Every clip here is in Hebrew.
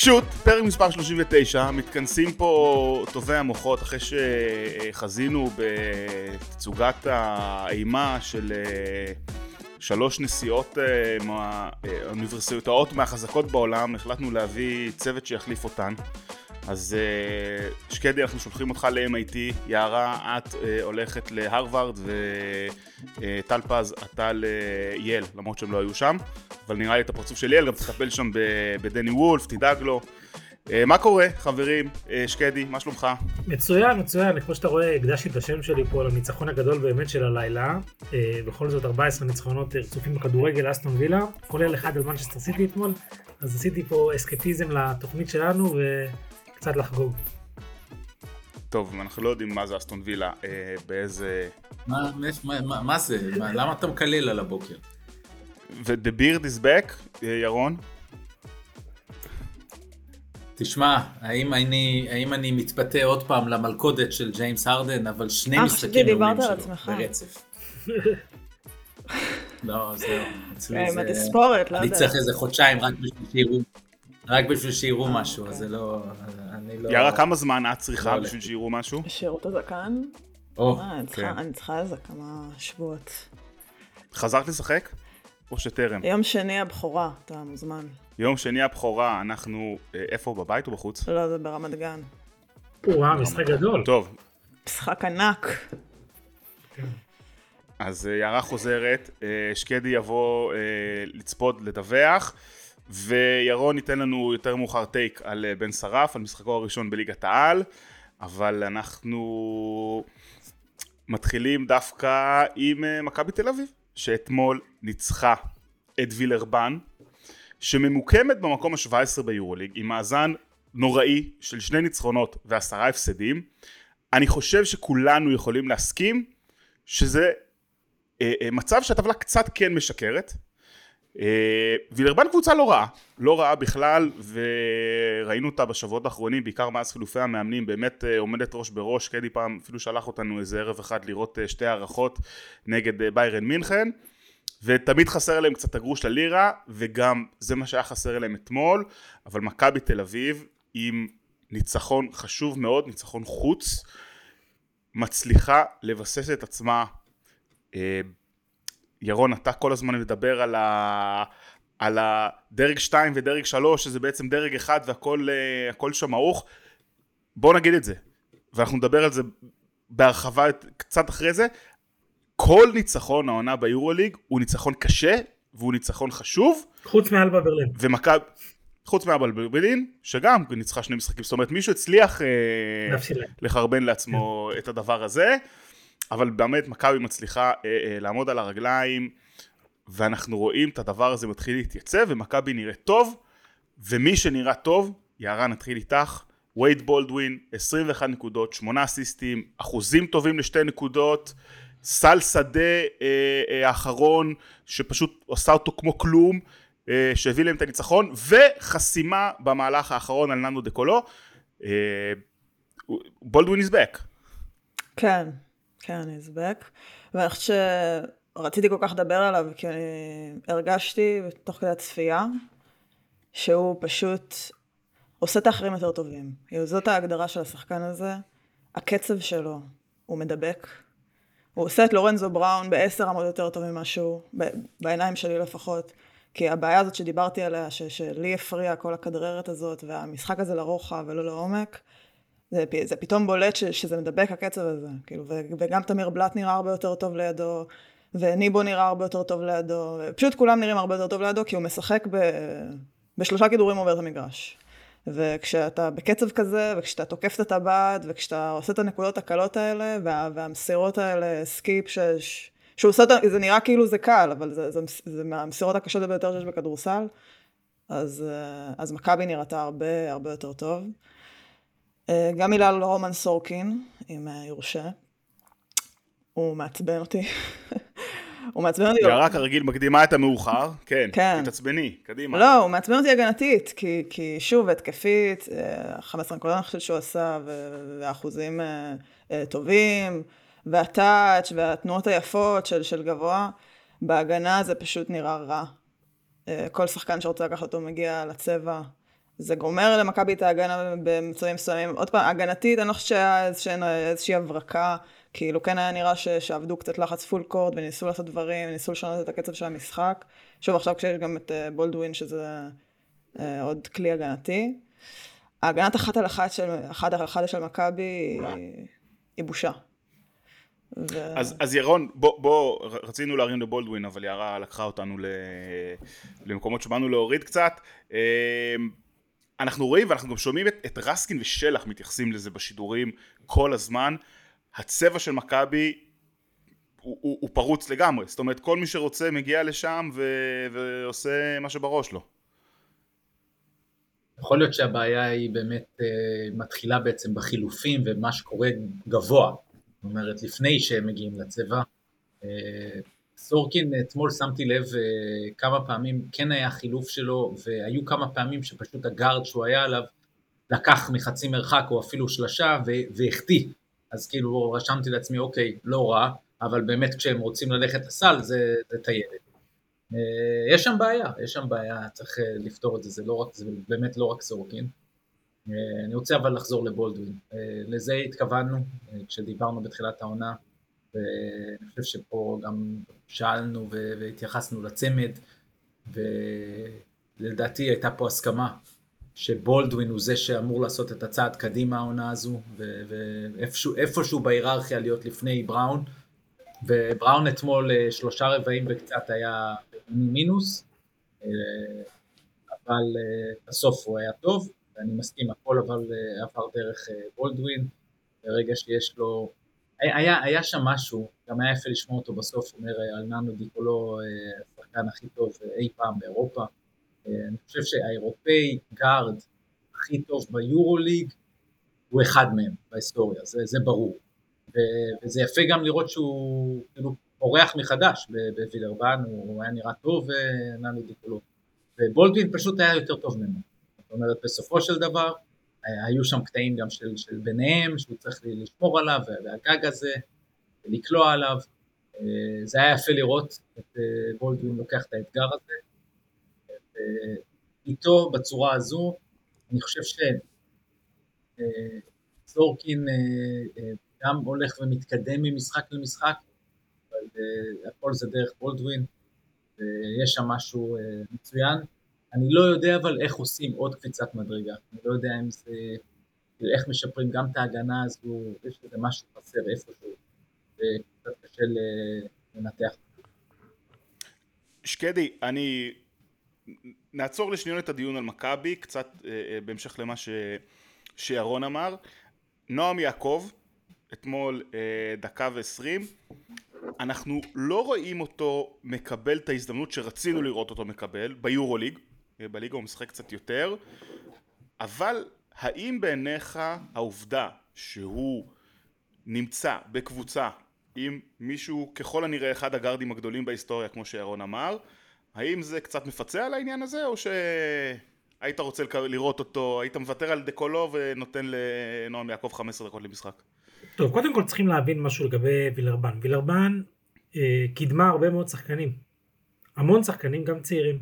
שוט, פרק מספר 39, מתכנסים פה טובי המוחות אחרי שחזינו בתצוגת האימה של 3 נסיעות מהאוניברסיטאות מהחזקות בעולם. החלטנו להביא צוות שיחליף אותן. אז שקדי, אנחנו שולחים אותך ל-MIT, יערה, את הולכת להרווארד, וטל פז, אתה לייל, למרות שהם לא היו שם, אבל נראה לי את הפרצוף של ייל, גם תטפל שם בדני וולף, תדאג לו. מה קורה, חברים? שקדי, מה שלומך? מצוין, מצוין. כמו שאתה רואה, הקדשתי את השם שלי פה לניצחון הגדול באמת של הלילה. בכל זאת 14 ניצחונות רצופים בכדורגל, אסטון וילה, כולל אחד על מנצ'סטר סיטי אתמול, אז עשיתי פה אסקפיזם לתוכנית שלנו וקצת לחגוג. טוב, אנחנו לא יודעים מה זה אסטון וילה, באיזה... מה זה? למה אתה מקלל על הבוקר? ו-The beard is back, ירון? תשמע, האם אני מתפתה עוד פעם למלכודת של ג'יימס הרדן, אבל 2 משחקים נאומים שלו ברצף. לא, זהו. עם התספורת, לא יודע. אני צריך איזה חודשיים רק בשביל שיראו משהו, אז זה לא... יארה, כמה זמן את צריכה בשביל שיראו משהו? שירות הזקן? אני צריכה איזה כמה שבועות. חזרת לשחק? או שטרם? יום שני הבכורה, אתה מוזמן. יום שני הבכורה, אנחנו איפה, בבית או בחוץ? לא, זה ברמת גן. משחק גדול. טוב. משחק ענק. אז יערה חוזרת, שקדי יבוא לצפות, לדווח, וירון ייתן לנו יותר מאוחר טייק על בן שרף, על משחקו הראשון בליגת העל, אבל אנחנו מתחילים דווקא עם מכבי תל אביב, שאתמול ניצחה את וילרבן, שממוקמת במקום ה-17 ביורוליג, עם מאזן נוראי של 2 ניצחונות ו10 הפסדים. אני חושב שכולנו יכולים להסכים שזה מצב שהטבלה קצת כן משקרת. וילרבן קבוצה לא רעה בכלל, וראינו אותה בשבועות האחרונים, בעיקר מאז חילופי המאמנים, באמת עומדת ראש בראש. קדי פעם אפילו שלח אותנו איזה ערב אחד לראות 2 הערכות נגד ביירן מינכן, ותמיד חסר להם קצת הגרוש ללירה, וגם זה מה שהיה חסר להם אתמול. אבל מכבי תל אביב עם ניצחון חשוב מאוד, ניצחון חוץ, מצליחה לבסס את עצמה. ירון, אתה כל הזמן מדבר על הדרג 2 ודרג 3, שזה בעצם דרג 1 והכל שם מעוך. בוא נגיד את זה, ואנחנו נדבר על זה בהרחבה קצת אחרי זה. כל ניצחון העונה ביורוליג הוא ניצחון קשה, והוא ניצחון חשוב. חוץ מאלבה ברלין. חוץ מאלבה ברלין, שגם ניצחה 2 משחקים. זאת אומרת, מישהו הצליח לחרבן לעצמו את הדבר הזה. אבל באמת מכבי מצליחה לעמוד על הרגליים, ואנחנו רואים את הדבר הזה מתחיל להתייצב, ומכבי נראה טוב, ומי שנראה טוב, יערה, נתחיל איתך, וייד בולדווין, 21 נקודות, 8 אסיסטים, אחוזים טובים ל2 נקודות, סל שדה האחרון, שפשוט עושה אותו כמו כלום, שהביא להם את הניצחון, וחסימה במהלך האחרון על ננו דקולו. בולדווין is back. כן. כן, he's back. ואני חושבת שרציתי כל כך לדבר עליו, כי אני הרגשתי תוך כדי הצפייה, שהוא פשוט עושה את האחרים יותר טובים. זאת ההגדרה של השחקן הזה. הקצב שלו הוא מדבק. הוא עושה את לורנזו בראון ב10 רמות יותר טוב ממשהו, בעיניים שלי לפחות. כי הבעיה הזאת שדיברתי עליה, שלי הפריע כל הכדררת הזאת, והמשחק הזה לרוחב ולא לעומק, זה פתאום בולט שזה מדבק הקצב הזה, כאילו, וגם תמיר בלט נראה הרבה יותר טוב לידו, וניבו נראה הרבה יותר טוב לידו, פשוט כולם נראים הרבה יותר טוב לידו, כי הוא משחק ב3 כדורים עובר את המגרש. וכשאתה בקצב כזה, וכשאתה תוקף את הטבעת, וכשאתה עושה את הנקודות הקלות האלה, והמסירות האלה, סקיפ, שהוא עושה, זה נראה כאילו זה קל, אבל זה מהמסירות הקשות ביותר שיש בכדורסל, אז מכבי נראתה הרבה יותר טוב. גם מילה על רומן סורקין, אם יורשה. הוא מעצבן אותי. הוא מעצבן אותי. יערה כרגיל מקדימה את המאוחר. כן, תתעצבני, קדימה. לא, הוא מעצבן אותי הגנתית, כי שוב, התקפית, 15 נקודות אני חושבת שהוא עשה, והאחוזים טובים, והטאץ' והתנועות היפות של גבוה, בהגנה זה פשוט נראה רע. כל שחקן שרוצה לקחת אותו מגיע לצבע, זה גומר למכבי את ההגנה במצבים מסוימים. עוד פעם, הגנתית, אני לא חושבת שהיה איזושהי הברקה, כאילו כן היה נראה שעבדו קצת לחץ פול קורד, וניסו לעשות דברים, וניסו לשנות את הקצב של המשחק. שוב, עכשיו כשיש גם את בולדווין, שזה עוד כלי הגנתי. ההגנת אחת על אחד של מכבי היא בושה. אז ירון, בוא, רצינו להרים לבולדווין, אבל יערה לקחה אותנו למקומות שבאנו להוריד קצת. אנחנו רואים ואנחנו גם שומעים את רסקין ושלח מתייחסים לזה בשידורים כל הזמן. הצבע של מכבי הוא פרוץ לגמרי, זאת אומרת כל מי שרוצה מגיע לשם ועושה מה שבראש לו. יכול להיות שהבעיה היא באמת מתחילה בעצם בחילופים ומה שקורה גבוה, זאת אומרת לפני שהם מגיעים לצבע. סורקין אתמול שמתי לב כמה פעמים כן היה חילוף שלו, והיו כמה פעמים שפשוט הגארד שהוא היה עליו לקח מחצי מרחק או אפילו שלשה והחטיא, אז כאילו רשמתי לעצמי אוקיי לא רע, אבל באמת כשהם רוצים ללכת לסל זה טיילת. יש שם בעיה, צריך לפתור את זה, זה באמת לא רק סורקין. אני רוצה אבל לחזור לבולדווין, לזה התכוונו כשדיברנו בתחילת העונה, ואני חושב שפה גם שאלנו והתייחסנו לצמד, ולדעתי הייתה פה הסכמה שבולדווין הוא זה שאמור לעשות את הצעד קדימה העונה הזו, ואיפשהו בהיררכיה להיות לפני בראון, ובראון אתמול 3 רבעים וקצת היה מינוס, אבל בסוף הוא היה טוב, ואני מסכים, הכל אבל עבר דרך בולדווין, ברגע שיש לו, היה שם משהו, גם היה יפה לשמוע אותו בסוף, אומר אלננו דיקולו, השחקן הכי טוב אי פעם באירופה, אני חושב שהאירופאי גארד הכי טוב ביורוליג, הוא אחד מהם בהיסטוריה, זה ברור. וזה יפה גם לראות שהוא כאילו אורח מחדש בווילרבן, הוא היה נראה טוב וננו דיקולו. ובולדווין פשוט היה יותר טוב ממנו. זאת אומרת, בסופו של דבר, היו שם קטעים גם של ביניהם, שהוא צריך לשמור עליו, והגג הזה, לקלוע עליו. זה היה יפה לראות את בולדווין לוקח את האתגר הזה. איתו בצורה הזו, אני חושב שסורקין גם הולך ומתקדם ממשחק למשחק, אבל הכל זה דרך בולדווין, ויש שם משהו מצוין. אני לא יודע אבל איך עושים עוד קפיצת מדרגה, אני לא יודע אם זה, איך משפרים גם את ההגנה הזו, יש לזה משהו חסר איפשהו, וקצת קשה לנתח. שקדי, אני נעצור לשניון את הדיון על מכבי, קצת בהמשך למה שירון אמר. נועם יעקב, אתמול 1:20, אנחנו לא רואים אותו מקבל את ההזדמנות שרצינו לראות אותו מקבל ביורוליג, בליגה הוא משחק קצת יותר, אבל האם בעיניך העובדה שהוא נמצא בקבוצה עם מישהו ככל הנראה אחד הגארדים הגדולים בהיסטוריה כמו שירון אמר, האם זה קצת מפצה על העניין הזה או שהיית רוצה לראות אותו, היית מוותר על דקולו ונותן לנועם יעקב 15 דקות למשחק? טוב, קודם כל צריכים להבין משהו לגבי וילרבן. וילרבן קידמה הרבה מאוד שחקנים, המון שחקנים, גם צעירים.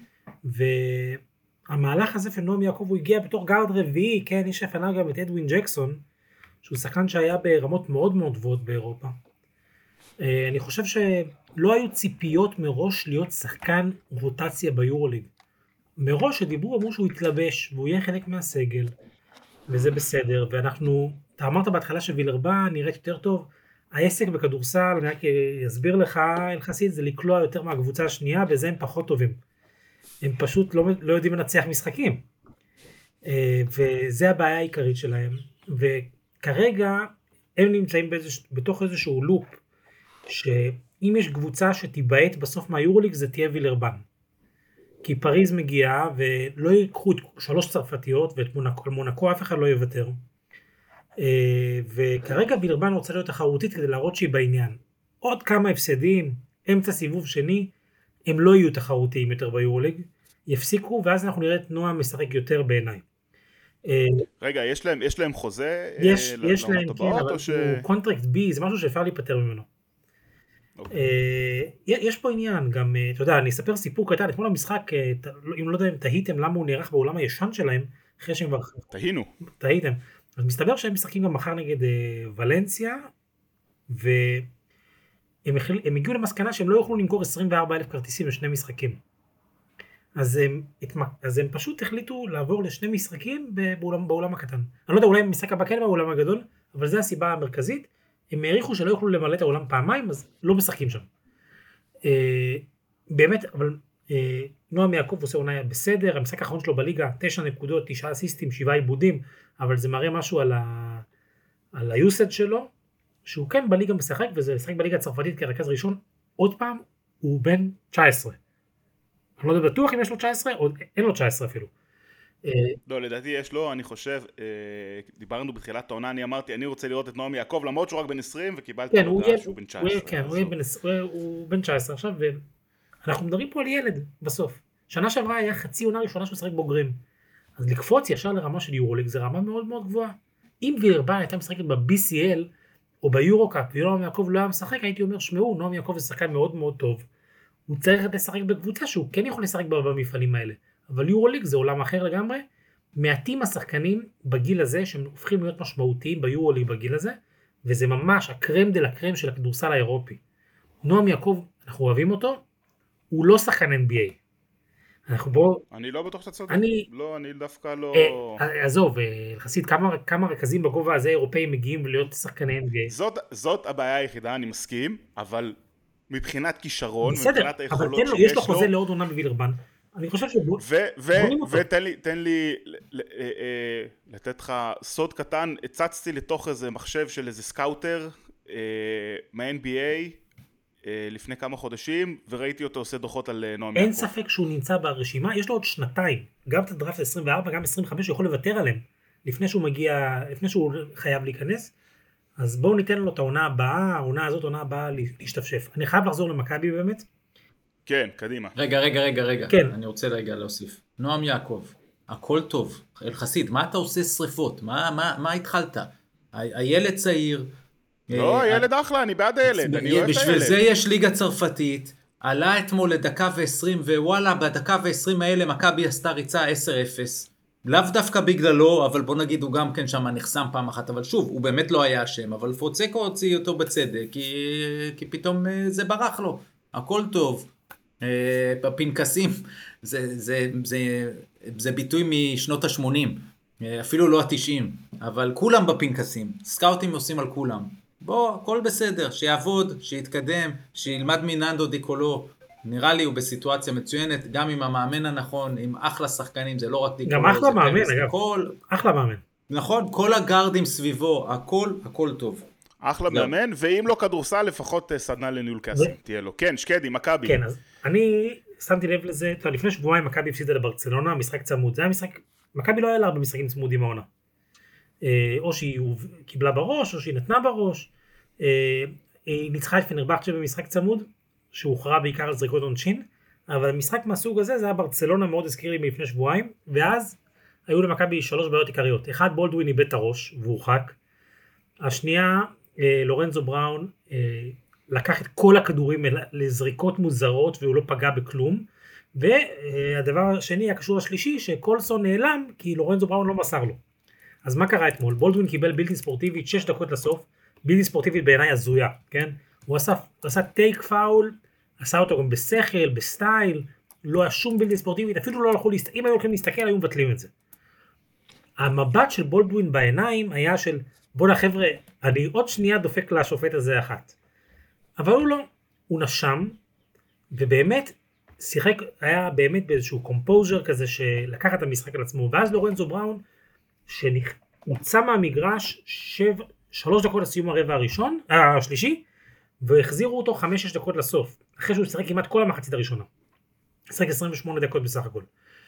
והמהלך הזה פנועם יעקב הוא הגיע בתור גארד רביעי, כן, יש לפניו גם את אדווין ג'קסון, שהוא שחקן שהיה ברמות מאוד מאוד גבוהות באירופה. אני חושב שלא היו ציפיות מראש להיות שחקן רוטציה ביורוליג. מראש שדיברו אמרו שהוא יתלבש והוא יהיה חלק מהסגל, וזה בסדר, ואנחנו, אתה אמרת בהתחלה שווילרבן נראית יותר טוב, העסק בכדורסל, אני רק אסביר לך, אלחסית, זה לקלוע יותר מהקבוצה השנייה, וזה הם פחות טובים. הם פשוט לא יודעים לנצח משחקים. וזה הבעיה העיקרית שלהם. וכרגע הם נמצאים בתוך איזשהו לופ, שאם יש קבוצה שתיבעט בסוף מהיורוליג, זה תהיה וילרבן. כי פריז מגיעה, ולא ייקחו את 3 צרפתיות, ואת מונקו אף אחד לא יוותר. וכרגע וילרבן רוצה להיות תחרותית כדי להראות שהיא בעניין. עוד כמה הפסדים, אמצע סיבוב שני, הם לא יהיו תחרותיים יותר ביורוליג, יפסיקו, ואז אנחנו נראה את נועם משחק יותר בעיניי. רגע, יש להם חוזה? יש להם, כן, אבל הוא קונטרקט בי, זה משהו שאפשר להיפטר ממנו. יש פה עניין, גם, אתה יודע, אני אספר סיפור קטן, אתמול המשחק, אם לא יודע אם תהיתם למה הוא נערך בעולם הישן שלהם, אחרי שהם כבר... תהיתם. אז מסתבר שהם משחקים גם מחר נגד ולנסיה, והם הגיעו למסקנה שהם לא יוכלו למכור 24,000 כרטיסים לשני משחקים. אז הם פשוט החליטו לעבור לשני משחקים בעולם הקטן. אני לא יודע, אולי משחק הבא כן בעולם הגדול, אבל זו הסיבה המרכזית. הם העריכו שלא יוכלו למלא את העולם פעמיים, אז לא משחקים שם. באמת, אבל נועם יעקב עושה עונה בסדר, המשחק האחרון שלו בליגה, 9 נקודות, 9 אסיסטים, 7 עיבודים, אבל זה מראה משהו על היוסד שלו, שהוא כן בליגה משחק, וזה משחק בליגה הצרפתית כרכז ראשון, עוד פעם, הוא בן 19. אני לא יודע בטוח אם יש לו 19, או אין לו 19 אפילו. לא, לדעתי יש לו, אני חושב, דיברנו בתחילת העונה, אני אמרתי, אני רוצה לראות את נועם יעקב, למרות שהוא רק בן 20, וקיבלתי הודעה שהוא בן 19. כן, הוא בן 19 עכשיו, ואנחנו מדברים פה על ילד בסוף. שנה שעברה היה חצי עונה ראשונה שהוא שחק בוגרים. אז לקפוץ ישר לרמה של יורוליג, זה רמה מאוד מאוד גבוהה. אם וילרבן הייתה משחקת ב-BCL, או ביורוקאפ, ונועם יעקב לא היה משחק, הייתי אומר, שמעו, נועם יעקב זה שחקן מאוד מאוד טוב. הוא צריך לשחק בקבוצה שהוא כן יכול לשחק במפעלים האלה. אבל יורוליג זה עולם אחר לגמרי. מעטים השחקנים בגיל הזה שהם הופכים להיות משמעותיים ביורוליג בגיל הזה, וזה ממש הקרם דה לקרם של הכדורסל האירופי. נועם יעקב, אנחנו אוהבים אותו, הוא לא שחקן NBA. אני לא בטוח שאתה צודק. לא, אני דווקא לא... עזוב, יחסית כמה רכזים בגובה הזה אירופאים מגיעים להיות שחקני NBA. זאת הבעיה היחידה, אני מסכים, אבל מבחינת כישרון, מבחינת היכולות שיש לו... יש לו חוזה לעוד עונה בווילרבן. אני חושב תן לי לתת לך סוד קטן, הצצתי לתוך איזה מחשב של איזה סקאוטר מה-NBA לפני כמה חודשים, וראיתי אותו עושה דוחות על נועם יעקב. אין ספק שהוא נמצא ברשימה, יש לו עוד שנתיים, גם את הדראפט 24, גם 25, הוא יכול לוותר עליהם, לפני שהוא חייב להיכנס, אז בואו ניתן לו את העונה הבאה, העונה הבאה להשתפשף. אני חייב לחזור למכבי באמת. כן, קדימה. רגע. כן. אני רוצה רגע להוסיף. נועם יעקב, הכל טוב. אלחסיד, מה אתה עושה שריפות? מה התחלת? הילד צעיר. לא, הילד אחלה, אני בעד הילד. אני אוהב את הילד. בשביל זה יש ליגה צרפתית. עלה אתמול לדקה ו20, ווואלה, בדקה ו20 האלה מכבי עשתה ריצה 10-0. לאו דווקא בגללו, אבל בוא נגיד הוא גם כן שם נחסם פעם אחת, אבל שוב, הוא באמת לא היה אשם, אבל פרוצקו הוציא אותו בצדק, כי פתאום זה ברח לו. הכל טוב. בפנקסים, זה ביטוי משנות ה-80, אפילו לא ה-90, אבל כולם בפנקסים, סקאוטים עושים על כולם. בוא, הכל בסדר, שיעבוד, שיתקדם, שילמד מננדו דיקולו, נראה לי הוא בסיטואציה מצוינת, גם עם המאמן הנכון, עם אחלה שחקנים, זה לא רק דיקולו. גם אחלה מאמן, אגב, אחלה מאמן. נכון, כל הגארדים סביבו, הכל טוב. אחלה מאמן, ואם לא כדורסל, לפחות סדנה לניהול כסף, תהיה לו. כן, שקדי, מכבי. כן, אז אני שמתי לב לזה, לפני שבועיים מכבי הפסידה לברצלונה, משחק צמוד, זה היה משחק, מכבי לא היה לה הרבה משחקים צמודים העונה. או שהיא קיבלה בראש, או שהיא נתנה בראש. היא ניצחה את פנרבחצ'ה במשחק צמוד, שהוכרע בעיקר על זריקות עונשין, אבל המשחק מהסוג הזה, זה היה ברצלונה, מאוד הזכיר לי מלפני שבועיים, ואז היו למכבי 3 בעיות עיקריות. אחד, בולדווין איבד את הראש, והורחק. השנייה, לורנזו בראון לקח את כל הכדורים לזריקות מוזרות והוא לא פגע בכלום, והדבר השני הקשור לשלישי שקולסון נעלם כי לורנזו בראון לא מסר לו. אז מה קרה אתמול? בולדווין קיבל בלתי ספורטיבית 6 דקות לסוף, בלתי ספורטיבית בעיניי הזויה, כן? הוא עשה טייק פאול, עשה אותו גם בשכל, בסטייל, לא היה שום בלתי ספורטיבית, אפילו לא הלכו אם היו הולכים להסתכל היו מבטלים את זה. המבט של בולדווין בעיניים היה של בוא לחבר'ה, אני עוד שנייה דופק לשופט הזה אחת. אבל הוא לא, הוא נשם, ובאמת שיחק, היה באמת באיזשהו קומפוז'ר כזה שלקח את המשחק על עצמו, ואז לורנזו בראון, שהוצא מהמגרש 3 דקות לסיום הרבע השלישי, והחזירו אותו 5-6 דקות לסוף, אחרי שהוא שיחק כמעט כל המחצית הראשונה. שיחק 28 דקות בסך הכל.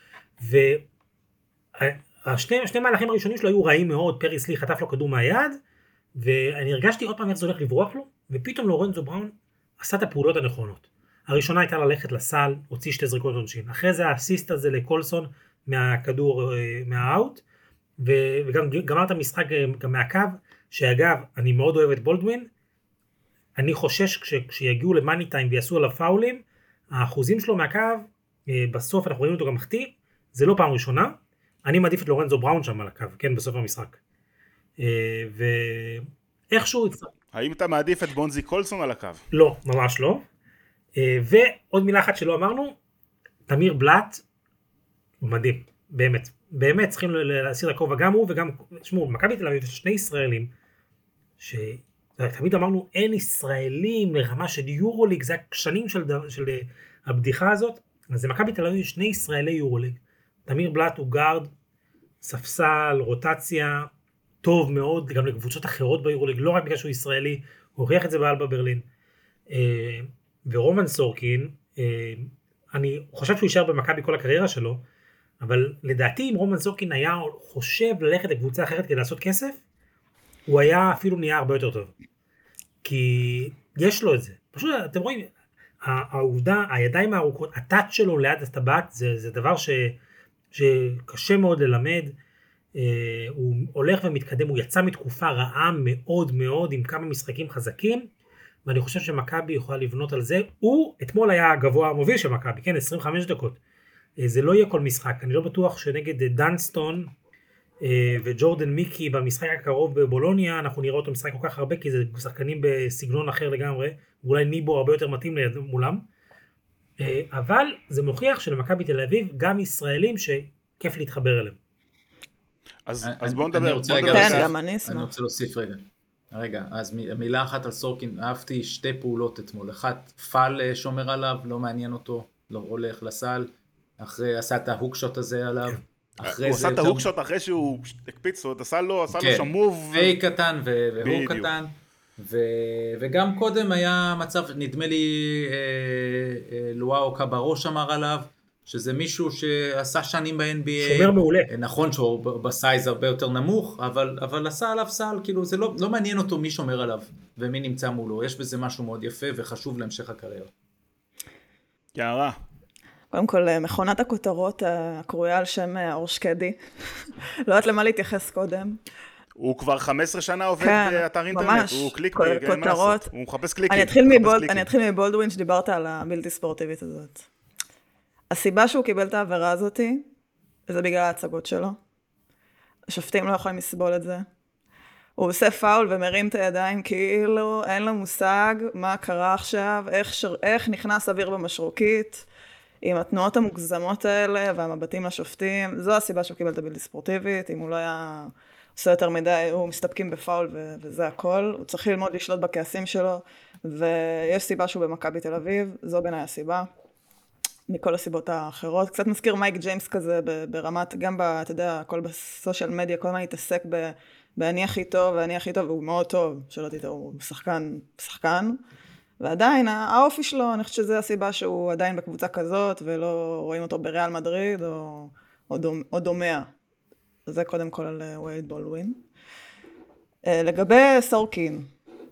שני מהלכים הראשונים שלו היו רעים מאוד, פריס לי חטף לו כדור מהיד, ואני הרגשתי עוד פעם איך זה הולך לברוח לו, ופתאום לורנזו בראון עשה את הפעולות הנכונות. הראשונה הייתה ללכת לסל, הוציא 2 זריקות עונשין. אחרי זה האסיסט הזה לקולסון מהכדור, מהאוט, וגם גמר את המשחק גם מהקו, שאגב, אני מאוד אוהב את בולדווין, אני חושש כשיגיעו למאני טיים ויעשו עליו פאולים, האחוזים שלו מהקו, בסוף אנחנו רואים אותו גם מחטיא, זה לא פעם ראשונה, אני מעדיף את לורנזו בראון שם על הקו, כן, בסוף המשחק. ואיכשהו... האם אתה מעדיף את בונזי קולסון על הקו? לא, ממש לא. ועוד מילה אחת שלא אמרנו, תמיר בלאט, הוא מדהים, באמת. באמת צריכים להסיר את הכובע גם הוא וגם, תשמעו, מכבי תל אביב, שני ישראלים, שתמיד אמרנו, אין ישראלים לרמה של יורוליג, זה השנים של הבדיחה הזאת, אז זה מכבי תל אביב, שני ישראלי יורוליג. תמיר בלאט הוא גארד, ספסל, רוטציה, טוב מאוד, גם לקבוצות אחרות ביורוליג, לא רק בגלל שהוא ישראלי, הוא הוכיח את זה באלבה ברלין. ורומן סורקין, אני חושב שהוא יישאר במכבי כל הקריירה שלו, אבל לדעתי אם רומן סורקין היה חושב ללכת לקבוצה אחרת כדי לעשות כסף, הוא היה אפילו נהיה הרבה יותר טוב. כי יש לו את זה. פשוט אתם רואים, העובדה, הידיים הארוכות, הטאץ' שלו ליד הטבעת, זה דבר שקשה מאוד ללמד. הוא הולך ומתקדם, הוא יצא מתקופה רעה מאוד מאוד, עם כמה משחקים חזקים, ואני חושב שמכבי יכולה לבנות על זה. הוא אתמול היה הגבוה המוביל של מכבי, כן, 25 דקות. זה לא יהיה כל משחק, אני לא בטוח שנגד דנסטון וג'ורדן מיקי במשחק הקרוב בבולוניה, אנחנו נראה אותו משחק כל כך הרבה, כי זה שחקנים בסגנון אחר לגמרי, ואולי ניבו הרבה יותר מתאים מולם, אבל זה מוכיח שלמכבי תל אביב גם ישראלים שכיף להתחבר אליהם. אז בואו נדבר. אני רוצה להוסיף רגע, אז מילה אחת על סורקין, אהבתי שתי פעולות אתמול, אחת פאל שומר עליו, לא מעניין אותו, לא הולך לסל, אחרי עשה את ההוקשוט הזה עליו, הוא עשה את ההוקשוט אחרי שהוא הקפיץ, הוא עשה לו שם מוב. וי קטן והוא קטן, וגם קודם היה מצב, נדמה לי לואו קברו שמר עליו, שזה מישהו שעשה שנים ב-NBA. שומר מעולה. נכון שהוא בסייז הרבה יותר נמוך, אבל עשה עליו סל, כאילו זה לא מעניין אותו מי שומר עליו, ומי נמצא מולו, יש בזה משהו מאוד יפה וחשוב להמשך הקריירה. יערה. קודם כל, מכונת הכותרות הקרויה על שם אור שקדי. לא יודעת למה להתייחס קודם. הוא כבר 15 שנה עובד באתר אינטרנט, הוא קליק כותרות. הוא מחפש קליקים. אני אתחיל מבולדווין שדיברת על הבלתי ספורטיבית הזאת. הסיבה שהוא קיבל את העבירה הזאת, זה בגלל ההצגות שלו. השופטים לא יכולים לסבול את זה. הוא עושה פאול ומרים את הידיים כאילו אין לו מושג מה קרה עכשיו, איך נכנס אוויר במשרוקית, עם התנועות המוגזמות האלה והמבטים לשופטים. זו הסיבה שהוא קיבל את הבלתי ספורטיבית. אם הוא לא היה עושה יותר מדי, הוא מסתפקים בפאול וזה הכל. הוא צריך ללמוד לשלוט בכעסים שלו, ויש סיבה שהוא במכבי תל אביב, זו בעיניי הסיבה. מכל הסיבות האחרות. קצת מזכיר מייק ג'יימס כזה ברמת, גם אתה יודע, הכל בסושיאל מדיה, כל מה להתעסק באני הכי טוב, ואני הכי טוב, והוא מאוד טוב, שלא תיתן, הוא שחקן, ועדיין האופי שלו, אני חושבת שזה הסיבה שהוא עדיין בקבוצה כזאת, ולא רואים אותו בריאל מדריד, או דומה. זה קודם כל על וייד בולדווין. לגבי סורקין,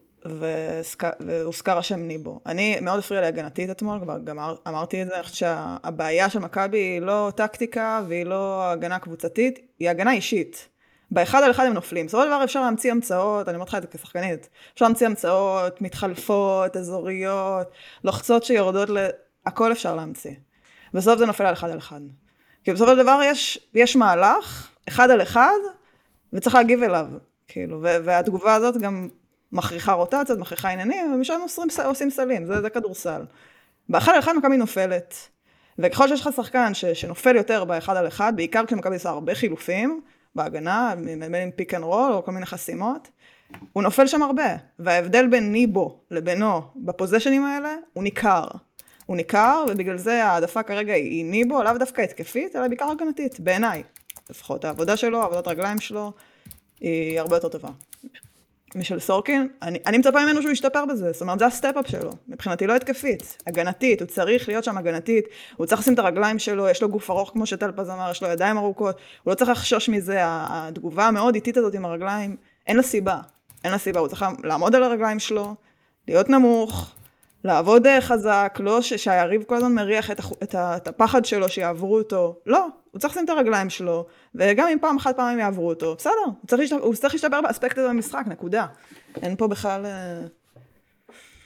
והוזכר השם ניבו. אני מאוד הפריע להגנתית אתמול, כבר גם אמרתי את זה, אני חושבת שהבעיה של מכבי היא לא טקטיקה, והיא לא הגנה קבוצתית, היא הגנה אישית. באחד על אחד הם נופלים. בסופו של דבר אפשר להמציא המצאות, אני אומרת לך את זה כשחקנית, אפשר להמציא המצאות, מתחלפות, אזוריות, לוחצות שיורדות, הכל אפשר להמציא. בסוף זה נופל על אחד על אחד. כי בסופו של דבר יש מהלך, אחד על אחד, וצריך להגיב אליו. כאילו, והתגובה הזאת גם מכריחה רוטציות, מכריחה עניינים, ומשם עושים סלים, זה כדורסל. באחד על אחד מכבי נופלת. וככל שיש לך שחקן שנופל יותר באחד על אחד, בעיקר כשמכבי עושה הרבה חילופים, בהגנה, בין פיק אנד רול או כל מיני חסימות, הוא נופל שם הרבה. וההבדל בין ניבו לבינו בפוזישנים האלה, הוא ניכר. הוא ניכר, ובגלל זה העדפה כרגע היא ניבו, לאו דווקא התקפית, אלא בעיקר הגנתית, בעיניי. לפחות העבודה שלו, עבודת רגליים שלו, היא הרבה יותר טובה. משל סורקין, אני מצפה ממנו שהוא ישתפר בזה, זאת אומרת, זה הסטפ-אפ שלו, מבחינתי לא התקפית, הגנתית, הוא צריך להיות שם הגנתית, הוא צריך לשים את הרגליים שלו, יש לו גוף ארוך כמו שטל פז אמר, יש לו ידיים ארוכות, הוא לא צריך לחשוש מזה, התגובה המאוד איטית הזאת עם הרגליים, אין לה סיבה, הוא צריך לעמוד על הרגליים שלו, להיות נמוך, לעבוד חזק, לא שהיריב כל הזמן מריח את הפחד שלו שיעברו אותו, לא, הוא צריך לשים את הרגליים שלו, וגם אם פעם אחת פעמים יעברו אותו, בסדר, הוא צריך להשתפר באספקט הזה במשחק, נקודה. אין פה בכלל...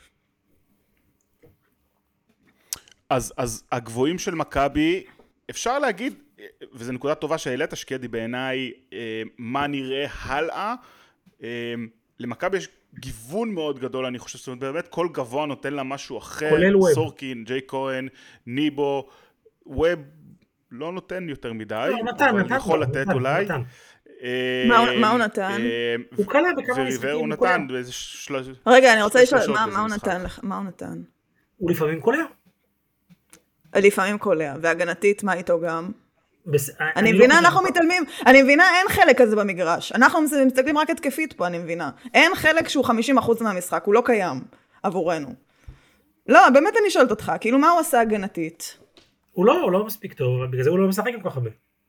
אז הגבוהים של מכבי, אפשר להגיד, וזו נקודה טובה שהעלית שקדי בעיניי, מה נראה הלאה, למכבי יש גיוון מאוד גדול, אני חושב, זאת אומרת, באמת כל גבוה נותן לה משהו אחר, כולל ווב. סורקין, ג'יי כהן, ניבו, ווב לא נותן יותר מדי, נתן, יכול לתת אולי. מה הוא נתן? הוא קלה בכמה משחקים, הוא נתן באיזה רגע, אני רוצה לשאול, מה הוא נתן? הוא לפעמים קולע. לפעמים קולע, והגנתית מה איתו גם? אני לא מבינה, חושב אנחנו מתעלמים, אני מבינה, אין חלק כזה במגרש, אנחנו מסתכלים רק התקפית פה, אני מבינה, אין חלק שהוא 50% מהמשחק, הוא לא קיים עבורנו. לא, באמת אני שואלת אותך, כאילו מה הוא עשה הגנתית? הוא לא מספיק טוב, בגלל זה הוא לא משחק כל כך הרבה.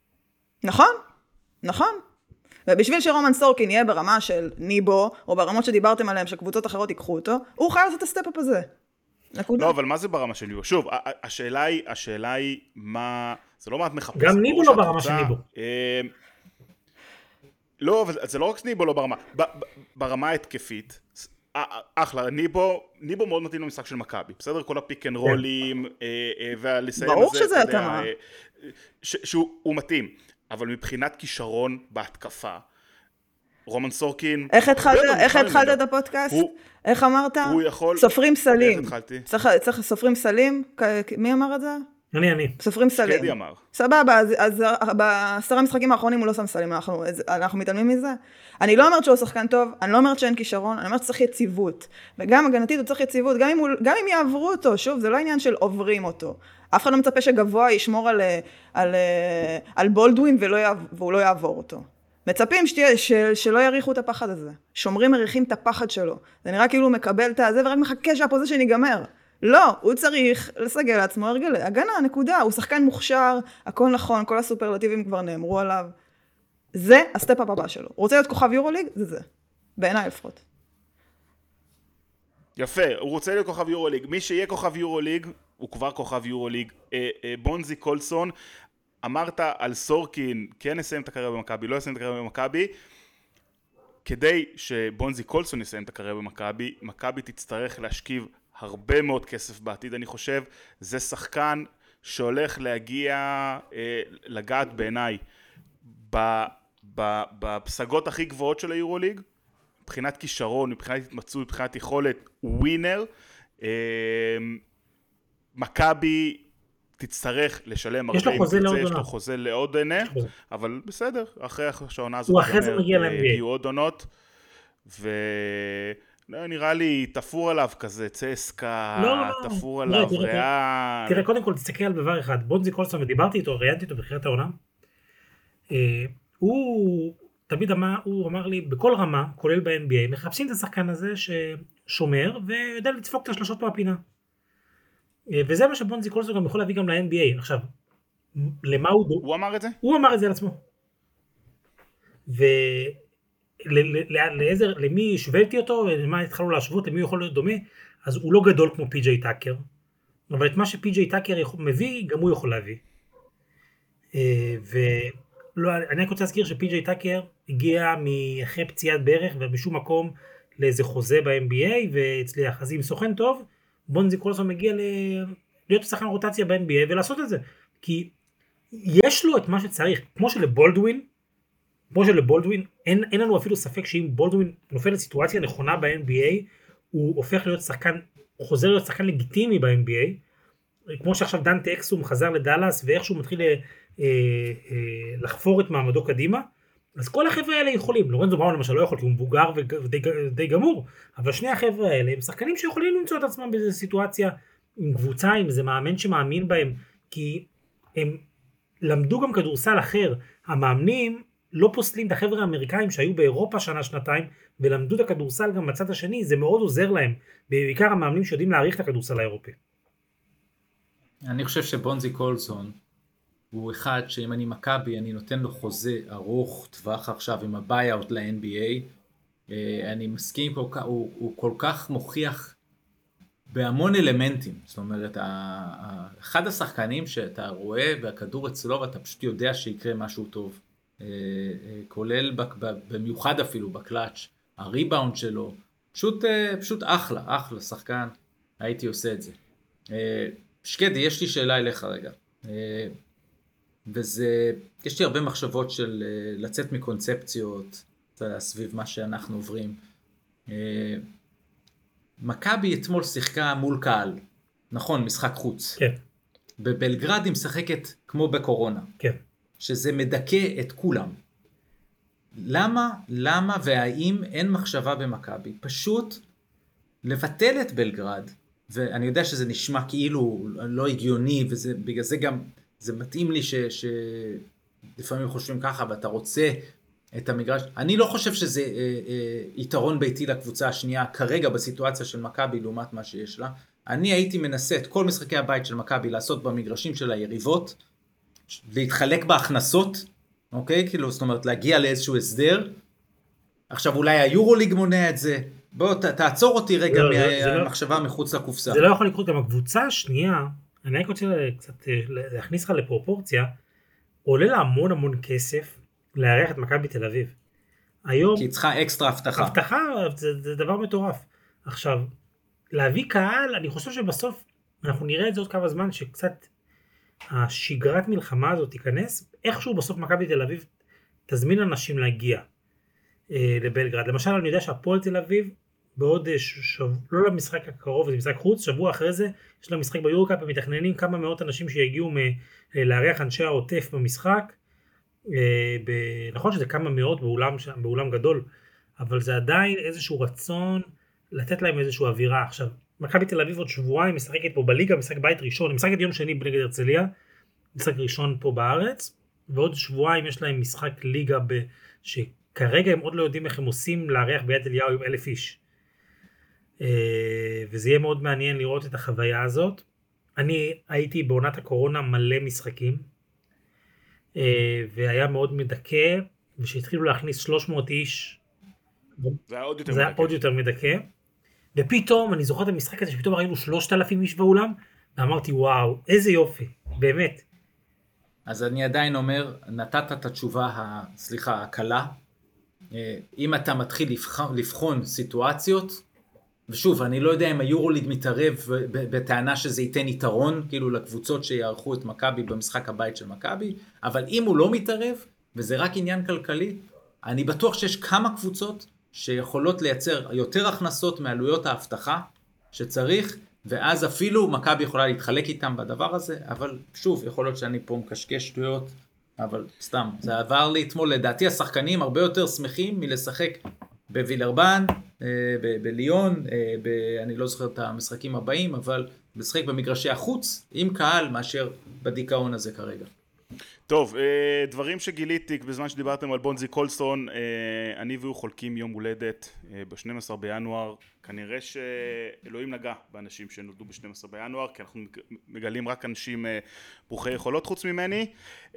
נכון. ובשביל שרומן סורקין יהיה ברמה של ניבו, או ברמות שדיברתם עליהם שקבוצות אחרות ייקחו אותו, הוא חייב לעשות את הסטפ-אפ הזה. לא, אבל מה זה ברמה של ניבו? שוב, השאלה היא מה... זה לא מעט מחפש. גם ניבו לא ברמה של ניבו. לא, אבל זה לא רק ניבו לא ברמה. ברמה התקפית, אחלה, ניבו מאוד מתאים למשחק של מכבי. בסדר? כל הפיק אנד רולים, והלסיים הזה... ברור שזה התאמה. שהוא מתאים. אבל מבחינת כישרון בהתקפה, רומן סורקין... איך התחלת את הפודקאסט? איך אמרת? הוא יכול... סופרים סלים. איך התחלתי? צריך סופרים סלים? מי אמר את זה? אני. סופרים סלים. שקדי אמר. סבבה, אז ב10 המשחקים האחרונים הוא לא שם סלים, אנחנו מתעלמים מזה. אני לא אומרת שהוא שחקן טוב, אני לא אומרת שאין כישרון, אני אומרת שצריך יציבות. וגם הגנתית הוא צריך יציבות, גם אם יעברו אותו, שוב, זה לא עניין של עוברים אותו. אף אחד לא מצפה שגבוה ישמור על בולדווין והוא לא יעבור אותו. מצפים שלא יריחו את הפחד הזה. שומרים מריחים את הפחד שלו. זה נראה כאילו הוא מקבל את הזה ורק מחכה שהפוזישן ייגמר. לא, הוא צריך לסגל לעצמו הרגלי. הגנה, נקודה, הוא שחקן מוכשר, הכל נכון, כל הסופרלטיבים כבר נאמרו עליו. זה הסטפ-אפ הבא שלו. הוא רוצה להיות כוכב יורוליג? זה. בעיניי לפחות. יפה, הוא רוצה להיות כוכב יורוליג. מי שיהיה כוכב יורוליג, הוא כבר כוכב יורוליג. בונזי קולסון, אמרת על סורקין, כן נסיים את הקריירה במכבי, לא נסיים את הקריירה במכבי. כדי שבונזי קולסון נסיים את הקריירה במכבי, מכבי תצטרך להשכיב הרבה מאוד כסף בעתיד, אני חושב. זה שחקן שהולך להגיע, לגעת בעיניי, בפסגות הכי גבוהות של היורוליג, מבחינת כישרון, מבחינת התמצאות, מבחינת יכולת, ווינר. מכבי תצטרך לשלם הרבה, יש לו חוזה לעוד עונה, אבל בסדר, אחרי שהעונה הזאת הגיעו עוד עונות, ונראה לי תפור עליו כזה צסקה, תפור עליו ריאל. תראה, קודם כל תסתכל על דבר אחד, בונזי קולסון, ודיברתי איתו, ראיינתי אותו בתחילת העונה, הוא תמיד אמר לי, בכל רמה, כולל ב-NBA, מחפשים את השחקן הזה ששומר, ויודע לדפוק את השלושות מהפינה. וזה מה שבונזי קולסון גם יכול להביא גם ל-NBA. עכשיו, למה הוא אמר את זה? הוא אמר את זה על עצמו. למי השוויתי אותו, למה התחלנו להשוות, למי הוא יכול להיות דומה, אז הוא לא גדול כמו פי.ג'יי טאקר, אבל את מה שפי.ג'יי טאקר מביא, גם הוא יכול להביא. ואני רק רוצה להזכיר שפי.ג'יי טאקר הגיע אחרי פציעת ברך, ובשום מקום לאיזה חוזה ב-NBA, והצליח. אז עם סוכן טוב, בונזי קולסון מגיע להיות שחקן רוטציה ב-NBA ולעשות את זה, כי יש לו את מה שצריך, כמו שלבולדווין, אין לנו אפילו ספק שאם בולדווין נופל לסיטואציה נכונה ב-NBA, הוא הופך להיות שחקן, הוא חוזר להיות שחקן לגיטימי ב-NBA, כמו שעכשיו דנטה אקסום חזר לדלס, ואיכשהו מתחיל לחפור את מעמדו קדימה, אז כל החבר'ה האלה יכולים, לורנזו בראון למשל לא יכול, כי הוא מבוגר ודי גמור, אבל שני החבר'ה האלה הם שחקנים שיכולים למצוא את עצמם באיזו סיטואציה עם קבוצה, עם איזה מאמן שמאמין בהם, כי הם למדו גם כדורסל אחר, המאמנים לא פוסלים את החבר'ה האמריקאים שהיו באירופה שנה-שנתיים, ולמדו את הכדורסל גם בצד השני, זה מאוד עוזר להם, בעיקר המאמנים שיודעים להעריך את הכדורסל האירופי. אני חושב שבונזי קולסון, הוא אחד שאם אני מכבי, אני נותן לו חוזה ארוך טווח עכשיו עם הביי-אוט ל-NBA. אני מסכים, הוא כל כך מוכיח בהמון אלמנטים. זאת אומרת, אחד השחקנים שאתה רואה והכדור אצלו ואתה פשוט יודע שיקרה משהו טוב. כולל במיוחד אפילו בקלאץ', הריבאונד שלו, פשוט אחלה שחקן, הייתי עושה את זה. שקדי, יש לי שאלה אליך רגע. יש לי הרבה מחשבות של לצאת מקונספציות סביב מה שאנחנו עוברים. מכבי אתמול שיחקה מול קהל, נכון, משחק חוץ. כן. בבלגרד היא משחקת כמו בקורונה. כן. שזה מדכא את כולם. למה והאם אין מחשבה במכבי? פשוט לבטל את בלגרד, ואני יודע שזה נשמע כאילו לא הגיוני, ובגלל זה גם, זה מתאים לי שלפעמים חושבים ככה, ואתה רוצה את המגרש. אני לא חושב שזה יתרון ביתי לקבוצה השנייה, כרגע בסיטואציה של מכבי לעומת מה שיש לה. אני הייתי מנסה את כל משחקי הבית של מכבי לעשות במגרשים של היריבות, להתחלק בהכנסות, אוקיי? כאילו, זאת אומרת, להגיע לאיזשהו הסדר. עכשיו, אולי היורוליג מונע את זה. בוא, תעצור אותי רגע מהמחשבה מחוץ לקופסה. זה לא יכול לקרות. גם הקבוצה השנייה, אני רק רוצה קצת להכניס לך לפרופורציה, עולה לה המון כסף לארח את מכבי תל אביב. היום... כי צריכה אקסטרה הבטחה. הבטחה זה דבר מטורף. עכשיו, להביא קהל, אני חושב שבסוף אנחנו נראה את זה עוד כמה זמן, שקצת השגרת מלחמה הזאת תיכנס, איכשהו בסוף מכבי תל אביב תזמין אנשים להגיע לבלגרד. למשל, אני יודע שהפועל תל אביב, בעוד לא למשחק הקרוב, זה משחק חוץ, שבוע אחרי זה, יש לה משחק ביורוקאפ, הם מתכננים כמה מאות אנשים שיגיעו לארח אנשי העוטף במשחק, נכון שזה כמה מאות באולם גדול, אבל זה עדיין איזשהו רצון לתת להם איזשהו אווירה. עכשיו, מכבי תל אביב עוד שבועיים משחקת פה בליגה, משחק בית ראשון, משחקת יום שני בנגד הרצליה, משחק ראשון פה בארץ, ועוד שבועיים יש להם משחק ליגה שכרגע הם עוד לא יודעים איך הם עושים לארח ביד אליהו עם 1,000 איש. וזה יהיה מאוד מעניין לראות את החוויה הזאת. אני הייתי בעונת הקורונה מלא משחקים, והיה מאוד מדכא, ושהתחילו להכניס 300 איש, זה היה עוד יותר מדכא. ופתאום אני זוכר את המשחק הזה שפתאום ראינו 3,000 איש באולם, ואמרתי וואו, איזה יופי, באמת. אז אני עדיין אומר, נתת את התשובה, הקלה. אם אתה מתחיל לבחון סיטואציות, ושוב, אני לא יודע אם היורוליג מתערב בטענה שזה ייתן יתרון, כאילו לקבוצות שיערכו את מכבי במשחק הבית של מכבי, אבל אם הוא לא מתערב, וזה רק עניין כלכלי, אני בטוח שיש כמה קבוצות שיכולות לייצר יותר הכנסות מעלויות ההבטחה שצריך, ואז אפילו מכבי יכולה להתחלק איתם בדבר הזה, אבל שוב, יכול להיות שאני פה מקשקש שטויות, אבל סתם, זה עבר לי אתמול, לדעתי השחקנים הרבה יותר שמחים מלשחק בווילרבן, בליון, אני לא זוכר את המשחקים הבאים, אבל לשחק במגרשי החוץ עם קהל מאשר בדיכאון הזה כרגע. טוב, דברים שגיליתי בזמן שדיברתם על בונזי קולסון, אני והוא חולקים יום הולדת ב-12 בינואר, כנראה שאלוהים נגע באנשים שנולדו ב-12 בינואר, כי אנחנו מגלים רק אנשים ברוכי יכולות חוץ ממני.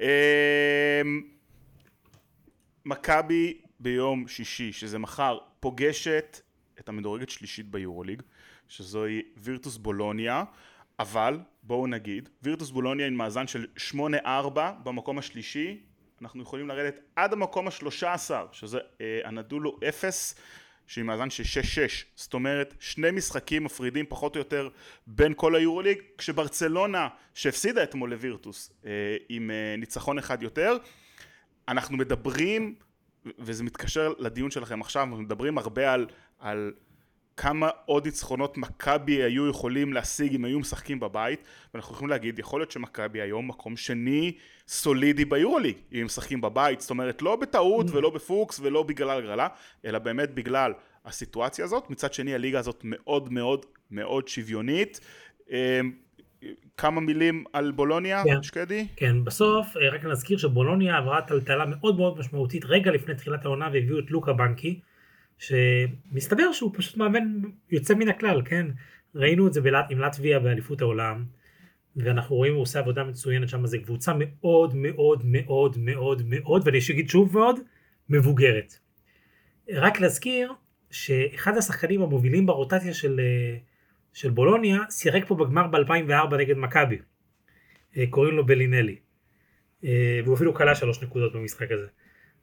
מכבי ביום שישי, שזה מחר, פוגשת את המדורגת שלישית ביורוליג, שזוהי וירטוס בולוניה, אבל בואו נגיד, וירטוס בולוניה עם מאזן של 8-4 במקום השלישי, אנחנו יכולים לרדת עד המקום ה-13, שזה הנדולו 0, שהיא מאזן של 6-6, זאת אומרת שני משחקים מפרידים פחות או יותר בין כל היורוליג, כשברצלונה שהפסידה אתמול לווירטוס עם ניצחון אחד יותר, אנחנו מדברים, וזה מתקשר לדיון שלכם עכשיו, אנחנו מדברים הרבה על כמה עוד ניצחונות מכבי היו יכולים להשיג אם היו משחקים בבית, ואנחנו יכולים להגיד, יכול להיות שמכבי היום מקום שני סולידי ביורוליג, אם משחקים בבית, זאת אומרת לא בטעות ולא בפוקס ולא בגלל הגרלה, אלא באמת בגלל הסיטואציה הזאת. מצד שני הליגה הזאת מאוד מאוד מאוד שוויונית. כמה מילים על בולוניה, שקדי? כן, בסוף רק נזכיר שבולוניה עברה טלטלה מאוד מאוד משמעותית רגע לפני תחילת העונה, והביאו את לוקה בנקי, שמסתבר שהוא פשוט מאמן יוצא מן הכלל, כן? ראינו את זה עם לטביה באליפות העולם, ואנחנו רואים הוא עושה עבודה מצוינת שם, זה קבוצה מאוד מאוד מאוד מאוד מאוד, ואני אגיד שוב מאוד, מבוגרת. רק להזכיר שאחד השחקנים המובילים ברוטציה של בולוניה, שיחק פה בגמר ב-2004 נגד מכבי, קוראים לו בלינלי, והוא אפילו קלה 3 נקודות במשחק הזה.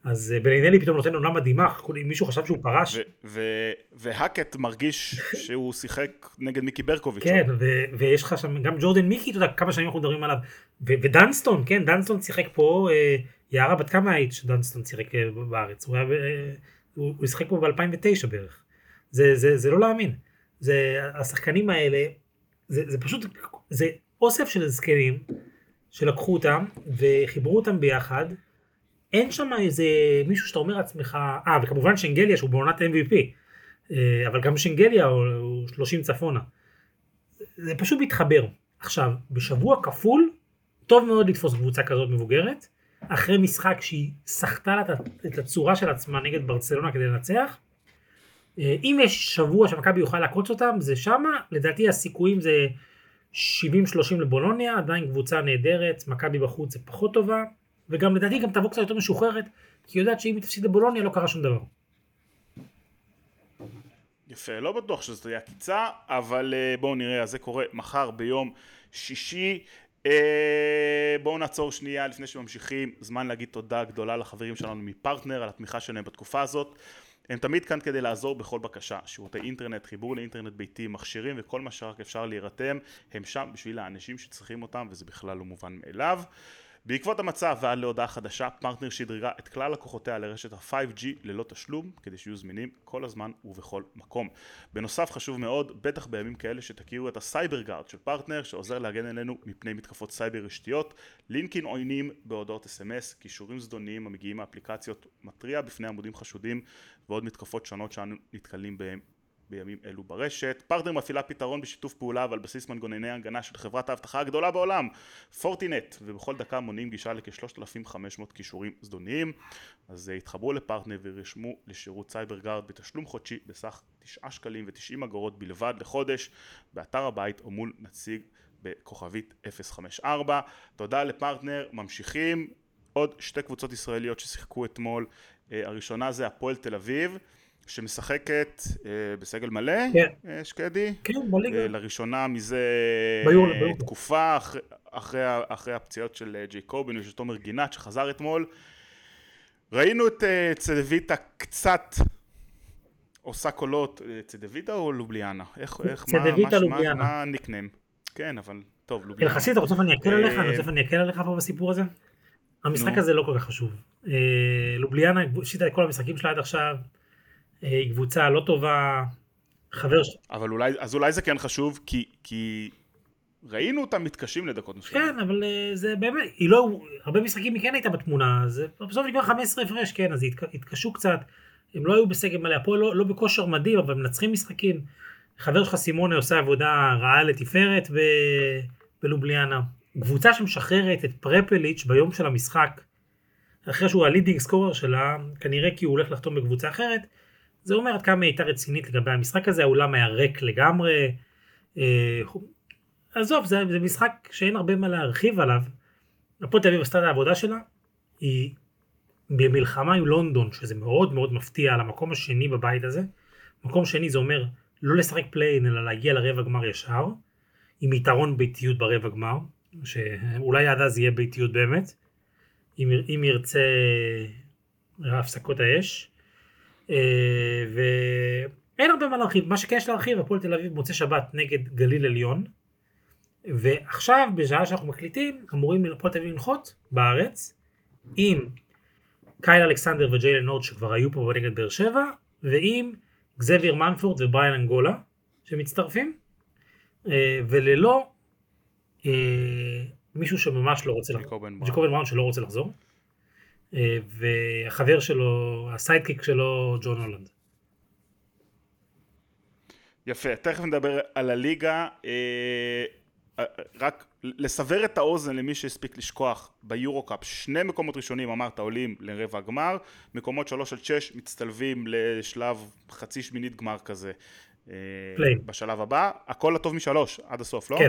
אז בלינלי פתאום נותן עונה מדהימה, מישהו חשב שהוא פרש. והקט מרגיש שהוא שיחק נגד מיקי ברקוביץ'. כן, ויש לך שם גם ג'ורדן מיקי, אתה יודע כמה שנים אנחנו מדברים עליו, ודנסטון, כן, דנסטון שיחק פה, יערה בת כמה היית שדנסטון שיחק בארץ, הוא שיחק פה ב-2009 בערך. זה לא להאמין. השחקנים האלה, זה פשוט, זה אוסף של זקנים, שלקחו אותם וחיברו אותם ביחד, אין שם איזה מישהו שאתה אומר לעצמך, וכמובן שנגליה שהוא בעונת MVP, אבל גם שנגליה הוא 30 צפונה. זה פשוט מתחבר. עכשיו, בשבוע כפול, טוב מאוד לתפוס קבוצה כזאת מבוגרת, אחרי משחק שהיא שחתה את הצורה של עצמה נגד ברצלונה כדי לנצח, אם יש שבוע שמכבי יוכל לעקוץ אותם, זה שמה, לדעתי הסיכויים זה 70-30 לבולוניה, עדיין קבוצה נהדרת, מכבי בחוץ זה פחות טובה, וגם לדעתי גם תבוא קצת יותר משוחררת, כי יודעת שאם היא תפסיד לבולוניה לא קרה שום דבר. יפה, לא בטוח שזה תהיה עקיצה, אבל בואו נראה, אז זה קורה מחר ביום שישי. בואו נעצור שנייה לפני שממשיכים, זמן להגיד תודה גדולה לחברים שלנו מפרטנר על התמיכה שלהם בתקופה הזאת. הם תמיד כאן כדי לעזור בכל בקשה, שירותי אינטרנט, חיבור לאינטרנט ביתי, מכשירים וכל מה שרק אפשר להירתם, הם שם בשביל האנשים שצריכים אותם וזה בכלל לא מובן מאליו. בעקבות המצב ועד להודעה חדשה, פרטנר שדרגה את כלל לקוחותיה לרשת ה-5G ללא תשלום, כדי שיהיו זמינים כל הזמן ובכל מקום. בנוסף חשוב מאוד, בטח בימים כאלה שתכירו את הסייבר גארד של פרטנר, שעוזר להגן עלינו מפני מתקפות סייבר רשתיות, לינקים עוינים בהודעות SMS, קישורים זדוניים המגיעים מאפליקציות, מטריע בפני עמודים חשודים ועוד מתקפות שונות שאנו נתקלים בהם בימים אלו ברשת. פרטנר מפעילה פתרון בשיתוף פעולה ועל בסיס מנגנוני ההגנה של חברת האבטחה הגדולה בעולם, פורטינט, ובכל דקה מונים גישה לכ-3,500 קישורים זדוניים. אז התחברו לפרטנר ורשמו לשירות סייבר גארד בתשלום חודשי בסך 9 שקלים ו90 אגורות בלבד לחודש, באתר הבית או מול נציג בכוכבית 054. תודה לפרטנר. ממשיכים, עוד שתי קבוצות ישראליות ששיחקו אתמול. הראשונה זה הפועל תל אביב, שמשחקת בסגל מלא, כן. שקדי, כן, בליגה. לראשונה מזה תקופה אחרי הפציעות של ג'ייקובן ושל תומר גינת שחזר אתמול. ראינו את צדוויטה קצת עושה קולות, צדוויטה או לובליאנה? צדוויטה לובליאנה. מה הניקניים? כן, אבל טוב, לובליאנה. יחסית, אתה רוצה אני אקל עליך פה בסיפור הזה? המשחק הזה לא כל כך חשוב. לובליאנה שיטה את כל המשחקים שלה עד עכשיו, היא קבוצה לא טובה, חבר... אבל אולי זה כן חשוב, כי ראינו אותם מתקשים לדקות מסוים. כן, אבל זה באמת, היא לא, הרבה משחקים היא כן הייתה בתמונה, זה בסוף נגמר 15 הפרש, כן, אז התקשו קצת, הם לא היו בסגל מלא, פה לא בכושר מדהים, אבל מנצחים משחקים. חבר שלך סימונה עושה עבודה רעה לתפארת בלובליאנה. קבוצה שמשחררת את פרפליץ' ביום של המשחק, אחרי שהוא הלידינג סקורר שלה, כנראה כי הוא הולך לחתום בקבוצה אחרת, זה אומר עד כמה היא הייתה רצינית לגבי המשחק הזה, האולם היה ריק לגמרי, עזוב, זה משחק שאין הרבה מה להרחיב עליו. הפועל תל אביב עשתה את העבודה שלה, היא במלחמה עם לונדון, שזה מאוד מאוד מפתיע על המקום השני בבית הזה. מקום שני זה אומר לא לשחק פליין, אלא להגיע לרבע גמר ישר, עם יתרון ביתיות ברבע גמר, שאולי עד אז יהיה ביתיות באמת, אם ירצה הפסקות האש. ואין הרבה מה להרחיב, מה שכן יש להרחיב, הפועל תל אביב מוצא שבת נגד גליל עליון, ועכשיו בשעה שאנחנו מקליטים אמורים הפועל תל אביב לנחות בארץ עם קייל אלכסנדר וג'יילן נורד שכבר היו פה נגד באר שבע, ועם גזביר מנפורד ובריין אנגולה שמצטרפים, וללא מישהו שממש לא רוצה ג'קובן בראון שלא רוצה לחזור, והחבר שלו, הסיידקיק שלו, ג'ון הולנד. יפה, תכף נדבר על הליגה. רק לסבר את האוזן למי שהספיק לשכוח, ביורוקאפ 2 מקומות ראשונים אמרת עולים לרבע הגמר, מקומות 3-6 מצטלבים לשלב חצי שמינית גמר כזה בשלב הבא, הכל הטוב מ3 עד הסוף, לא? כן.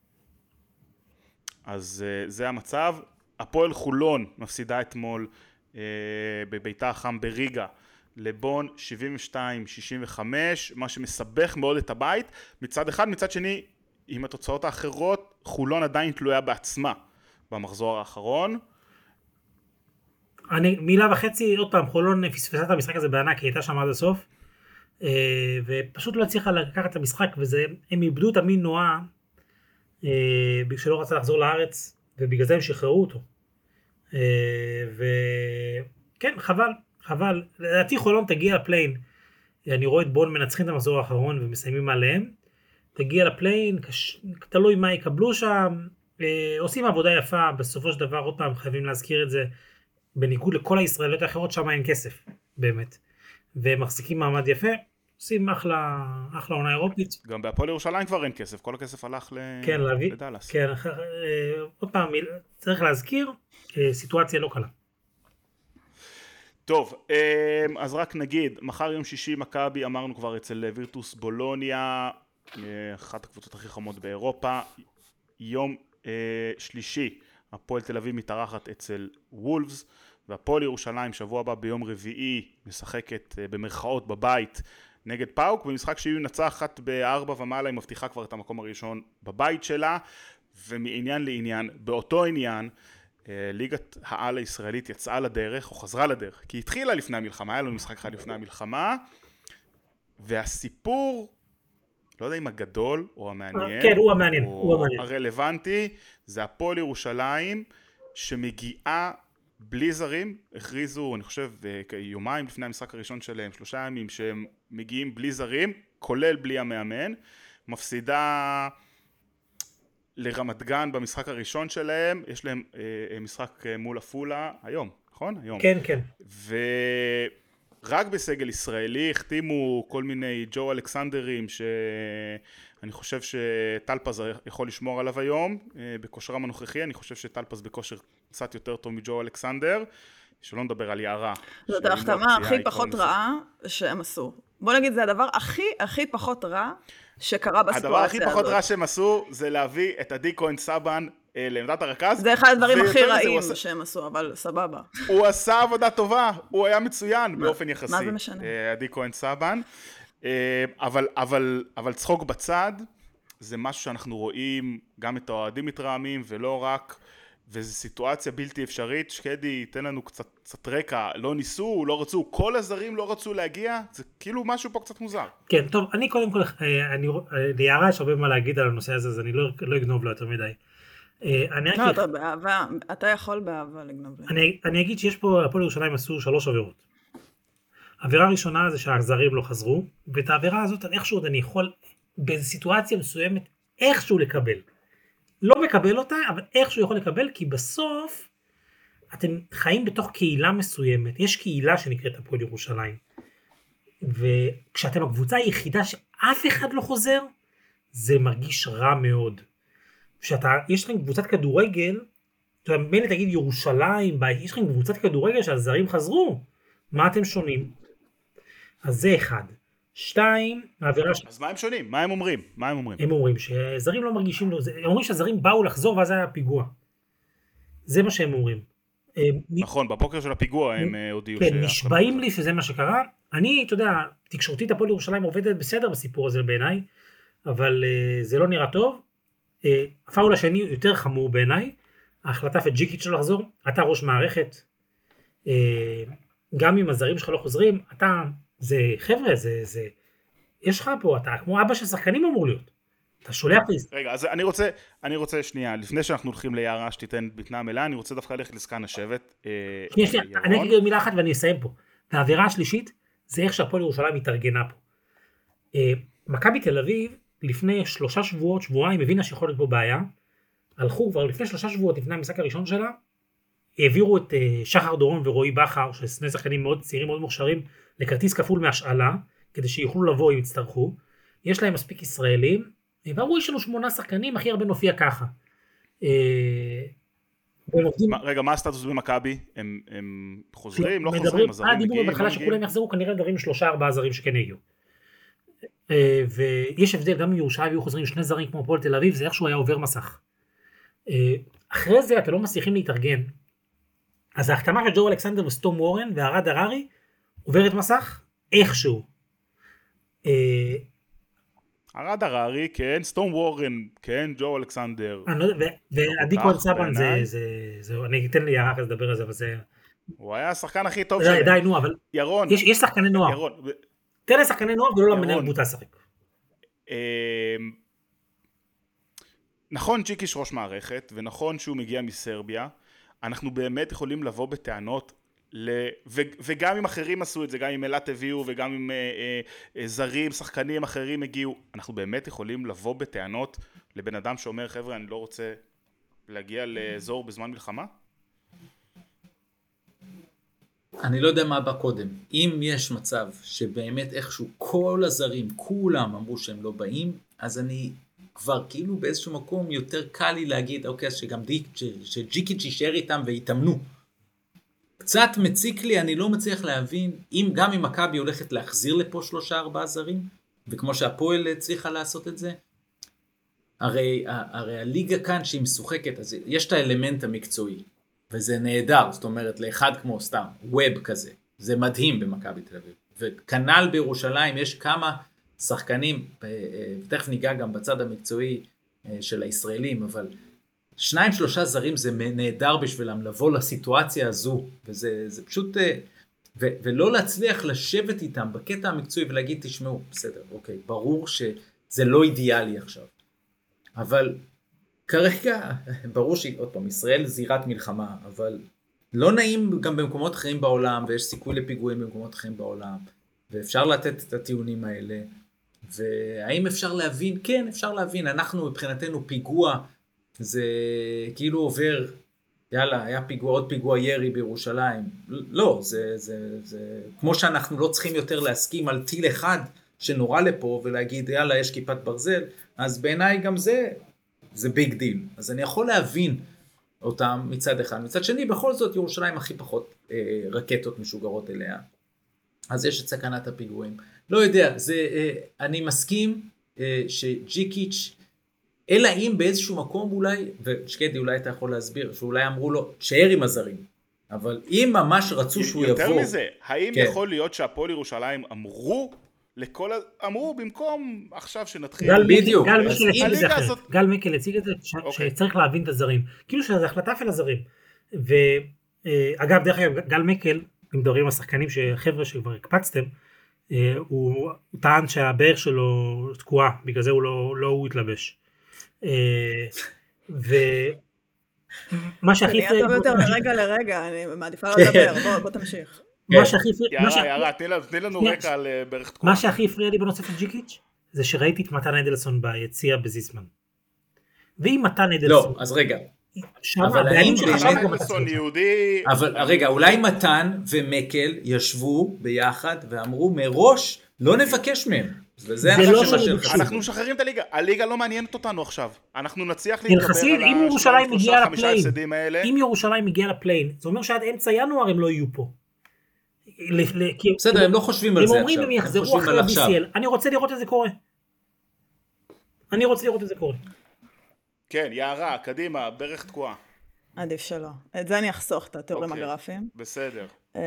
אז זה המצב. הפועל חולון מפסידה אתמול בביתה החם בריגה לבון 72-65, מה שמסבך מאוד את הבית מצד אחד. מצד שני, עם התוצאות האחרות, חולון עדיין תלויה בעצמה במחזור האחרון. מילה וחצי, עוד פעם, חולון פספסה את המשחק הזה בענק, היא הייתה שם עד הסוף, ופשוט לא הצליחה לקחת את המשחק, והם איבדו את אמין נועה, שלא רצה לחזור לארץ, ובגלל זה הם שחררו אותו. וכן, חבל. לדעתי חולון תגיע לפליין, אני רואה את בון מנצחים את המחזור האחרון ומסיימים עליהם, תגיע לפליין, תלוי מה יקבלו שם, עושים עבודה יפה, בסופו של דבר, עוד פעם חייבים להזכיר את זה, בניגוד לכל הישראליות האחרות, שם אין כסף, באמת. והם מחזיקים מעמד יפה, עושים אחלה עונה אירופית. גם בהפועל ירושלים כבר אין כסף, כל הכסף הלך לדלס. כן, עוד פעם, צריך להזכיר, סיטואציה לא קלה. טוב, אז רק נגיד, מחר יום שישי מכבי, אמרנו כבר אצל וירטוס בולוניה, אחת הקבוצות הכי חמות באירופה. יום שלישי, הפועל תל אביב מתארחת אצל וולפס, והפועל ירושלים שבוע הבא ביום רביעי משחקת במרכאות בבית נגד פאוק, במשחק שהיא נצחת ב4 ומעלה, היא מבטיחה כבר את המקום הראשון בבית שלה. ומעניין לעניין, באותו עניין, ליגת העל הישראלית יצאה לדרך, או חזרה לדרך, כי היא התחילה לפני המלחמה, היה לנו משחק אחד לפני המלחמה, והסיפור, לא יודע אם הגדול או המעניין, כן, הוא המעניין, או הרלוונטי, זה הפועל ירושלים, שמגיעה בלי זרים, הכריזו, אני חושב, יומיים לפני המשחק הראשון שלהם, 3 ימים שהם מגיעים בלי זרים, כולל בלי המאמן, מפסידה לרמת גן במשחק הראשון שלהם, יש להם משחק מול אפולה היום, נכון? היום. כן, כן. ורק בסגל ישראלי החתימו כל מיני ג'ו אלכסנדרים שאני חושב שטלפז יכול לשמור עליו היום בכושרם הנוכחי, אני חושב שטלפז בכושר קצת יותר טוב מג'ו אלכסנדר, שלא נדבר על יערה. זאת ההחתמה הכי פחות רעה שהם עשו. בוא נגיד, זה הדבר הכי פחות רע שקרה בסיטואציה הזאת. הדבר הכי פחות רע שהם עשו זה להביא את עדי כהן סבן לעמדת הרכז. זה אחד הדברים הכי רעים שהם עשו, אבל סבבה. הוא עשה עבודה טובה, הוא היה מצוין באופן יחסי. מה זה משנה? עדי כהן סבן. אבל צחוק בצד, זה משהו שאנחנו רואים גם את האוהדים מתרעמים ולא רק, וזו סיטואציה בלתי אפשרית. שקדי ייתן לנו קצת רקע, לא ניסו, לא רצו, כל הזרים לא רצו להגיע, זה כאילו משהו פה קצת מוזר. כן, טוב, אני קודם כל, ליערה יש הרבה מה להגיד על הנושא הזה, אז אני לא אגנוב לו יותר מדי. לא, אתה באהבה, אתה יכול באהבה לגנוב לו. אני אגיד שיש פה, הפועל ירושלים עשו 3 עבירות. העבירה הראשונה זה שהזרים לא חזרו, ואת העבירה הזאת איכשהו אני יכול, באיזו סיטואציה מסוימת, איכשהו לקבל. לא מקבל אותה, אבל איכשהו יכול לקבל, כי בסוף אתם חיים בתוך קהילה מסוימת. יש קהילה שנקראת הפועל ירושלים. וכשאתם הקבוצה היחידה שאף אחד לא חוזר, זה מרגיש רע מאוד. יש לכם קבוצת כדורגל, מילא תגיד ירושלים, יש לכם קבוצת כדורגל שהזרים חזרו, מה אתם שונים? אז זה 1. 2, העבירה... אז מה הם שונים? מה הם אומרים? הם אומרים שזרים לא מרגישים לו, הם אומרים שהזרים באו לחזור ואז היה פיגוע. זה מה שהם אומרים. נכון, בבוקר של הפיגוע הם הודיעו כן, נשבעים לי שזה מה שקרה. אני, אתה יודע, תקשורתית הפועל ירושלים עובדת בסדר בסיפור הזה בעיניי, אבל זה לא נראה טוב. הפאול השני יותר חמור בעיניי, ההחלטה פג'יקית שלו לחזור, אתה ראש מערכת, גם אם הזרים שלך לא חוזרים, אתה... זה, חבר'ה, יש לך פה, אתה כמו אבא של שחקנים אמור להיות. אתה שולח לי... רגע, אז אני רוצה שנייה, לפני שאנחנו הולכים ליערה שתיתן בטנה מלאה, אני רוצה דווקא ללכת לזקן השבט. שנייה, אני אגיד מילה אחת ואני אסיים פה. והעבירה השלישית, זה איך שהפועל ירושלים התארגנה פה. מכבי תל אביב, לפני 3 שבועות, שבועיים, הבינה שיכול להיות פה בעיה, הלכו כבר לפני 3 שבועות, לפני המשחק הראשון שלה, העבירו את שחר דורון ורועי בכר, ששני שחקנים מאוד צעירים, מאוד מוכשרים, לכרטיס כפול מהשאלה, כדי שיוכלו לבוא אם יצטרכו. יש להם מספיק ישראלים, ואמרו, יש לנו 8 שחקנים, הכי הרבה נופיע ככה. רגע, מה הסטטוס במכבי? הם חוזרים, לא חוזרים, הזרים מגיעים? בהתחלה שכולם יחזרו, כנראה דברים 3-4 זרים שכן הגיעו. ויש הבדל, גם אם ירושלים היו חוזרים 2 זרים כמו הפועל תל אביב, זה איכשהו היה עובר מסך. אחרי זה אתם לא מצליחים להתארגן, אז ההחתמה של ג'ו אלכסנדר וסטום וורן והרד הררי עוברת מסך איכשהו. הרד הררי, כן, סטום וורן, כן, ג'ו אלכסנדר. ועדי כהן סבן זה, אני אתן לי יערה לדבר על זה, אבל הוא היה השחקן הכי טוב שלהם. די, נו, אבל... ירון. יש שחקני נוער. ירון. תן לשחקני נוער ולא למנהל קבוצה לשחק. נכון, ג'יקיץ' ראש מערכת, ונכון שהוא מגיע מסרביה. אנחנו באמת יכולים לבוא בטענות, וגם אם אחרים עשו את זה, גם אם אלת הביאו, וגם אם זרים, שחקנים אחרים הגיעו, אנחנו באמת יכולים לבוא בטענות לבן אדם שאומר, חבר'ה, אני לא רוצה להגיע לאזור בזמן מלחמה? אני לא יודע מה בא קודם. אם יש מצב שבאמת איכשהו כל הזרים, כולם אמרו שהם לא באים, אז אני כבר כאילו באיזשהו מקום יותר קל לי להגיד, אוקיי, אז שגם שג'יקיץ' יישאר איתם ויתאמנו. קצת מציק לי, אני לא מצליח להבין, גם אם מכבי הולכת להחזיר לפה 3-4 זרים, וכמו שהפועל הצליחה לעשות את זה, הרי הליגה כאן שהיא משוחקת, אז יש את האלמנט המקצועי, וזה נהדר, זאת אומרת, לאחד כמו סתם, ווב כזה, זה מדהים במכבי תל אביב, וכנ"ל בירושלים יש כמה שחקנים, תכף ניגע גם בצד המקצועי של הישראלים, אבל 2-3 זרים זה נהדר בשבילם לבוא לסיטואציה הזו, וזה פשוט, ולא להצליח לשבת איתם בקטע המקצועי ולהגיד, תשמעו, בסדר, אוקיי, ברור שזה לא אידיאלי עכשיו, אבל כרגע, ברור שעוד פעם, ישראל זירת מלחמה, אבל לא נעים גם במקומות אחרים בעולם, ויש סיכוי לפיגועים במקומות אחרים בעולם, ואפשר לתת את הטיעונים האלה, והאם אפשר להבין? כן, אפשר להבין, אנחנו מבחינתנו פיגוע, זה כאילו עובר, יאללה, היה פיגוע, עוד פיגוע ירי בירושלים, לא, זה כמו שאנחנו לא צריכים יותר להסכים על טיל אחד שנורא לפה, ולהגיד, יאללה, יש כיפת ברזל, אז בעיניי גם זה ביג דיל, אז אני יכול להבין אותם מצד אחד, מצד שני, בכל זאת ירושלים הכי פחות רקטות משוגרות אליה, אז יש את סכנת הפיגועים, לא יודע, אני מסכים שג'יקיץ' אלא אם באיזשהו מקום אולי, ושקדי אולי אתה יכול להסביר, שאולי אמרו לו, תשאר עם הזרים, אבל אם ממש רצו שהוא יבוא... יותר מזה, האם יכול להיות שהפועל ירושלים אמרו במקום עכשיו שנתחיל... בדיוק. גל מקל הציג את זה, שצריך להבין את הזרים, כאילו שזה החלטה של הזרים, ואגב, דרך אגב, גל מקל, אם מדברים על השחקנים שחבר'ה שכבר הקפצתם, הוא טען שהבערך שלו תקועה, בגלל זה הוא התלבש. ומה שהכי אני אטוב יותר מרגע לרגע, אני מעדיפה לדבר, בוא תמשיך. יאללה, תני לנו רקע על בערך תקועה. מה שהכי הפריע לי בנושא של ג'יקיץ' זה שראיתי את מתן אדלסון ביציע בזיסמן. ואם מתן אדלסון... לא, אז רגע. אבל האם מתן אדלסון יהודי... אבל רגע, אולי מתן ומקל ישבו ביחד ואמרו מראש לא נבקש מהם. אנחנו משחררים את הליגה, הליגה לא מעניינת אותנו עכשיו, אנחנו נצליח להתגבר על אם ירושלים מגיעה לפליין, זה אומר שעד אמצע ינואר הם לא יהיו פה. בסדר, הם לא חושבים על זה עכשיו. הם אומרים הם יחזרו אחרי ה-BCL, אני רוצה לראות את זה קורה. כן, יערה, קדימה, בערך תקועה. עדיף שלא, את זה אני אחסוך את התיאורים הגרפיים. בסדר.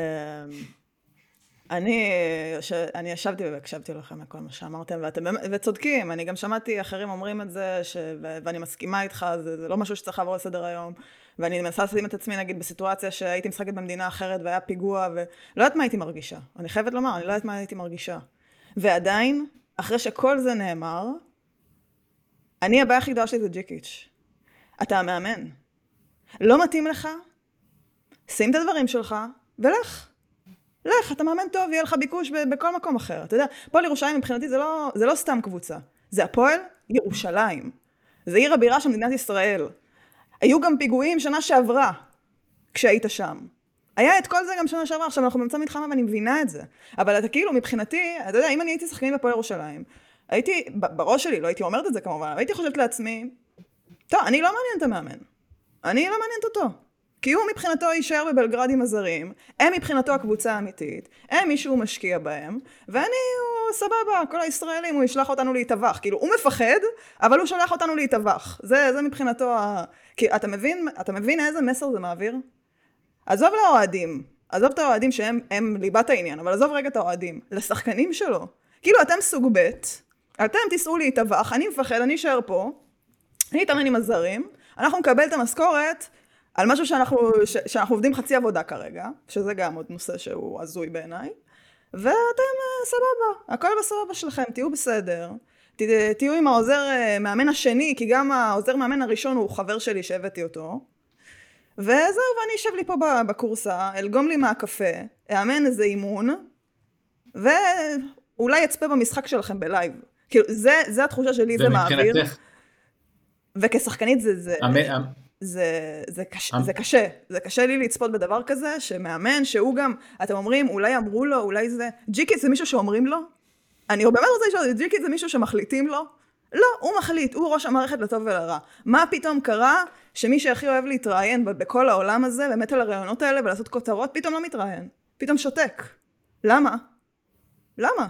אני ישבתי והקשבתי לכם לכל מה שאמרתם, וצודקים, אני גם שמעתי אחרים אומרים את זה, ואני מסכימה איתך, זה לא משהו שצריך לעבור לסדר היום, ואני מנסה לשים את עצמי, נגיד, בסיטואציה שהייתי משחקת במדינה אחרת, והיה פיגוע, ולא יודעת מה הייתי מרגישה. אני חייבת לומר, אני לא יודעת מה הייתי מרגישה. ועדיין, אחרי שכל זה נאמר, הבעיה הכי גדולה שלי זה ג'יקיץ'. אתה המאמן. לא מתאים לך, שים את הדברים שלך, ולך. לך, אתה מאמן טוב, יהיה לך ביקוש בכל מקום אחר. אתה יודע, פועל ירושלים מבחינתי זה לא סתם קבוצה. זה הפועל ירושלים. זה עיר הבירה של מדינת ישראל. היו גם פיגועים שנה שעברה, כשהיית שם. היה את כל זה גם שנה שעברה, עכשיו אנחנו במצב מלחמה ואני מבינה את זה. אבל אתה כאילו מבחינתי, אתה יודע, אם אני הייתי שחקנית בפועל ירושלים, הייתי, בראש שלי, לא הייתי אומרת את זה כמובן, אבל הייתי חושבת לעצמי, טוב, אני לא מעניין את המאמן. אני לא מעניינת אותו. כי הוא מבחינתו יישאר בבלגרד עם הזרים, הם מבחינתו הקבוצה האמיתית, הם מישהו משקיע בהם, ואני, הוא סבבה, כל הישראלים, הוא ישלח אותנו להתאבח. כאילו, הוא מפחד, אבל הוא שולח אותנו להתאבח. זה מבחינתו, כי אתה מבין איזה מסר זה מעביר? עזוב לאוהדים, עזוב את האוהדים שהם ליבת העניין, אבל עזוב רגע את האוהדים, לשחקנים שלו. כאילו, אתם סוג ב', אתם תיסעו להתאבח, אני מפחד, אני אשאר פה, אני אתאמן עם הזרים, אנחנו נקבל את המשכורת, על משהו שאנחנו עובדים חצי עבודה כרגע, שזה גם עוד נושא שהוא הזוי בעיניי, ואתם סבבה, הכל בסבבה שלכם, תהיו בסדר, תהיו עם העוזר מאמן השני, כי גם העוזר מאמן הראשון הוא חבר שלי שהבאתי אותו, וזהו, ואני אשב לי פה בקורסה, אלגום לי מהקפה, אאמן איזה אימון, ואולי אצפה במשחק שלכם בלייב. כאילו, זה התחושה שלי, זה מעביר. וכשחקנית זה קשה. זה קשה לי לצפות בדבר כזה, שמאמן, שהוא גם, אתם אומרים, אולי אמרו לו, אולי זה, ג'יקית זה מישהו שאומרים לו? אני באמת רוצה לשאול, ג'יקית זה מישהו שמחליטים לו? לא, הוא מחליט, הוא ראש המערכת לטוב ולרע. מה פתאום קרה שמי שהכי אוהב להתראיין בכל העולם הזה, באמת על הרעיונות האלה ולעשות כותרות, פתאום לא מתראיין, פתאום שותק. למה? למה?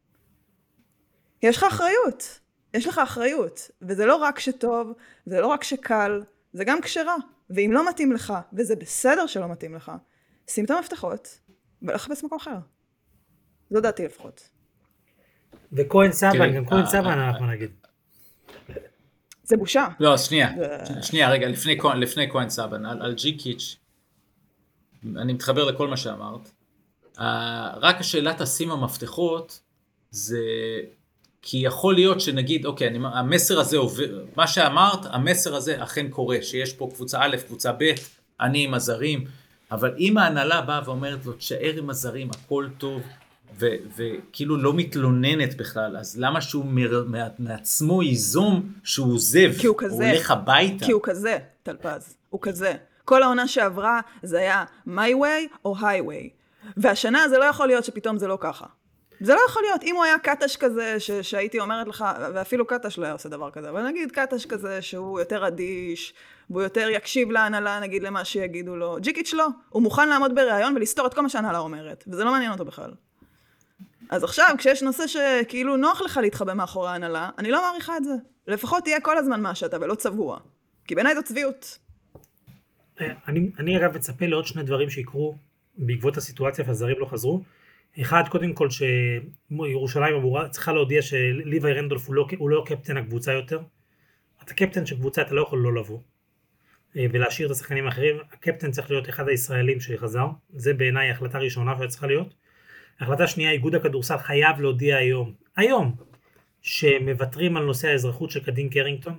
יש לך אחריות. יש לך אחריות. וזה לא רק שטוב, זה לא רק שקל, זה גם כשרה. ואם לא מתאים לך, וזה בסדר שלא מתאים לך, שים את המפתחות ולחפש מקום אחר. זו דעתי לפחות. וכהן סבן, גם כהן סבן אנחנו נגיד. זה בושה. לא, שנייה, רגע, לפני כהן סבן, על ג'יקיץ', אני מתחבר לכל מה שאמרת. רק השאלת תשים המפתחות, זה כי יכול להיות שנגיד, אוקיי, המסר הזה עובר, מה שאמרת, המסר הזה אכן קורה, שיש פה קבוצה א', קבוצה ב', אני עם הזרים, אבל אם ההנהלה באה ואומרת לו, תשאר עם הזרים, הכל טוב, וכאילו לא מתלוננת בכלל, אז למה שהוא מעצמו ייזום שהוא עוזב, הוא הולך הביתה? כי הוא כזה, טלפז, הוא כזה. כל העונה שעברה זה היה my way או highway, והשנה זה לא יכול להיות שפתאום זה לא ככה. זה לא יכול להיות, אם הוא היה קטש כזה, שהייתי אומרת לך, ואפילו קטש לא היה עושה דבר כזה, אבל נגיד קטש כזה שהוא יותר אדיש, והוא יותר יקשיב להנהלה, נגיד למה שיגידו לו. ג'יקיץ' לא, הוא מוכן לעמוד בראיון ולסתור את כל מה שהנהלה אומרת, וזה לא מעניין אותו בכלל. אז עכשיו, כשיש נושא שכאילו נוח לך להתחבא מאחורי ההנהלה, אני לא מעריכה את זה. לפחות תהיה כל הזמן מה שאתה ולא צבוע. כי בעיניי זו צביעות. אני אגב מצפה לעוד שני דברים שיקרו בעקבות הסיטואציה והזרים לא חזרו. אחד, קודם כל שירושלים עבורה צריכה להודיע שליווי רנדולף הוא לא קפטן הקבוצה יותר. אתה קפטן של קבוצה, אתה לא יכול לא לבוא. ולהשאיר את השחקנים האחרים. הקפטן צריך להיות אחד הישראלים שחזר. זה בעיניי החלטה ראשונה שצריכה להיות. החלטה שנייה, איגוד הכדורסל חייב להודיע היום, שמוותרים על נושא האזרחות של קדין קרינגטון.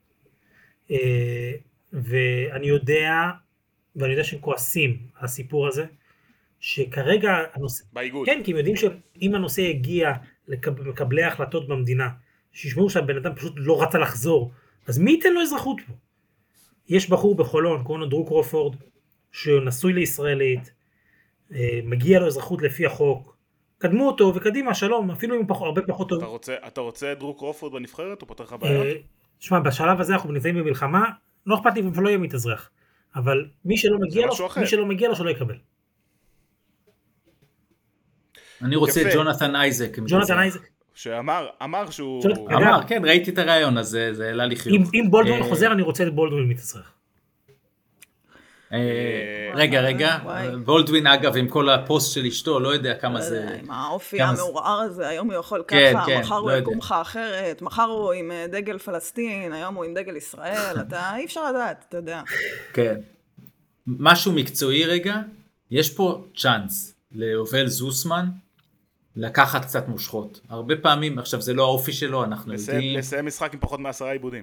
ואני יודע שהם כועסים על הסיפור הזה, שכרגע הנושא... באיגוד. כן, כי הם יודעים שאם הנושא יגיע למקבלי ההחלטות במדינה, שישמעו שהבן אדם פשוט לא רצה לחזור, אז מי ייתן לו אזרחות פה? יש בחור בחולון, קוראים לו דרו קרופורד, שנשוי לישראלית, מגיע לו אזרחות לפי החוק, קדמו אותו וקדימה, שלום, אפילו אם הוא הרבה פחות טוב. אתה רוצה דרו קרופורד בנבחרת או פותר לך בעיות? תשמע, בשלב הזה אנחנו נמצאים במלחמה, לא אכפת לי ולא יהיה מתאזרח, אבל מי שלא מגיע לו שלא יקבל. אני רוצה ג'ונתן אייזק. ג'ונתן אייזק. שאמר שהוא... אמר, כן, ראיתי את הרעיון, אז זה העלה לי חיוך. אם בולדווין חוזר, אני רוצה את בולדווין מתאזרח. רגע, בולדווין אגב עם כל הפוסט של אשתו, לא יודע כמה זה... עם האופי המעורער הזה, היום הוא יכול ככה, מחר הוא יקום לך אחרת, מחר הוא עם דגל פלסטין, היום הוא עם דגל ישראל, אי אפשר לדעת, אתה יודע. כן. משהו מקצועי רגע, יש פה צ'אנס ליובל זוסמן, לקחת קצת מושכות. הרבה פעמים, עכשיו זה לא האופי שלו, אנחנו יודעים... לסיים משחק עם פחות מ10 עיבודים.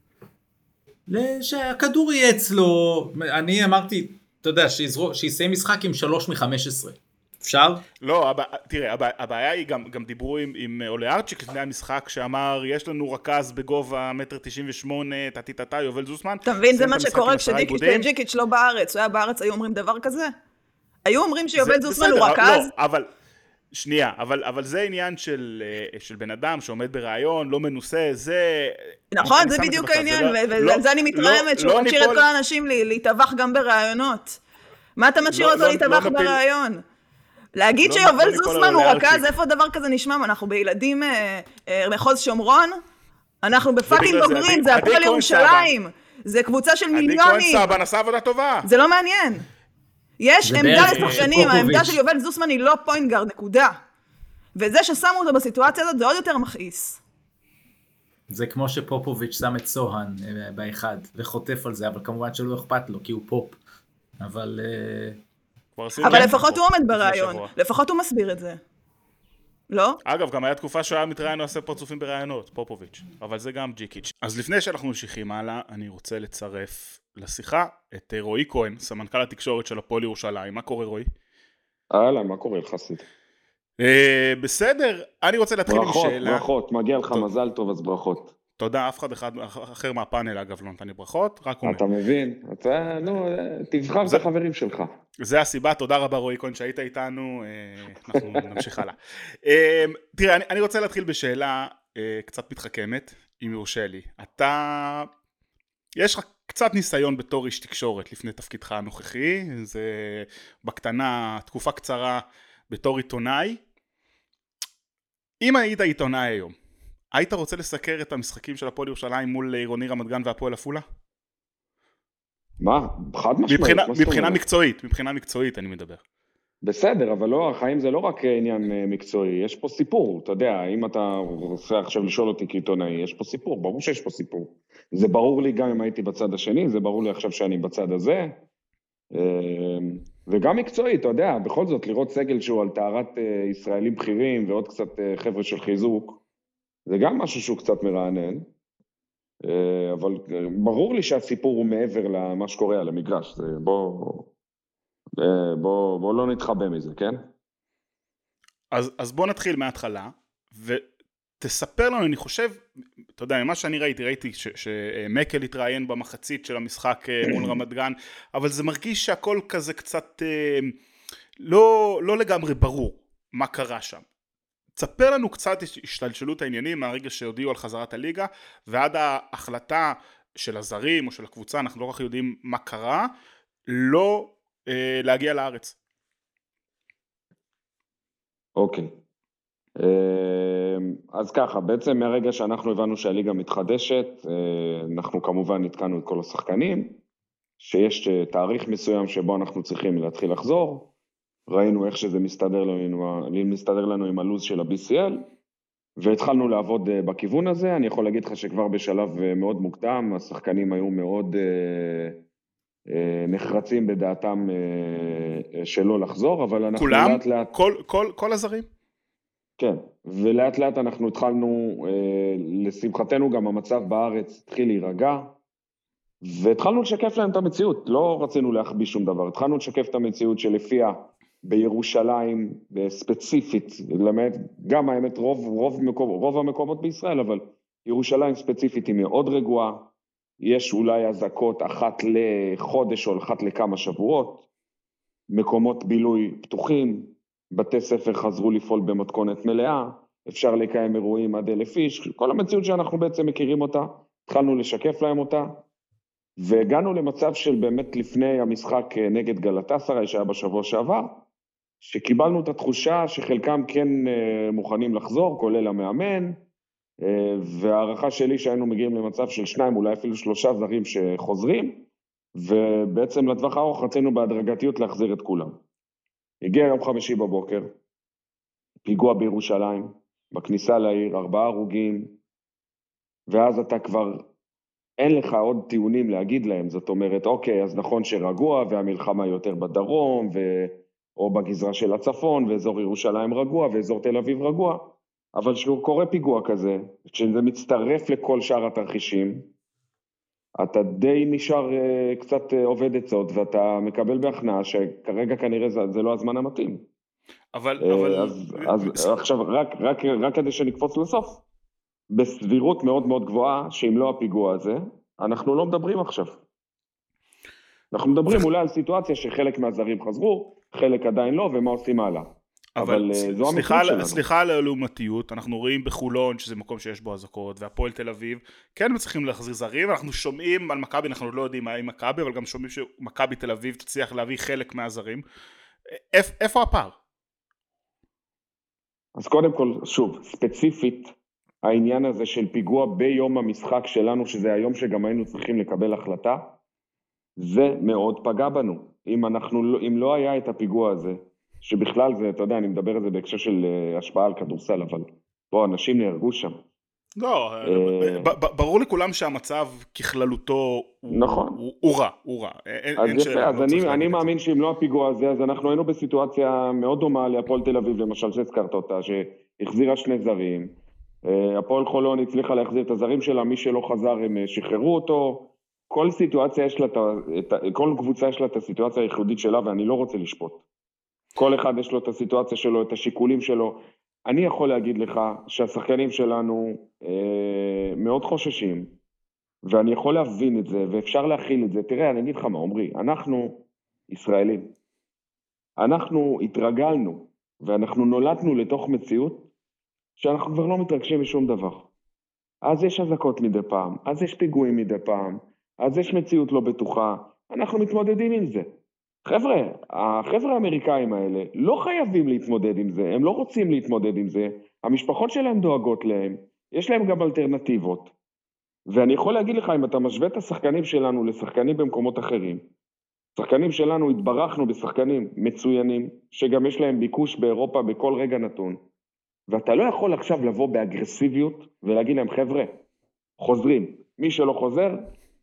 שהכדור יהיה אצלו, אני אמרתי, אתה יודע, שיסיים משחק עם 3 מ-15. אפשר? לא, תראה, הבעיה היא, גם דיברו עם עולה ארצ'יק לפני המשחק, שאמר, יש לנו רכז בגובה 1.98 מטר, תתי-תתי, יובל זוסמן. אתה מבין, זה מה שקורה כשג'יקיץ' לא בארץ, הוא היה בארץ, היו אומרים דבר כזה? היו אומרים שיובל זוסמן הוא רכז? לא, אבל... שנייה, אבל זה עניין של בן אדם שעומד ברעיון, לא מנוסה, זה... נכון, זה בדיוק העניין, ועל זה אני מתרעמת, שהוא משאיר את כל האנשים להתאבח גם ברעיונות. מה אתה משאיר אותו להתאבח ברעיון? להגיד שיובל זוסמן הוא רכז, איפה דבר כזה נשמע? אנחנו בילדים מחוז שומרון, אנחנו בפאקינג בוגרים, זה הפועל ירושלים, זה קבוצה של מיליונים. עדי כהן סבן עשה עבודה טובה. זה לא מעניין. יש עמדה לשחקנים, העמדה של יובל זוסמן היא לא פוינט גארד, נקודה. וזה ששמו אותו בסיטואציה הזאת זה עוד יותר מכעיס. זה כמו שפופוביץ' שם את סוהן באחד, וחוטף על זה, אבל כמובן שלא אכפת לו, כי הוא פופ. אבל... אבל לפחות הוא עומד ברעיון, לפחות הוא מסביר את זה. לא? אגב, גם היה תקופה שהוא היה מתראיין ועושה פרצופים ברעיונות, פופוביץ', אבל זה גם ג'יקיץ'. אז לפני שאנחנו ממשיכים הלאה, אני רוצה לצרף לשיחה את רועי כהן, סמנכ"ל התקשורת של הפועל ירושלים. מה קורה, רועי? אהלן, מה קורה יחסית? בסדר, אני רוצה להתחיל עם שאלה. ברכות, מגיע לך מזל טוב, אז ברכות. תודה, אף אחד אחר מהפאנל אגב לא נתן לי ברכות, רק אומר. אתה מבין? אתה, תבחר את החברים שלך. זה הסיבה, תודה רבה רועי כהן שהיית איתנו, אנחנו נמשיך הלאה. תראה, אני רוצה להתחיל בשאלה קצת מתחכמת, אם יורשה לי. יש לך קצת ניסיון בתור איש תקשורת לפני תפקידך הנוכחי, זה בקטנה, תקופה קצרה בתור עיתונאי. אם היית עיתונאי היום, היית רוצה לסקר את המשחקים של הפועל ירושלים מול עירוני רמת גן והפועל עפולה? מה? חד משמעית. מבחינה מקצועית אני מדבר. בסדר, אבל לא, החיים זה לא רק עניין מקצועי, יש פה סיפור, אתה יודע, אם אתה רוצה עכשיו לשאול אותי כעיתונאי, יש פה סיפור, ברור שיש פה סיפור. זה ברור לי גם אם הייתי בצד השני, זה ברור לי עכשיו שאני בצד הזה, וגם מקצועי, אתה יודע, בכל זאת לראות סגל שהוא על טהרת ישראלים בכירים ועוד קצת חבר'ה של חיזוק, זה גם משהו שהוא קצת מרענן, אבל ברור לי שהסיפור הוא מעבר למה שקורה על המגרש, בוא לא נתחבא מזה, כן? אז בוא נתחיל מההתחלה, ותספר לנו, אני חושב, אתה יודע, ממה שאני ראיתי שמקל התראיין במחצית של המשחק מול רמת גן, אבל זה מרגיש שהכל כזה קצת לא לגמרי ברור מה קרה שם. תספר לנו קצת השתלשלות העניינים מהרגע שהודיעו על חזרת הליגה, ועד ההחלטה של הזרים או של הקבוצה, אנחנו לא רק יודעים מה קרה, לא להגיע לארץ. אוקיי. אז ככה, בעצם מהרגע שאנחנו הבנו שהליגה מתחדשת, אנחנו כמובן נתקענו את כל השחקנים, שיש תאריך מסוים שבו אנחנו צריכים להתחיל לחזור, ראינו איך שזה מסתדר לנו עם הלוז של ה-BCL, והתחלנו לעבוד בכיוון הזה. אני יכול להגיד לך שכבר בשלב מאוד מוקדם, השחקנים היו מאוד נחרצים בדעתם שלא לחזור, אבל אנחנו כולם? לאט לאט... כל הזרים? כן, ולאט לאט אנחנו התחלנו, לשמחתנו גם המצב בארץ התחיל להירגע, והתחלנו לשקף להם את המציאות, לא רצינו להחביא שום דבר, התחלנו לשקף את המציאות שלפיה בירושלים ספציפית, למעט גם האמת רוב המקומות בישראל, אבל ירושלים ספציפית היא מאוד רגועה, יש אולי הזקות אחת לחודש או אחת לכמה שבועות, מקומות בילוי פתוחים, בתי ספר חזרו לפעול במתכונת מלאה, אפשר לקיים אירועים עד 1,000 איש, כל המציאות שאנחנו בעצם מכירים אותה, התחלנו לשקף להם אותה, והגענו למצב של באמת לפני המשחק נגד גלאטסראי שהיה בשבוע שעבר, שקיבלנו את התחושה שחלקם כן מוכנים לחזור, כולל המאמן, והערכה שלי שהיינו מגיעים למצב של 2, אולי אפילו 3 זרים שחוזרים, ובעצם לטווח הארוך רצינו בהדרגתיות להחזיר את כולם. הגיע יום חמישי בבוקר, פיגוע בירושלים, בכניסה לעיר, 4 הרוגים, ואז אתה כבר, אין לך עוד טיעונים להגיד להם, זאת אומרת, אוקיי, אז נכון שרגוע, והמלחמה יותר בדרום, או בגזרה של הצפון, ואזור ירושלים רגוע, ואזור תל אביב רגוע, אבל שקורה פיגוע כזה, כשזה מצטרף לכל שאר התרחישים, אתה די נשאר קצת עובד עצות, ואתה מקבל בהכנעה שכרגע כנראה זה לא הזמן המתאים. אז עכשיו, רק כדי שנקפוץ לסוף, בסבירות מאוד מאוד גבוהה, שאם לא הפיגוע הזה, אנחנו לא מדברים עכשיו. אנחנו מדברים אולי על סיטואציה שחלק מהזרים חזרו, חלק עדיין לא, ומה עושים הלאה. אבל זו המציאות שלנו. סליחה על הלעומתיות, אנחנו רואים בחולון שזה מקום שיש בו אזעקות, והפועל תל אביב כן צריכים להחזיר זרים, אנחנו שומעים על מכבי, אנחנו לא יודעים מה עם מכבי, אבל גם שומעים שמכבי תל אביב תצליח להביא חלק מהזרים. איפה הפער? אז קודם כל, שוב, ספציפית, העניין הזה של פיגוע ביום המשחק שלנו, שזה היום שגם היינו צריכים לקבל החלטה, זה מאוד פגע בנו. אם לא היה את הפיגוע הזה, שבכלל זה, אתה יודע, אני מדבר על זה בהקשר של השפעה על כדורסל, אבל בוא, אנשים נהרגו שם. לא, ברור לכולם שהמצב ככללותו נכון. הוא רע, הוא רע. אז יפה, אז אני מאמין שאם לא הפיגוע הזה, אז אנחנו היינו בסיטואציה מאוד דומה להפועל תל אביב, למשל שהזכרת אותה, שהחזירה 2 זרים, הפועל חולון הצליחה להחזיר את הזרים שלה, מי שלא חזר הם שחררו אותו, כל סיטואציה יש לה, כל קבוצה יש לה את הסיטואציה הייחודית שלה, ואני לא רוצה לשפוט. כל אחד יש לו את הסיטואציה שלו, את השיקולים שלו. אני יכול להגיד לך שהשחקנים שלנו מאוד חוששים, ואני יכול להבין את זה, ואפשר להכיל את זה. תראה, אני אגיד לך מה, עומרי, אנחנו ישראלים. אנחנו התרגלנו, ואנחנו נולדנו לתוך מציאות, שאנחנו כבר לא מתרגשים משום דבר. אז יש הזקות מדי פעם, אז יש פיגועים מדי פעם, אז יש מציאות לא בטוחה, אנחנו מתמודדים עם זה. חבר'ה, החבר'ה האמריקאים האלה לא חייבים להתמודד עם זה, הם לא רוצים להתמודד עם זה, המשפחות שלהם דואגות להם, יש להם גם אלטרנטיבות. ואני יכול להגיד לך, אם אתה משווה את השחקנים שלנו לשחקנים במקומות אחרים, שחקנים שלנו התברכנו בשחקנים מצוינים, שגם יש להם ביקוש באירופה בכל רגע נתון, ואתה לא יכול עכשיו לבוא באגרסיביות ולהגיד להם, חבר'ה, חוזרים, מי שלא חוזר,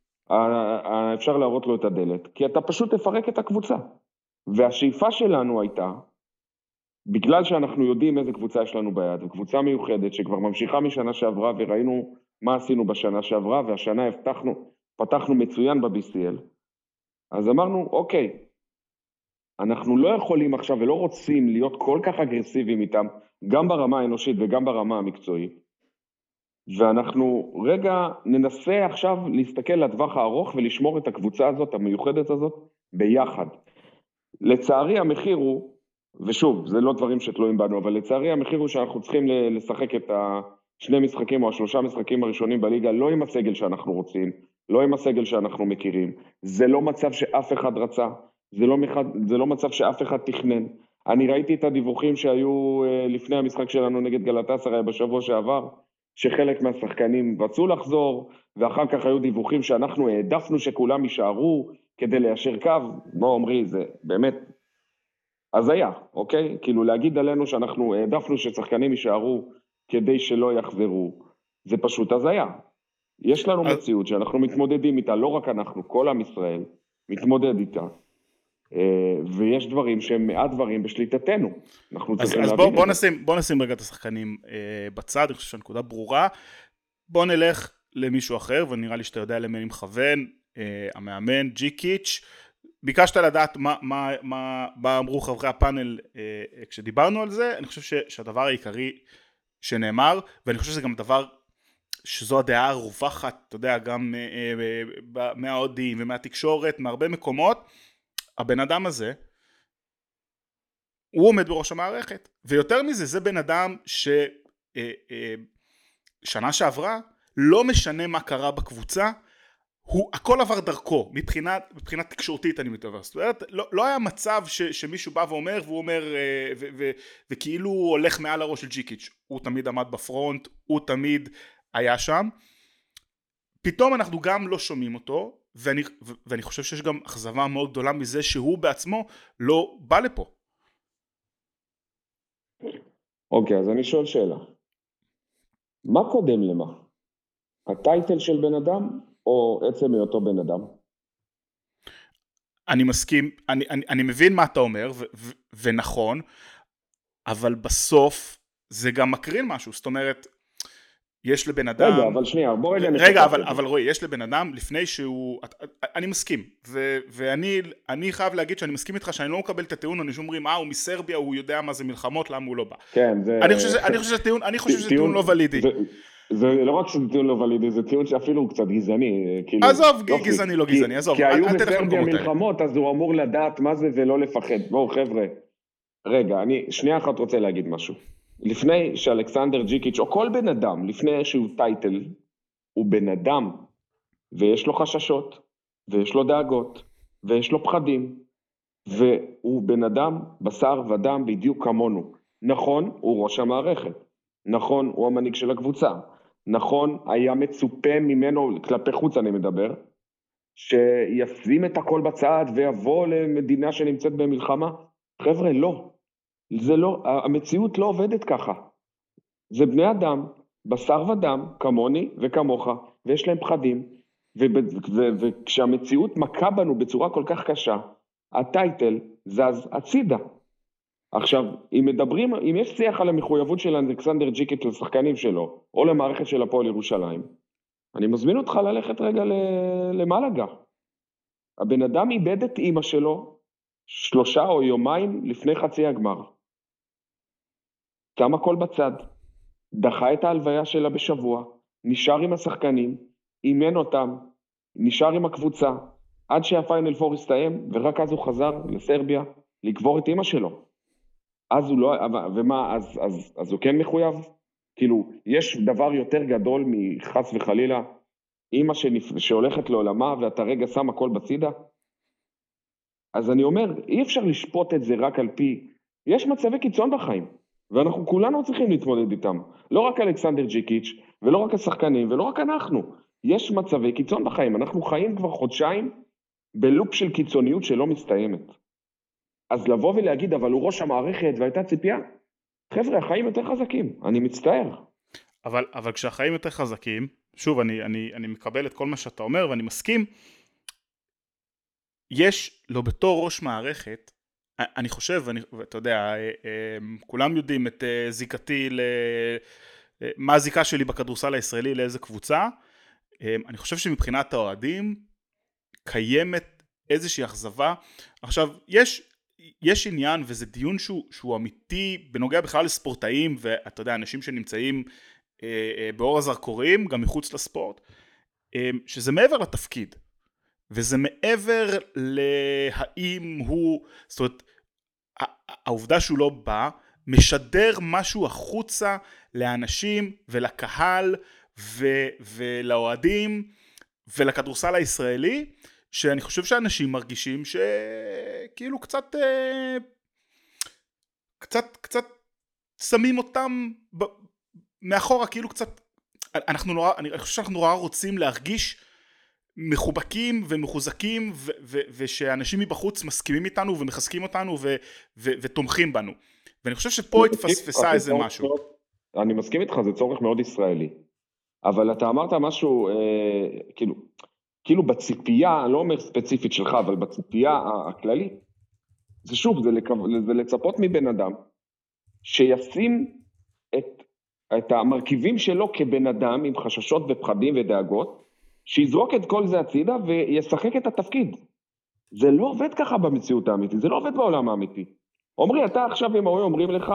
אפשר להראות לו את הדלת, כי אתה פשוט תפרק את הקבוצה. והשאיפה שלנו הייתה, בגלל שאנחנו יודעים איזה קבוצה יש לנו ביד, וקבוצה מיוחדת שכבר ממשיכה משנה שעברה, וראינו מה עשינו בשנה שעברה, והשנה פתחנו מצוין ב-BCL, אז אמרנו, אוקיי, אנחנו לא יכולים עכשיו ולא רוצים להיות כל כך אגרסיביים איתם, גם ברמה האנושית וגם ברמה המקצועית, ואנחנו רגע ננסה עכשיו להסתכל לטווח הארוך ולשמור את הקבוצה הזאת, המיוחדת הזאת, ביחד. לצערי המחיר הוא, ושוב, זה לא דברים שתלויים בנו, אבל לצערי המחיר הוא שאנחנו צריכים לשחק את 2 משחקים או 3 משחקים הראשונים בליגה, לא עם הסגל שאנחנו רוצים, לא עם הסגל שאנחנו מכירים. זה לא מצב שאף אחד רצה, זה לא מצב שאף אחד תכנן. אני ראיתי את הדיווחים שהיו לפני המשחק שלנו נגד גלאטסראי בשבוע שעבר, שחלק מהשחקנים רצו לחזור, ואחר כך היו דיווחים שאנחנו העדפנו שכולם יישארו כדי ליישר קו. מה אומרי, זה באמת הזיה, אוקיי? כאילו להגיד עלינו שאנחנו העדפנו ששחקנים יישארו כדי שלא יחזרו, זה פשוט הזיה. יש לנו מציאות שאנחנו מתמודדים איתה, לא רק אנחנו, כל עם ישראל מתמודד איתה, ויש דברים שהם מעט דברים בשליטתנו. אז בוא נשים רגע את השחקנים בצד, אני חושב שהנקודה ברורה. בוא נלך למישהו אחר, ונראה לי שאתה יודע למי אני מכוון, המאמן ג'יקיץ'. ביקשת לדעת מה אמרו חברי הפאנל כשדיברנו על זה. אני חושב שהדבר העיקרי שנאמר, ואני חושב שזה גם דבר שזו הדעה הרווחת, אתה יודע, גם מהאוהדים ומהתקשורת, מהרבה מקומות, הבן אדם הזה, הוא עומד בראש המערכת, ויותר מזה, זה בן אדם ששנה שעברה, לא משנה מה קרה בקבוצה, הכל עבר דרכו, מבחינת תקשורתית אני מתאבר, זאת אומרת, לא היה מצב שמישהו בא ואומר, והוא אומר, וכאילו הוא הולך מעל הראש של ג'יקיץ', הוא תמיד עמד בפרונט, הוא תמיד היה שם, פתאום אנחנו גם לא שומעים אותו, ואני חושב שיש גם אכזבה מאוד גדולה מזה שהוא בעצמו לא בא לפה. אוקיי, אז אני שואל שאלה. מה קודם למה? הטייטל של בן אדם או עצם מאותו בן אדם? אני מסכים, אני מבין מה אתה אומר, ונכון, אבל בסוף זה גם מקרין משהו, זאת אומרת, יש לבן אדם... רגע, אבל שנייה, בוא רגע... רגע, אבל רואי, יש לבן אדם לפני שהוא... אני מסכים, ואני חייב להגיד שאני מסכים איתך שאני לא מקבל את הטיעון, אנשים אומרים, הוא מסרביה, הוא יודע מה זה מלחמות, למה הוא לא בא. כן, זה... אני חושב שזה טיעון לא ולידי. זה לא רק שזה טיעון לא ולידי, זה טיעון שאפילו הוא קצת גזעני. עזוב, גזעני לא גזעני, עזוב. כי היו בסרביה מלחמות, אז הוא אמור לדעת מה זה ולא לפחד. בואו חבר'ה, רגע, אני שנייה אחת רוצה להגיד משהו. לפני שאלכסנדר ג'יקיץ' או כל בן אדם, לפני שהוא טייטל, הוא בן אדם, ויש לו חששות, ויש לו דאגות, ויש לו פחדים, והוא בן אדם, בשר ודם בדיוק כמונו. נכון, הוא ראש המערכת. נכון, הוא המנהיג של הקבוצה. נכון, היה מצופה ממנו, כלפי חוץ אני מדבר, שישים את הכל בצד ויבוא למדינה שנמצאת במלחמה. חבר'ה, לא. זה לא, המציאות לא עובדת ככה. זה בני אדם בשר ודם, כמוני וכמוך, ויש להם פחדים, וכשהמציאות מכה בנו בצורה כל כך קשה, הטייטל זז הצידה. עכשיו, אם יש שיח על המחויבות של אלכסנדר ג'יקיץ' לשחקנים שלו, או למערכת של הפועל ירושלים, אני מזמין אותך ללכת רגע למלגה. הבן אדם איבד את אמא שלו 3 או יומיים לפני חצי הגמר. שם הכל בצד, דחה את ההלוויה שלה בשבוע, נשאר עם השחקנים, אימן אותם, נשאר עם הקבוצה, עד שהפיינל פור הסתיים, ורק אז הוא חזר לסרביה לקבור את אמא שלו. אז הוא לא, ומה, אז הוא כן מחויב? כאילו, יש דבר יותר גדול מחס וחלילה, אמא שהולכת לעולמה, ואתה רגע שם הכל בצידה? אז אני אומר, אי אפשר לשפוט את זה רק על פי, יש מצבי קיצון בחיים, ואנחנו כולנו צריכים להתמודד איתם. לא רק אלכסנדר ג'יקיץ', ולא רק השחקנים, ולא רק אנחנו. יש מצבי קיצון בחיים, אנחנו חיים כבר חודשיים, בלופ של קיצוניות שלא מסתיימת. אז לבוא ולהגיד, אבל הוא ראש המערכת והייתה ציפייה, חבר'ה, החיים יותר חזקים, אני מצטער. אבל כשהחיים יותר חזקים, שוב, אני מקבל את כל מה שאתה אומר, ואני מסכים, יש לו בתור ראש מערכת, אני חושב, ואתה יודע, כולם יודעים את זיקתי, מה הזיקה שלי בכדורסל הישראלי, לאיזה קבוצה, אני חושב שמבחינת האוהדים, קיימת איזושהי אכזבה. עכשיו, יש עניין, וזה דיון שהוא אמיתי, בנוגע בכלל לספורטאים, ואתה יודע, אנשים שנמצאים באור הזרקורים, גם מחוץ לספורט, שזה מעבר לתפקיד, וזה מעבר להאם הוא, זאת אומרת, העובדה שהוא לא בא, משדר משהו החוצה לאנשים ולקהל ולאוהדים ולכדורסל הישראלי, שאני חושב שאנשים מרגישים שכאילו קצת שמים אותם מאחורה, כאילו קצת, אני חושב שאנחנו נורא רוצים להרגיש מחובקים ומחוזקים, ושאנשים מבחוץ מסכימים איתנו ומחזקים אותנו ותומכים בנו. ואני חושב שפה התפספסה איזה משהו. אני מסכים איתך, זה צורך מאוד ישראלי. אבל אתה אמרת משהו, כאילו בציפייה, אני לא אומר ספציפית שלך, אבל בציפייה הכללית, זה שוב, זה לצפות מבן אדם, שישים את המרכיבים שלו כבן אדם, עם חששות ופחדים ודאגות, שיזרוק את כל זה הצידה וישחק את התפקיד. זה לא עובד ככה במציאות האמיתית, זה לא עובד בעולם האמיתי. אומרי, אתה עכשיו עם ההוא אומרים לך,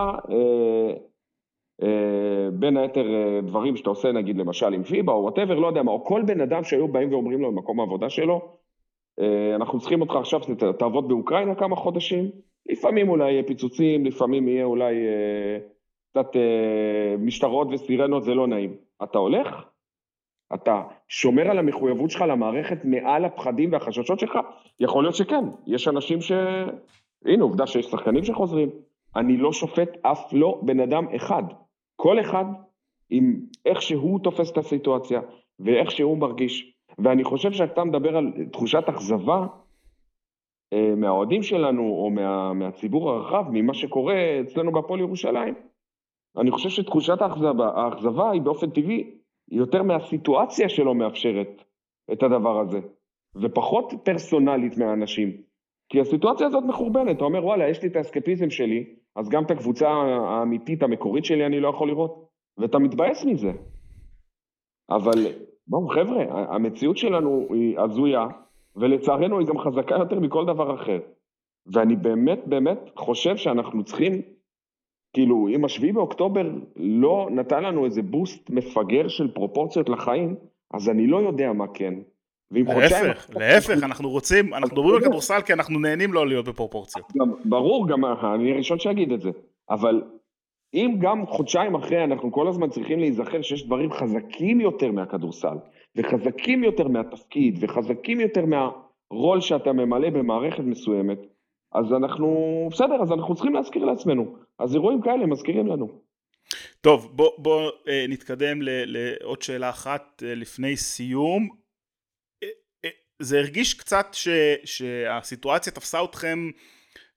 בין היתר דברים שאתה עושה, נגיד למשל עם פיבה או whatever, לא יודע מה, או כל בן אדם שהיו באים ואומרים לו במקום העבודה שלו, אנחנו צריכים אותך עכשיו, תעבוד באוקראינה כמה חודשים, לפעמים אולי יהיה פיצוצים, לפעמים יהיה אולי קצת משטרות וסירנות, זה לא נעים. אתה הולך? אתה שומר על המחויבות שלך למערכת מעל הפחדים והחששות שלך? יכול להיות שכן, יש אנשים הנה, עובדה שיש שחקנים שחוזרים, אני לא שופט אף לא בן אדם אחד, כל אחד עם איך שהוא תופס את הסיטואציה, ואיך שהוא מרגיש, ואני חושב שאתה מדבר על תחושת אכזבה, מהאוהדים שלנו, או מהציבור הרחב, ממה שקורה אצלנו בהפועל ירושלים, אני חושב שתחושת האכזבה היא באופן טבעי, יותר מהסיטואציה שלו מאפשרת את הדבר הזה, ופחות פרסונלית מהאנשים, כי הסיטואציה הזאת מחורבנת, אתה אומר וואלה, יש לי את האסקפיזם שלי, אז גם את הקבוצה האמיתית, המקורית שלי אני לא יכול לראות, ואתה מתבאס מזה. אבל בואו חבר'ה, המציאות שלנו היא הזויה, ולצערנו היא גם חזקה יותר מכל דבר אחר. ואני באמת חושב שאנחנו צריכים, כאילו אם 7 באוקטובר לא נתן לנו איזה בוסט מפגר של פרופורציות לחיים, אז אני לא יודע מה כן. להפך, אנחנו מדברים על כדורסל כי אנחנו נהנים לא להיות בפרופורציות. ברור, גם אני הראשון שאגיד את זה, אבל אם גם חודשיים אחרי אנחנו כל הזמן צריכים להיזכר שיש דברים חזקים יותר מהכדורסל, וחזקים יותר מהתפקיד, וחזקים יותר מהרול שאתה ממלא במערכת מסוימת, אז בסדר, אז אנחנו צריכים להזכיר לעצמנו, אז אירועים כאלה מזכירים לנו. טוב, בוא נתקדם לעוד שאלה אחת לפני סיום. זה הרגיש קצת שהסיטואציה תפסה אתכם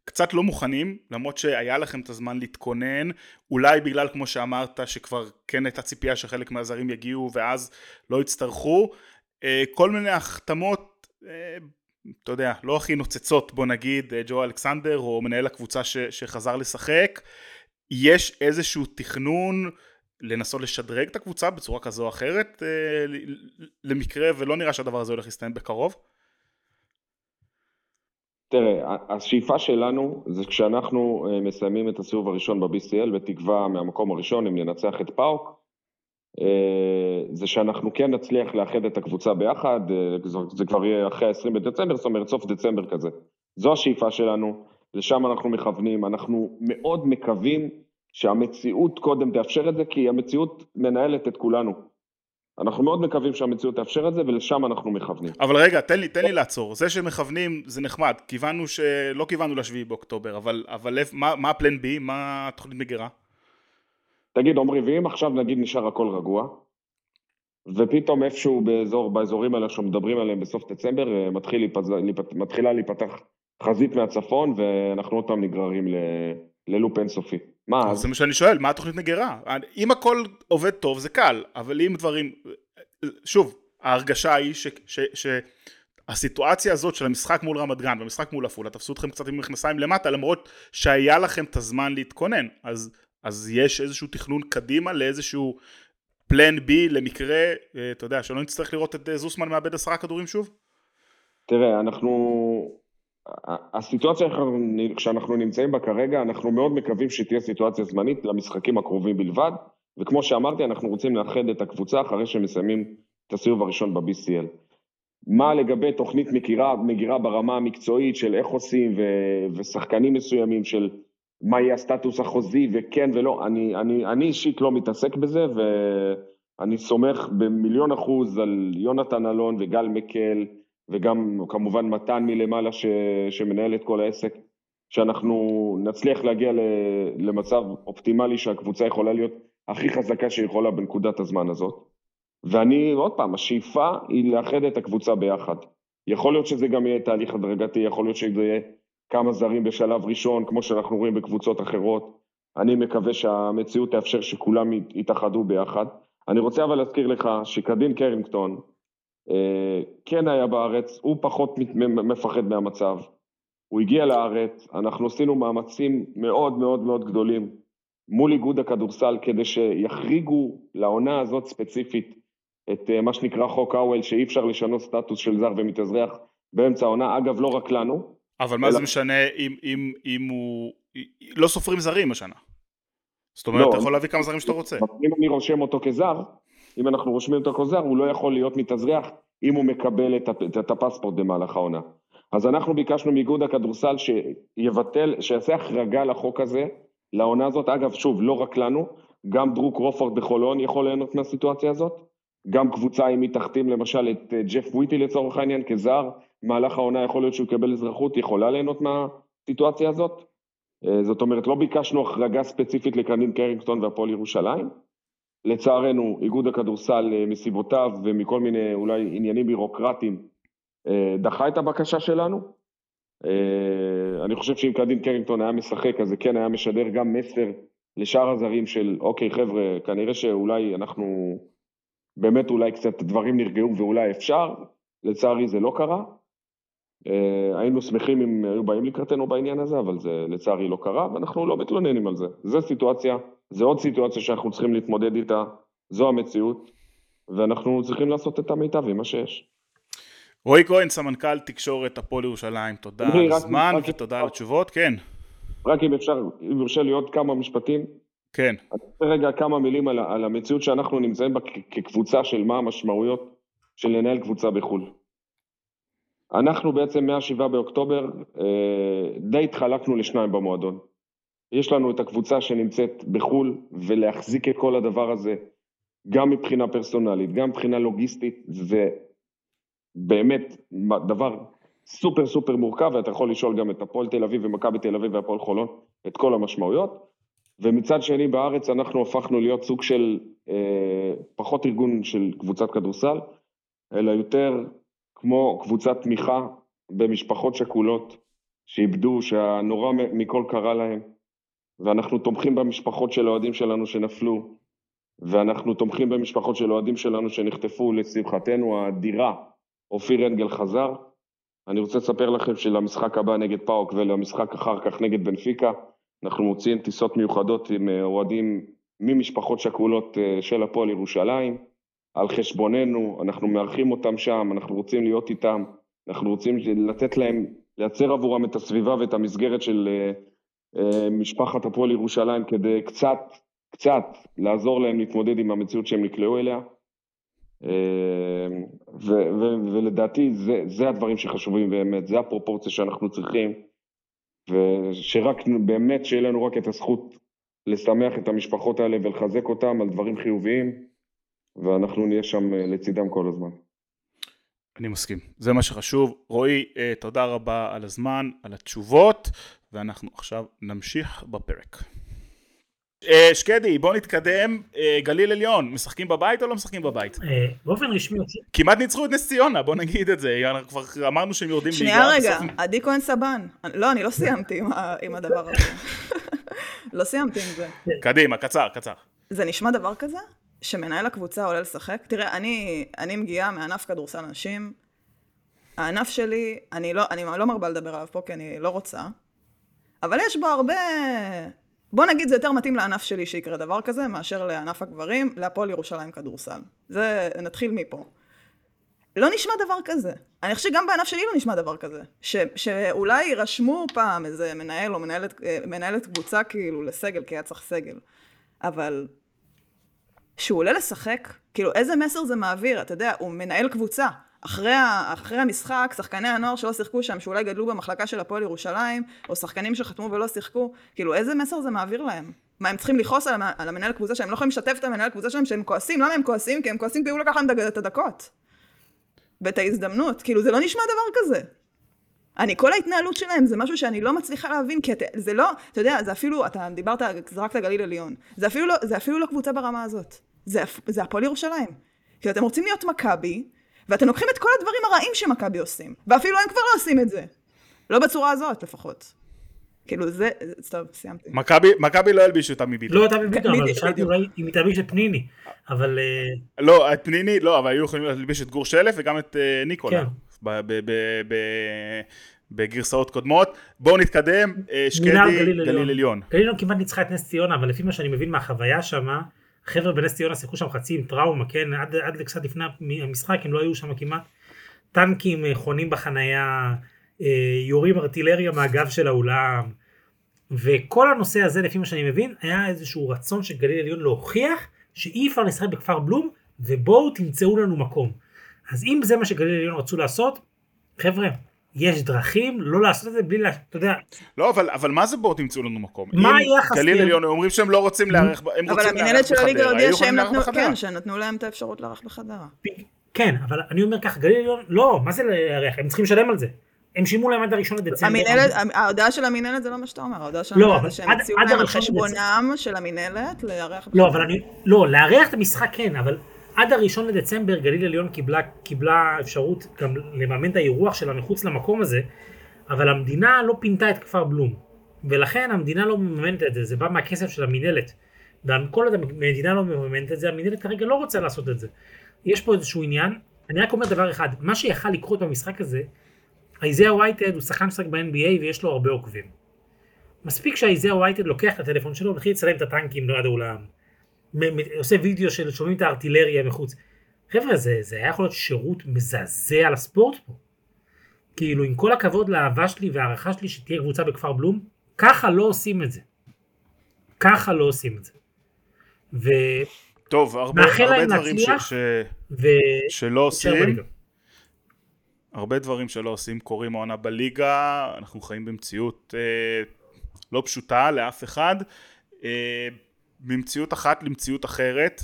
קצת לא מוכנים, למרות שהיה לכם את הזמן להתכונן, אולי בגלל כמו שאמרת שכבר כן הייתה ציפייה שחלק מהזרים יגיעו ואז לא יצטרכו, כל מיני החתמות, אתה יודע, לא הכי נוצצות, בוא נגיד, ג'ו אלכסנדר או מנהל הקבוצה שחזר לשחק, יש איזשהו תכנון לנסות לשדרג את הקבוצה בצורה כזו או אחרת למקרה, ולא נראה שהדבר הזה הולך להסתיים בקרוב? תראה, השאיפה שלנו זה כשאנחנו מסיימים את הסיבוב הראשון ב-BCL בתקווה מהמקום הראשון, אם ננצח את פאוק, זה שאנחנו כן נצליח לאחד את הקבוצה ביחד, זה כבר יהיה אחרי ה-20 בדצמבר, זאת אומרת סוף דצמבר כזה. זו השאיפה שלנו, לשם אנחנו מכוונים, אנחנו מאוד מקווים שהמציאות קודם תאפשר את זה, כי המציאות מנהלת את כולנו. אנחנו מאוד מקווים שהמציאות תאפשר את זה, ולשם אנחנו מכוונים. אבל רגע, תן לי לעצור. זה שמכוונים זה נחמד. לא כיוונו לשביעי באוקטובר, אבל מה הפלן בי? מה התוכנית מגירה? תגיד, עומרי, ואם עכשיו נגיד נשאר הכל רגוע, ופתאום איפשהו באזורים האלה שמדברים עליהם בסוף דצמבר, מתחילה להיפתח חזית מהצפון, ואנחנו אותם נגררים ללופ אינסופי. מה אז? זה מה שאני שואל, מה התוכנית מגירה? אם הכל עובד טוב זה קל, אבל אם דברים, שוב, ההרגשה היא שהסיטואציה הזאת של המשחק מול רמת גן והמשחק מול עפולה, תפסו אתכם קצת עם מכנסיים למטה, למרות שהיה לכם את הזמן להתכונן, אז יש איזשהו תכנון קדימה לאיזשהו פלן בי למקרה, אתה יודע, שלא נצטרך לראות את זוסמן מאבד 10 כדורים שוב? תראה, הסיטואציה שאנחנו נמצאים בה כרגע, אנחנו מאוד מקווים שתהיה סיטואציה זמנית למשחקים הקרובים בלבד, וכמו שאמרתי, אנחנו רוצים לאחד את הקבוצה אחרי שמסיימים את הסיבוב הראשון ב-BCL. מה לגבי תוכנית מגירה ברמה המקצועית של איך עושים ושחקנים מסוימים של מה יהיה הסטטוס החוזי וכן ולא, אני אישית לא מתעסק בזה, ואני סומך ב1,000,000% על יונתן אלון וגל מקל, וגם כמובן מתן מלמעלה שמנהל את כל העסק, שאנחנו נצליח להגיע למצב אופטימלי שהקבוצה יכולה להיות הכי חזקה שיכולה בנקודת הזמן הזאת. ואני, עוד פעם, השאיפה היא לאחד את הקבוצה ביחד. יכול להיות שזה גם יהיה תהליך הדרגתי, יכול להיות שזה יהיה כמה זרים בשלב ראשון, כמו שאנחנו רואים בקבוצות אחרות. אני מקווה שהמציאות תאפשר שכולם יתאחדו ביחד. אני רוצה אבל להזכיר לך שקדין קרינגטון, כן היה בארץ, הוא פחות מפחד מהמצב. הוא הגיע לארץ, אנחנו עשינו מאמצים מאוד מאוד מאוד גדולים מול איגוד הכדורסל, כדי שיחריגו לעונה הזאת ספציפית את מה שנקרא חוק אוול, שאי אפשר לשנות סטטוס של זר ומתאזרח באמצע העונה, אגב לא רק לנו. אבל מה זה משנה אם הוא, לא סופרים זרים השנה? זאת אומרת, אתה יכול להביא כמה זרים שאתה רוצה. אם אני רושם אותו כזר, אם אנחנו רושמים אותו כזר, הוא לא יכול להיות מתאזרח אם הוא מקבל את הפספורט במהלך העונה. אז אנחנו ביקשנו מאיגוד הכדורסל שיעשה החרגה לחוק הזה, לעונה הזאת. אגב, שוב, לא רק לנו, גם דרו קרופורד בחולון יכול ליהנות מהסיטואציה הזאת, גם קבוצה אם היא תחתים למשל את ג'ף וויטי לצורך העניין כזר, מהלך העונה יכול להיות שהוא יקבל אזרחות, יכולה ליהנות מהסיטואציה הזאת. זאת אומרת, לא ביקשנו החרגה ספציפית לקדין קרינגטון והפועל ירושלים. לצערנו, איגוד הכדורסל מסיבותיו ומכל מיני אולי עניינים בירוקרטיים, דחה את הבקשה שלנו. אני חושב שאם קדין קרינגטון היה משחק, אז זה כן היה משדר גם מסר לשאר הזרים של, אוקיי חבר'ה, כנראה שאולי אנחנו, באמת אולי קצת דברים נרגעו ואולי אפשר, לצערי זה לא קרה. היינו שמחים אם היו באים לקראתנו בעניין הזה, אבל זה לצערי לא קרה, ואנחנו לא מתלוננים על זה. זו סיטואציה, זו עוד סיטואציה שאנחנו צריכים להתמודד איתה, זו המציאות, ואנחנו צריכים לעשות את המיטב עם מה שיש. רועי כהן, סמנכ"ל תקשורת הפועל ירושלים, תודה על הזמן ותודה על התשובות, כן. רק אם יורשה לי עוד כמה משפטים. כן. אני רוצה רגע כמה מילים על המציאות שאנחנו נמצאים בה כקבוצה של מה המשמעויות של לנהל קבוצה בחו"ל. אנחנו בעצם מה-7 באוקטובר די התחלקנו לשניים במועדון. יש לנו את הקבוצה שנמצאת בחו"ל, ולהחזיק את כל הדבר הזה, גם מבחינה פרסונלית, גם מבחינה לוגיסטית, זה באמת דבר סופר סופר מורכב, ואתה יכול לשאול גם את הפועל תל אביב ומכבי תל אביב והפועל חולון, את כל המשמעויות. ומצד שני בארץ אנחנו הפכנו להיות סוג של פחות ארגון של קבוצת כדורסל, אלא יותר כמו קבוצת תמיכה במשפחות שכולות, שאיבדו, שהנורא מכל קרה להם, ואנחנו תומכים במשפחות של האוהדים שלנו שנפלו, ואנחנו תומכים במשפחות של האוהדים שלנו שנחטפו. לשמחתנו האדירה, אופיר אנגל חזר. אני רוצה לספר לכם שלמשחק הבא נגד פאוק ולמשחק אחר כך נגד בנפיקה, אנחנו מוציאים טיסות מיוחדות עם אוהדים ממשפחות שכולות של הפועל ירושלים, על חשבוננו, אנחנו מארחים אותם שם, אנחנו רוצים להיות איתם, אנחנו רוצים לתת להם, לייצר עבורם את הסביבה ואת המסגרת של משפחת הפועל ירושלים, כדי קצת לעזור להם להתמודד עם המציאות שהם נקלעו אליה, ולדעתי זה הדברים שחשובים באמת, זה הפרופורציה שאנחנו צריכים, ושרק באמת שיהיה לנו רק את הזכות לשמח את המשפחות האלה ולחזק אותם על דברים חיוביים, ואנחנו נהיה שם לצידם כל הזמן. אני מסכים, זה מה שחשוב. רועי, תודה רבה על הזמן, על התשובות, ואנחנו עכשיו נמשיך בפרק. שקדי, בוא נתקדם. גליל עליון, משחקים בבית או לא משחקים בבית? באופן רשמי. כמעט ניצחו את נס ציונה, בוא נגיד את זה. כבר אמרנו שהם יורדים ליגה. שנייה רגע, עדי כהן סבן. לא, אני לא סיימתי עם הדבר הזה. לא סיימתי עם זה. קדימה, קצר. זה נשמע דבר כזה? שמנהל הקבוצה עולה לשחק? תראה, אני מגיעה מענף כדורסל אנשים. הענף שלי, אני לא מרבה לדבר עליו פה כי אני לא רוצה. אבל יש בו הרבה... בוא נגיד, זה יותר מתאים לענף שלי שיקרה דבר כזה, מאשר לענף הגברים, להפועל ירושלים כדורסל. זה, נתחיל מפה. לא נשמע דבר כזה. אני חושב שגם בענף שלי לא נשמע דבר כזה. שאולי רשמו פעם איזה מנהל או מנהלת קבוצה כאילו לסגל, כי היה צריך סגל. אבל שהוא עולה לשחק, כאילו איזה מסר זה מעביר? אתה יודע, הוא מנהל קבוצה. אחרי המשחק, שחקני הנוער שלא שיחקו שם, שאולי גדלו במחלקה של הפועל ירושלים, או שחקנים שחתמו ולא שיחקו, כאילו איזה מסר זה מעביר להם? מה, הם צריכים לכעוס על המנהל הקבוצה שלהם? הם לא יכולים לשתף את המנהל הקבוצה שלהם שהם כועסים? למה הם כועסים? כי הם כועסים כי הוא לקח להם את הדקות. ואת ההזדמנות. כאילו זה לא נשמע דבר כזה. כל ההתנהלות שלהם זה משהו שאני לא מצליחה להבין, כי זה לא, אתה יודע, זה אפילו, אתה דיברת, זרקת גליל עליון. זה אפילו לא קבוצה ברמה הזאת. זה הפועל ירושלים. כי אתם רוצים להיות מכבי, ואתם לוקחים את כל הדברים הרעים שמכבי עושים, ואפילו הם כבר לא עושים את זה. לא בצורה הזאת לפחות. כאילו זה, טוב, סיימתי. מכבי לא ילבישו אותה מביטו. לא אותה מביטו, אבל שאלתי אולי אם היא תלביש את פניני, אבל... לא, את פניני, לא, אבל היו יכולים להלביש את גור שלף וגם את ניקולה. בגרסאות קודמות. בואו נתקדם, שקדי, גליל עליון. גליל עליון כמעט ניצחה את נס ציונה, אבל לפי מה שאני מבין מהחוויה שמה, החבר'ה בנס ציונה שיחקו שם חצי עם טראומה, כן? עד קצת לפני המשחק הם לא היו שם כמעט. טנקים חונים בחנייה, יורים ארטילריה מהגב של האולם, וכל הנושא הזה לפי מה שאני מבין היה איזשהו רצון של גליל עליון להוכיח שאי אפשר לשחק בכפר בלום, ובואו תמצאו לנו מקום. אז אם זה מה שגליל עליון רצו לעשות, חבר'ה, יש דרכים לא לעשות את זה בלי, אתה יודע... לא, אבל מה זה בואו תמצאו לנו מקום? מה היחס? גליל עליון אומרים שהם לא רוצים לארח, אבל המנהלת של הליגה הודיעה שהם נתנו להם את האפשרות לארח בחדרה. כן, אבל אני אומר כך, גליל עליון, לא, מה זה לארח? הם צריכים לשלם על זה. הם שימו להם עד הראשון לדצמבר. ההודעה של המנהלת זה לא מה שאתה אומר, ההודעה של המנהלת זה שהם הציעו להם על חשבונם של המנהלת לארח בחדרה. לא, אבל לא, לארח את המשחק כן, אבל עד הראשון לדצמבר גליל עליון קיבלה אפשרות גם לממן את האירוח שלה מחוץ למקום הזה, אבל המדינה לא פינתה את כפר בלום, ולכן המדינה לא מממנת את זה, זה בא מהכסף של המנהלת, וכל עוד המדינה לא מממנת את זה, המנהלת כרגע לא רוצה לעשות את זה. יש פה איזשהו עניין, אני רק אומר דבר אחד, מה שיכל לקרות במשחק הזה, איזיה ווייטד הוא שחקן משחק ב-NBA ויש לו הרבה עוקבים. מספיק שאיזיה ווייטד לוקח את הטלפון שלו ומתחיל לצלם את הטנקים ליד האולם, עושה וידאו של שומעים את הארטילריה מחוץ. חבר'ה, זה היה יכול להיות שירות מזעזע לספורט פה. כאילו, עם כל הכבוד לאהבה שלי והערכה שלי שתהיה קבוצה בכפר בלום, ככה לא עושים את זה. ככה לא עושים את זה. טוב, הרבה דברים שלא עושים. הרבה דברים שלא עושים קורים העונה בליגה. אנחנו חיים במציאות לא פשוטה לאף אחד. ממציאות אחת למציאות אחרת.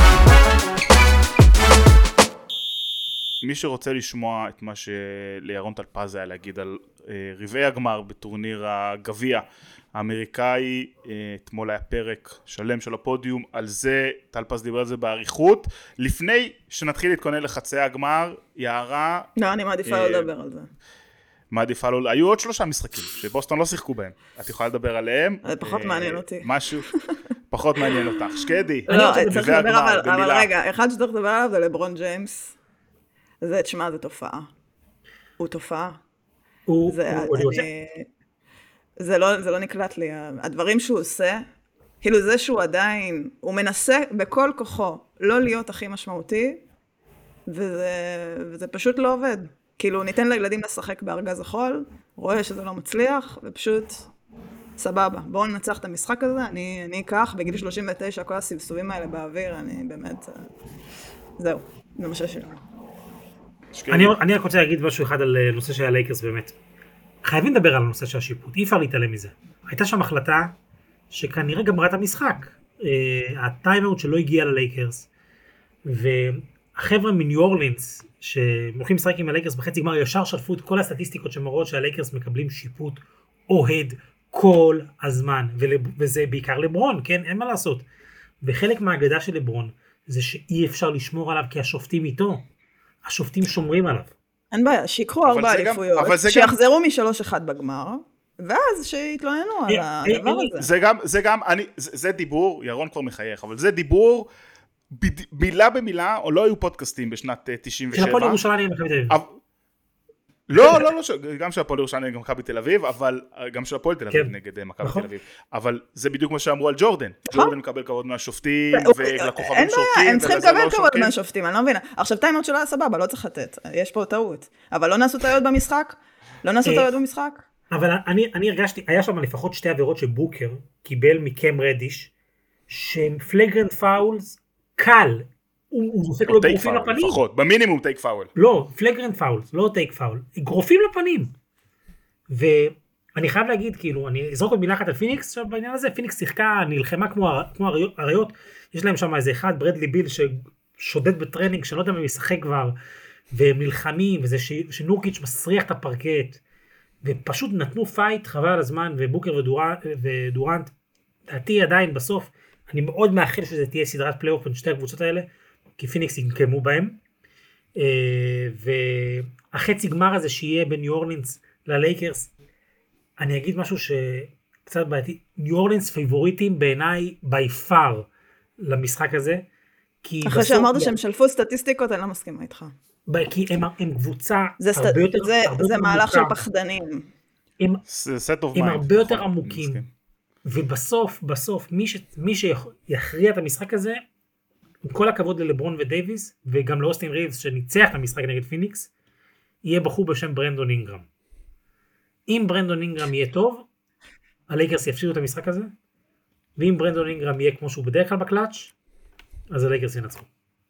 מי שרוצה לשמוע את מה שלירון טלפז היה להגיד על רבעי הגמר בטורניר הגביע האמריקאי, אתמול היה פרק שלם של הפודיום על זה, טלפז דיבר על זה בעריכות. לפני שנתחיל להתכונן לחצי הגמר, יערה... לא, אני מעדיפה לדבר על זה. מעדיפה לו, היו עוד 3 משחקים שבוסטון לא שיחקו בהם, את יכולה לדבר עליהם? זה פחות מעניין אותי. משהו, פחות מעניין אותך, שקדי. לא, צריך לדבר, אבל רגע, אחד שצריך לדבר עליו זה לברון ג'יימס, זה, תשמע, זה תופעה. הוא תופעה. זה לא נקלט לי, הדברים שהוא עושה, כאילו זה שהוא עדיין, הוא מנסה בכל כוחו לא להיות הכי משמעותי, וזה פשוט לא עובד. כאילו ניתן לילדים לשחק בארגז החול, רואה שזה לא מצליח, ופשוט סבבה. בואו ננצח את המשחק הזה, אני אקח, בגיל 39, כל הסבסובים האלה באוויר, אני באמת, זהו, זה מה שיש לי. אני רק רוצה להגיד משהו אחד על נושא של הלייקרס באמת. חייבים לדבר על הנושא של השיפוט, אי אפשר להתעלם מזה. הייתה שם החלטה שכנראה גמרה את המשחק. הטיימאוט שלא הגיע ללייקרס, והחבר'ה מניו אורלינס, שהולכים לשחק עם הלייקרס בחצי גמר, ישר שלפו את כל הסטטיסטיקות שמראות שהלייקרס מקבלים שיפוט אוהד כל הזמן, וזה בעיקר לברון, כן? אין מה לעשות. וחלק מהאגדה של לברון, זה שאי אפשר לשמור עליו כי השופטים איתו. השופטים שומרים עליו. אין בעיה, שיקחו 4 אליפויות, שיחזרו מ3-1 בגמר, ואז שיתלוננו על הדבר הזה. זה גם, זה דיבור, ירון כבר מחייך, אבל זה דיבור, מילה במילה, או לא היו פודקאסטים בשנת 97. של הפועל ירושלים ומכבי תל אביב. לא, גם של הפועל ירושלים נגד מכבי תל אביב, אבל גם של הפועל תל אביב נגד מכבי תל אביב. אבל זה בדיוק מה שאמרו על ג'ורדן. ג'ורדן מקבל כבוד מהשופטים, ולכוכבים שורקים. הם צריכים לקבל כבוד מהשופטים, אני לא מבינה. עכשיו טיימאוט שלו היה סבבה, לא צריך לתת, יש פה טעות. אבל לא נעשו טעויות במשחק? לא נעשו טעויות במשחק? אבל אני הרגשתי, היה שם לפחות 2 עבירות שבוקר קיבל מקם רדיש, שהם פלגרנט פאולס קל. הוא עושה לו גרופים לפנים. לפחות, במינימום טייק פאול. לא, פלגרנט פאול, לא טייק פאול. גרופים לפנים. ואני חייב להגיד, כאילו, אני אזרוק עוד מילה אחת על פיניקס בעניין הזה. פיניקס שיחקה, נלחמה כמו אריות. יש להם שם איזה אחד, ברדלי ביל, ששודד בטרנינג, שלא יודע אם הם ישחק כבר, והם נלחמים, וזה שנורקיץ' מסריח את הפרקט, ופשוט נתנו פייט, חבל על הזמן, ובוקר ודורנט, דעתי עדיין בסוף, אני מאוד מאחל שזה תהיה סדרת פלייאוף בין שתי הקבוצות האלה, כי פיניקס ינקמו בהם, והחצי גמר הזה שיהיה בין ניו אורלינס ללייקרס, אני אגיד משהו שקצת בעייתי, ניו אורלינס פייבוריטים בעיניי by far למשחק הזה, אחרי שאמרת שהם שלפו סטטיסטיקות, אני לא מסכימה איתך. כי הם קבוצה הרבה יותר עמוקה. זה מהלך של פחדנים. הם הרבה יותר עמוקים. ובסוף, מי שיכריע את המשחק הזה, עם כל הכבוד ללברון ודייביס, וגם לאוסטין ריבס שניצח את המשחק נגד פיניקס, יהיה בחור בשם ברנדון אינגרם. אם ברנדון אינגרם יהיה טוב, הלייקרס יפסידו את המשחק הזה, ואם ברנדון אינגרם יהיה כמו שהוא בדרך כלל בקלאץ', אז הלייקרס ינצחו.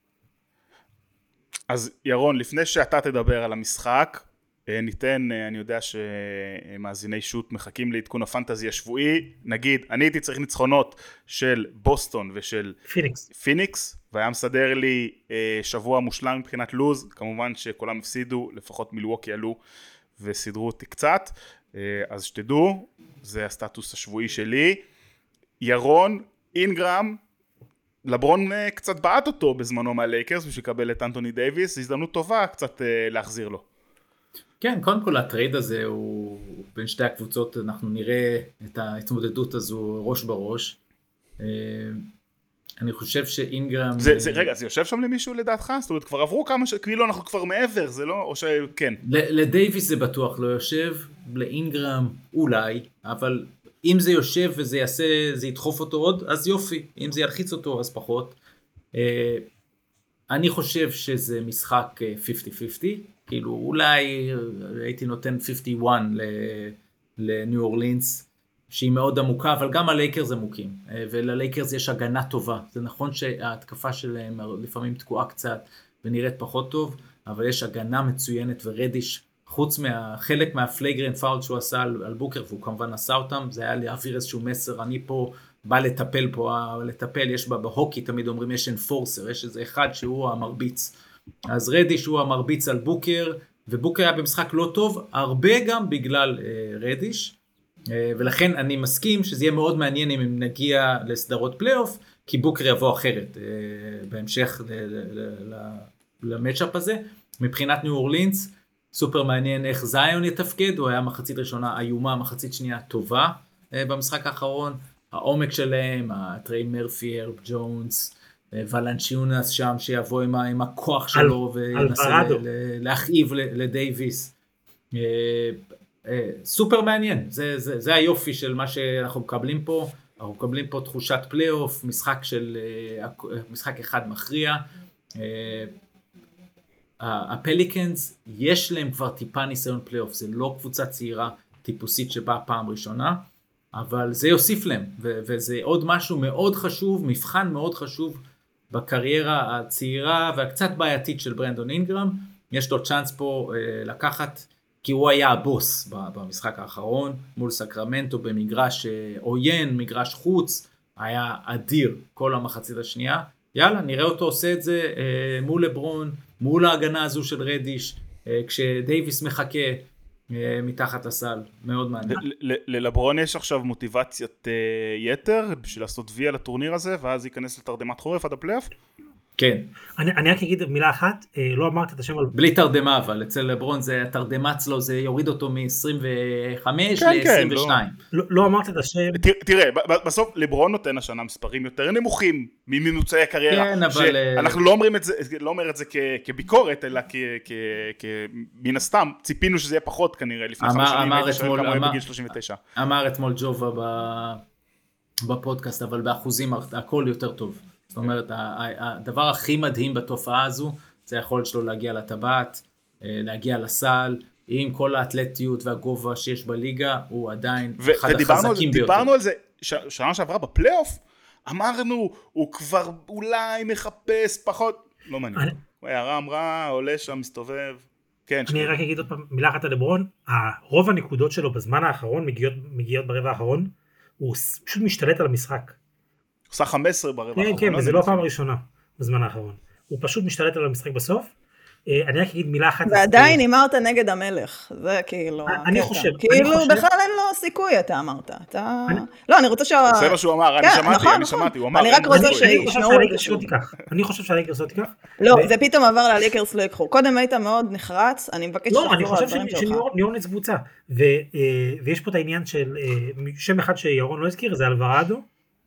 אז ירון, לפני שאתה תדבר על המשחק, ניתן, אני יודע שמאזיני שוט מחכים לעדכון הפנטזי השבועי, נגיד, אני הייתי צריך ניצחונות של בוסטון ושל פיניקס, והיה מסדר לי שבוע מושלם מבחינת לוז, כמובן שכולם הפסידו, לפחות מילווקי עלו וסידרו אותי קצת, אז שתדעו, זה הסטטוס השבועי שלי. ירון, אינגרם, לברון קצת בעט אותו בזמנו מהלייקרס בשביל לקבל את אנטוני דייביס, הזדמנות טובה קצת להחזיר לו. כן, קודם כל הטרייד הזה הוא בין שתי הקבוצות, אנחנו נראה את ההתמודדות הזו ראש בראש. אני חושב שאינגרם... רגע, זה יושב שם למישהו לדעתך? זאת אומרת, כבר עברו כמה כאילו אנחנו כבר מעבר, זה לא, או שכן? לדייביס זה בטוח לא יושב, לאינגרם אולי, אבל אם זה יושב וזה יעשה, זה ידחוף אותו עוד, אז יופי. אם זה ילחיץ אותו, אז פחות. אני חושב שזה משחק 50-50, כאילו אולי הייתי נותן 51 לניו אורלינס, שהיא מאוד עמוקה, אבל גם הלייקרס עמוקים, וללייקרס יש הגנה טובה. זה נכון שההתקפה שלהם לפעמים תקועה קצת ונראית פחות טוב, אבל יש הגנה מצוינת, ורדיש, חוץ חלק מהפלייגרנט פאול שהוא עשה על בוקר, והוא כמובן עשה אותם, זה היה להעביר איזשהו מסר, אני פה בא לטפל לטפל, יש בהוקי תמיד אומרים יש אנפורסר, יש איזה אחד שהוא המרביץ, אז רדיש הוא המרביץ על בוקר, ובוקר היה במשחק לא טוב, הרבה גם בגלל רדיש, ולכן אני מסכים שזה יהיה מאוד מעניין אם נגיע לסדרות פלייאוף, כי בוקר יבוא אחרת בהמשך למאצ'אפ הזה. מבחינת ניו אורלינס, סופר מעניין איך זיון יתפקד, הוא היה מחצית ראשונה איומה, מחצית שנייה טובה במשחק האחרון, העומק שלהם, הטריי מרפי, הרב ג'ונס, ולנצ'יונס שם שיבוא עם הכוח שלו וינסה להכאיב לדייביס. סופר מעניין, זה היופי של מה שאנחנו מקבלים פה, אנחנו מקבלים פה תחושת פלייאוף, משחק אחד מכריע. הפליקנס יש להם כבר טיפה ניסיון פלייאוף, זה לא קבוצה צעירה טיפוסית שבאה פעם ראשונה, אבל זה יוסיף להם, וזה עוד משהו מאוד חשוב, מבחן מאוד חשוב בקריירה הצעירה והקצת בעייתית של ברנדון אינגרם. יש לו צ'אנס פה לקחת, כי הוא היה הבוס במשחק האחרון, מול סקרמנטו במגרש עוין, מגרש חוץ, היה אדיר כל המחצית השנייה. יאללה, נראה אותו עושה את זה מול לברון, מול ההגנה הזו של רדיש, כשדייביס מחכה מתחת לסל, מאוד מעניין. ללברון יש עכשיו מוטיבציית יתר בשביל לעשות וי על הטורניר הזה, ואז ייכנס לתרדמת חורף עד הפלייאוף? כן. אני רק אגיד מילה אחת, לא אמרתי את השם על... בלי תרדמה, אבל אצל לברון זה התרדמה אצלו, זה יוריד אותו מ-25 ל-22. לא אמרתי את השם. תראה, בסוף לברון נותן השנה מספרים יותר נמוכים מממוצעי הקריירה. כן, אבל... אנחנו לא אומר את זה כביקורת, אלא מן הסתם, ציפינו שזה יהיה פחות כנראה לפני 5 שנים, הייתי שואל כמה הוא בגיל 39. אמר אתמול ג'ובה בפודקאסט, אבל באחוזים הכל יותר טוב. זאת אומרת, הדבר הכי מדהים בתופעה הזו, זה היכולת שלו להגיע לטבעת, להגיע לסל, עם כל האתלטיות והגובה שיש בליגה, הוא עדיין אחד החזקים ביותר. דיברנו על זה, שנה שעברה בפלייאוף, אמרנו, הוא כבר אולי מחפש פחות, לא מעניין. הערה אמרה, עולה שם, מסתובב. כן, אני רק אגיד עוד פעם, מילה אחת על לברון, רוב הנקודות שלו בזמן האחרון, מגיעות ברבע האחרון, הוא פשוט משתלט על המשחק. עושה 15 ברבע האחרון. כן, וזה לא הפעם הראשונה בזמן האחרון. הוא פשוט משתלט על המשחק בסוף. אני רק אגיד מילה אחת. ועדיין אמרת נגד המלך. זה כאילו... אני חושב. כאילו בכלל אין לו סיכוי, אתה אמרת. לא, אני רוצה זה מה שהוא אמר, אני שמעתי. אני רק רוצה שישמעו את זה שוב. אני חושב שהליקרס לא תיקח. לא, זה פתאום עבר לליקרס לא יקחו. קודם היית מאוד נחרץ, אני מבקש שתחזור על הדברים שלך. לא, אני חושב שניורנס קבוצה. ויש פה את העניין של שם אחד שירון לא הזכיר, זה אלוורדו.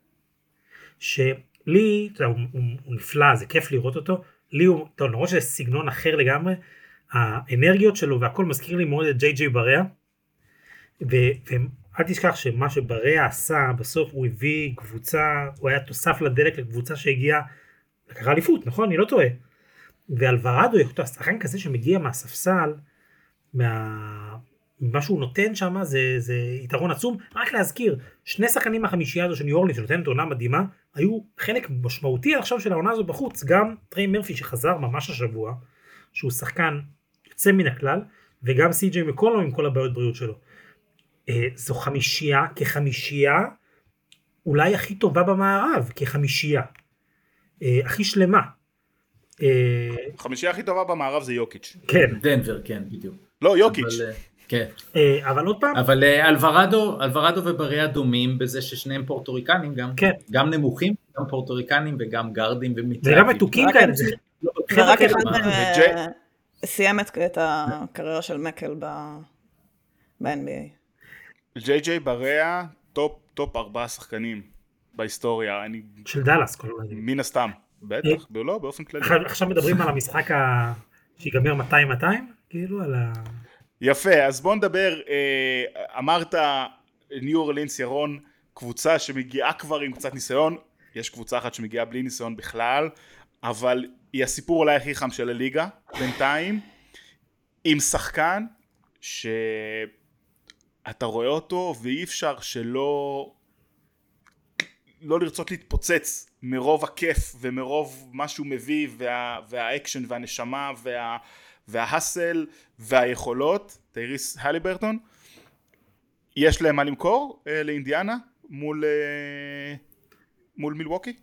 שלי, הוא נפלא, זה כיף לראות אותו, לי הוא, למרות שזה סגנון אחר לגמרי, האנרגיות שלו והכל מזכיר לי מאוד את ג'יי בריאה, ואל תשכח שמה שבריאה עשה, בסוף הוא הביא קבוצה, הוא היה תוסף לדלק לקבוצה שהגיעה, לקחה אליפות, נכון? אני לא טועה. ואלוורדו, השחקן כזה שמגיע מהספסל, מה שהוא נותן שם זה יתרון עצום. רק להזכיר, 2 שחקנים מהחמישייה הזו של ניו אורלינס שנותנת עונה מדהימה, היו חלק משמעותי עכשיו של העונה הזו בחוץ, גם טריי מרפי שחזר ממש השבוע, שהוא שחקן יוצא מן הכלל, וגם סי.ג'יי מקולום עם כל הבעיות בריאות שלו. זו חמישייה, כחמישייה, אולי הכי טובה במערב, כחמישייה. הכי שלמה. חמישייה הכי טובה במערב זה יוקיץ'. כן. דנבר, כן, בדיוק. לא, יוקיץ'. כן. אבל עוד פעם. אבל אלוורדו ובריאה דומים בזה ששניהם פורטוריקנים גם. כן. גם נמוכים, גם פורטוריקנים וגם גרדים ומתאבים. וגם מתוקים כאלה. ורק אחד מהם סיים את הקריירה של מקל ב-NBA. ג'יי בריאה, טופ 4 שחקנים בהיסטוריה. של דלס. מן הסתם. בטח, לא, באופן כללי. עכשיו מדברים על המשחק שיגמר 200-200, כאילו על ה... יפה, אז בוא נדבר, אמרת ניו אורלינס ירון, קבוצה שמגיעה כבר עם קצת ניסיון, יש קבוצה אחת שמגיעה בלי ניסיון בכלל, אבל היא הסיפור אולי הכי חם של הליגה, בינתיים, עם שחקן שאתה רואה אותו ואי אפשר שלא לרצות להתפוצץ מרוב הכיף ומרוב מה שהוא מביא והאקשן והנשמה וההסל והיכולות. טייריס הליברטון, יש להם מה למכור לאינדיאנה מול מילווקי?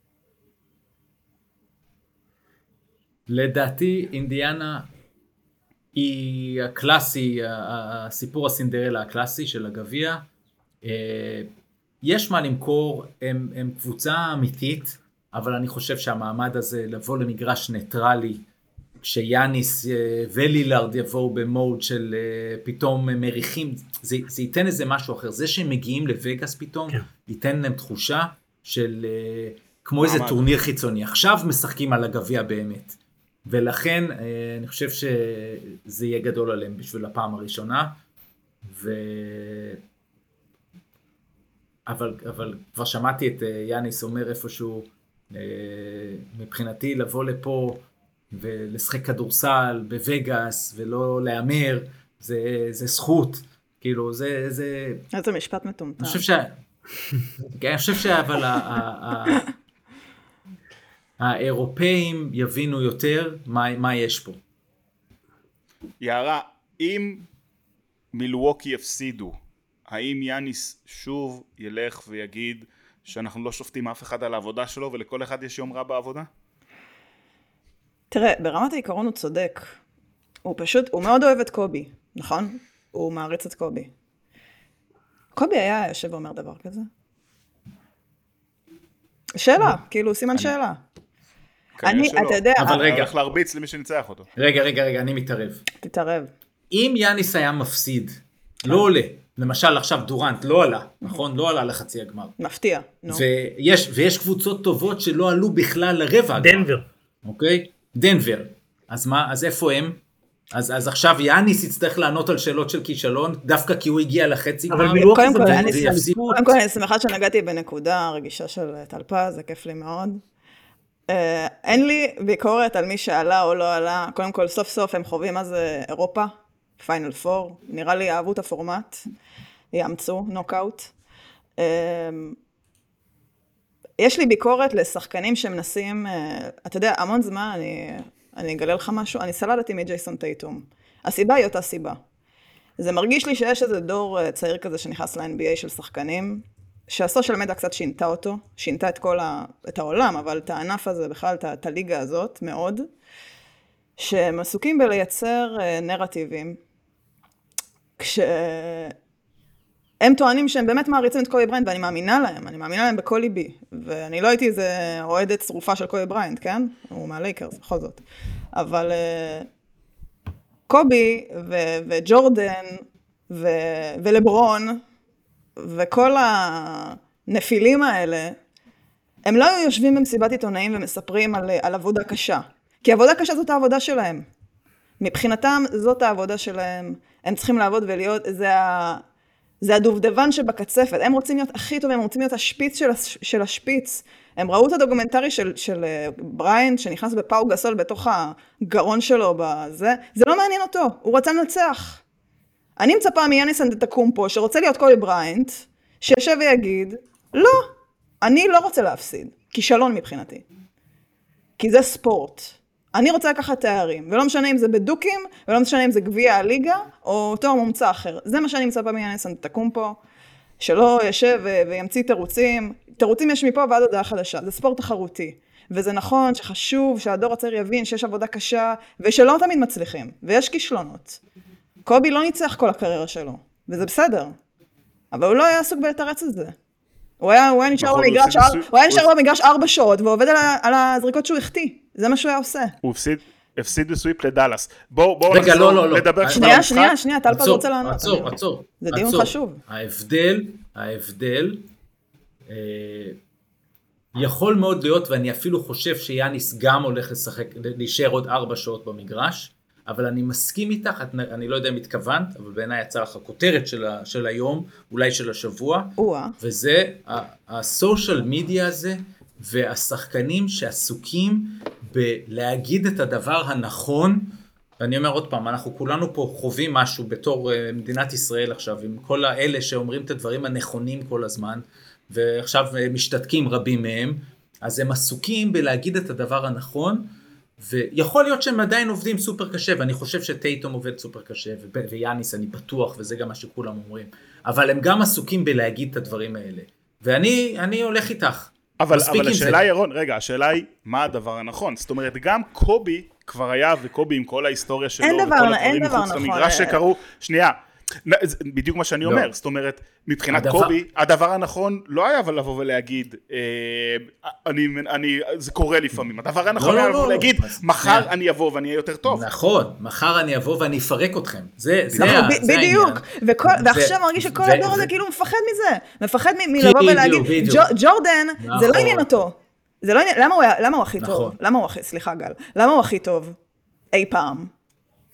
לדעתי אינדיאנה היא הקלאסי, הסיפור הסינדרלה הקלאסי של הגביע. יש מה למכור, הם קבוצה אמיתית, אבל אני חושב שהמעמד הזה לבוא למגרש ניטרלי כשיאניס ולילארד יבואו במוד של פתאום מריחים, זה ייתן איזה משהו אחר. זה שהם מגיעים לווגאס פתאום, ייתן להם תחושה של כמו איזה טורניר חיצוני. עכשיו משחקים על הגביע באמת. ולכן אני חושב שזה יהיה גדול עליהם בשביל הפעם הראשונה. אבל כבר שמעתי את יאניס אומר איפשהו, מבחינתי לבוא לפה ולשחק כדורסל בווגאס ולא להאמר, זה זכות, כאילו זה... איזה משפט מטומטם. אני חושב שאבל האירופאים יבינו יותר מה יש פה. יערה, אם מילווקי הפסידו, האם יאניס שוב ילך ויגיד שאנחנו לא שופטים אף אחד על העבודה שלו ולכל אחד יש יום רע בעבודה? תראה, ברמת העיקרון הוא צודק. הוא מאוד אוהב את קובי, נכון? הוא מעריץ את קובי. קובי היה יושב ואומר דבר כזה? שאלה, כאילו סימן שאלה. אתה יודע... אבל רגע, הולך להרביץ למי שניצח אותו. רגע, אני מתערב. תתערב. אם יאניס היה מפסיד, לא עולה, למשל עכשיו דורנט לא עלה, נכון? לא עלה לחצי הגמר. מפתיע. ויש קבוצות טובות שלא עלו בכלל לרבע הגמר. דנבר. אוקיי? דנבר. אז מה? אז איפה הם? אז עכשיו יאניס יצטרך לענות על שאלות של כישלון, דווקא כי הוא הגיע לחצי גמר. קודם כל, אני שמחה שנגעתי בנקודה הרגישה של טלפה, זה כיף לי מאוד. אין לי ביקורת על מי שעלה או לא עלה. קודם כל, סוף סוף הם חווים מה זה אירופה, פיינל פור. נראה לי אהבו את הפורמט, יאמצו, נוקאוט. יש לי ביקורת לשחקנים שמנסים, אתה יודע, המון זמן, אני אגלה לך משהו, אני סלדתי מג'ייסון טייטום. הסיבה היא אותה סיבה. זה מרגיש לי שיש איזה דור צעיר כזה שנכנס ל-NBA של שחקנים, שהסושיאל מדיה קצת שינתה אותו, שינתה את העולם, אבל את הענף הזה, בכלל את הליגה הזאת מאוד, שהם עסוקים בלייצר נרטיבים, כשהם טוענים שהם באמת מעריצים את קובי בריינט, ואני מאמינה להם בכל ליבי, ואני לא הייתי איזה אוהדת צרופה של קובי בריינט, כן? הוא מהלייקרס, בכל זאת. אבל קובי וג'ורדן ולברון, וכל הנפילים האלה, הם לא היו יושבים במסיבת עיתונאים ומספרים על עבודה קשה. כי עבודה קשה זאת העבודה שלהם. מבחינתם זאת העבודה שלהם. הם צריכים לעבוד ולהיות, זה הדובדבן שבקצפת. הם רוצים להיות הכי טובים, הם רוצים להיות השפיץ של השפיץ. הם ראו את הדוקומנטרי של בריינט, שנכנס בפאו גסול בתוך הגרון שלו בזה. זה לא מעניין אותו, הוא רוצה לנצח. אני מצפה מיאניס אנטטוקומפו שרוצה להיות קובי בריינט, שישב ויגיד, לא, אני לא רוצה להפסיד, כישלון מבחינתי. כי זה ספורט. אני רוצה לקחת תארים, ולא משנה אם זה בדוקים, ולא משנה אם זה גביע הליגה, או תואר מומצא אחר. זה מה שאני מצפה מיאניס אנטטוקומפו, שלא ישב וימציא תירוצים. תירוצים יש מפה ועד הודעה חדשה, זה ספורט תחרותי. וזה נכון שחשוב שהדור הצעיר יבין שיש עבודה קשה, ושלא תמיד מצליחים, ויש כישלונות. קובי לא ניצח כל הקריירה שלו, וזה בסדר. אבל הוא לא היה עסוק בלתרץ את זה. הוא היה נשאר במגרש 4 שעות, ועובד על הזריקות שהוא החטיא. זה מה שהוא היה עושה. הוא הפסיד בסוויפ לדלס. בואו רגע, לא. לדבר. שנייה, טלפה רוצה לענות. עצור. זה דיון חשוב. ההבדל, יכול מאוד להיות, ואני אפילו חושב שיאניס גם הולך להישאר עוד 4 שעות במגרש, אבל אני מסכים איתך, אני לא יודע אם התכוונת, אבל בעיניי יצא לך הכותרת של היום, אולי של השבוע, וזה הסושיאל מדיה הזה, והשחקנים שעסוקים בלהגיד את הדבר הנכון, ואני אומר עוד פעם, אנחנו כולנו פה חווים משהו בתור מדינת ישראל עכשיו, עם כל האלה שאומרים את הדברים הנכונים כל הזמן, ועכשיו משתתקים רבים מהם, אז הם עסוקים בלהגיד את הדבר הנכון, ויכול להיות שהם עדיין עובדים סופר קשה, ואני חושב שטייטום עובד סופר קשה, ויאניס אני בטוח, וזה גם מה שכולם אומרים, אבל הם גם עסוקים בלהגיד את הדברים האלה, ואני הולך איתך. אבל השאלה היא, ירון, רגע, השאלה היא, מה הדבר הנכון? זאת אומרת, גם קובי כבר היה, וקובי עם כל ההיסטוריה שלו, וכל הדברים מחוץ למגרש שקרו, שנייה, בדיוק מה שאני אומר, זאת אומרת, מבחינת קובי, הדבר הנכון לא היה לבוא ולהגיד, זה קורה לפעמים, הדבר הנכון היה לבוא ולהגיד, מחר אני אבוא ואני אהיה יותר טוב. נכון, מחר אני אבוא ואני אפרק אתכם, זה בדיוק, ועכשיו מרגיש שכל הדור הזה כאילו מפחד מזה, מפחד מלבוא ולהגיד, ג'ורדן, זה לא עניין אותו, למה הוא הכי טוב? סליחה גל, למה הוא הכי טוב אי פעם?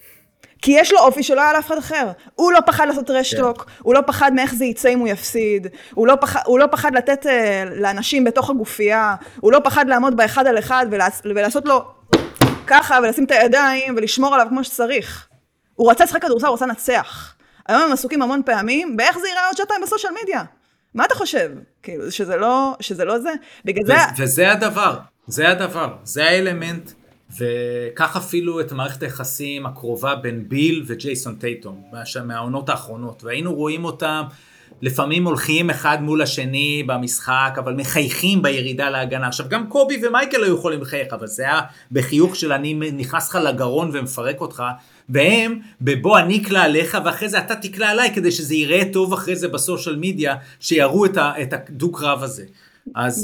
כי יש לו אופי שלא היה לאף אחד אחר. הוא לא פחד לעשות רשטוק, הוא לא פחד מאיך זה יצא אם הוא יפסיד, הוא לא פחד לתת לאנשים בתוך הגופייה, הוא לא פחד לעמוד באחד על אחד ולעשות לו ככה ולשים את הידיים ולשמור עליו כמו שצריך. הוא רצה לשחק כדורסל, הוא רצה לנצח. היום הם עסוקים המון פעמים, באיך זה ייראה עוד שעתיים בסושיאל מדיה. מה אתה חושב? כאילו, שזה לא זה? בגלל זה... וזה הדבר, זה האלמנט, וכך אפילו את מערכת היחסים הקרובה בין ביל וג'ייסון טייטום, מהעונות האחרונות, והיינו רואים אותם, לפעמים הולכים אחד מול השני במשחק, אבל מחייכים בירידה להגנה. עכשיו גם קובי ומייקל היו יכולים לחייך, אבל זה היה בחיוך של אני נכנס לך לגרון ומפרק אותך, והם בבוא אני אקלה עליך, ואחרי זה אתה תקלה עליי, כדי שזה ייראה טוב אחרי זה בסושיאל מדיה, שיראו את הדוק רב הזה. אז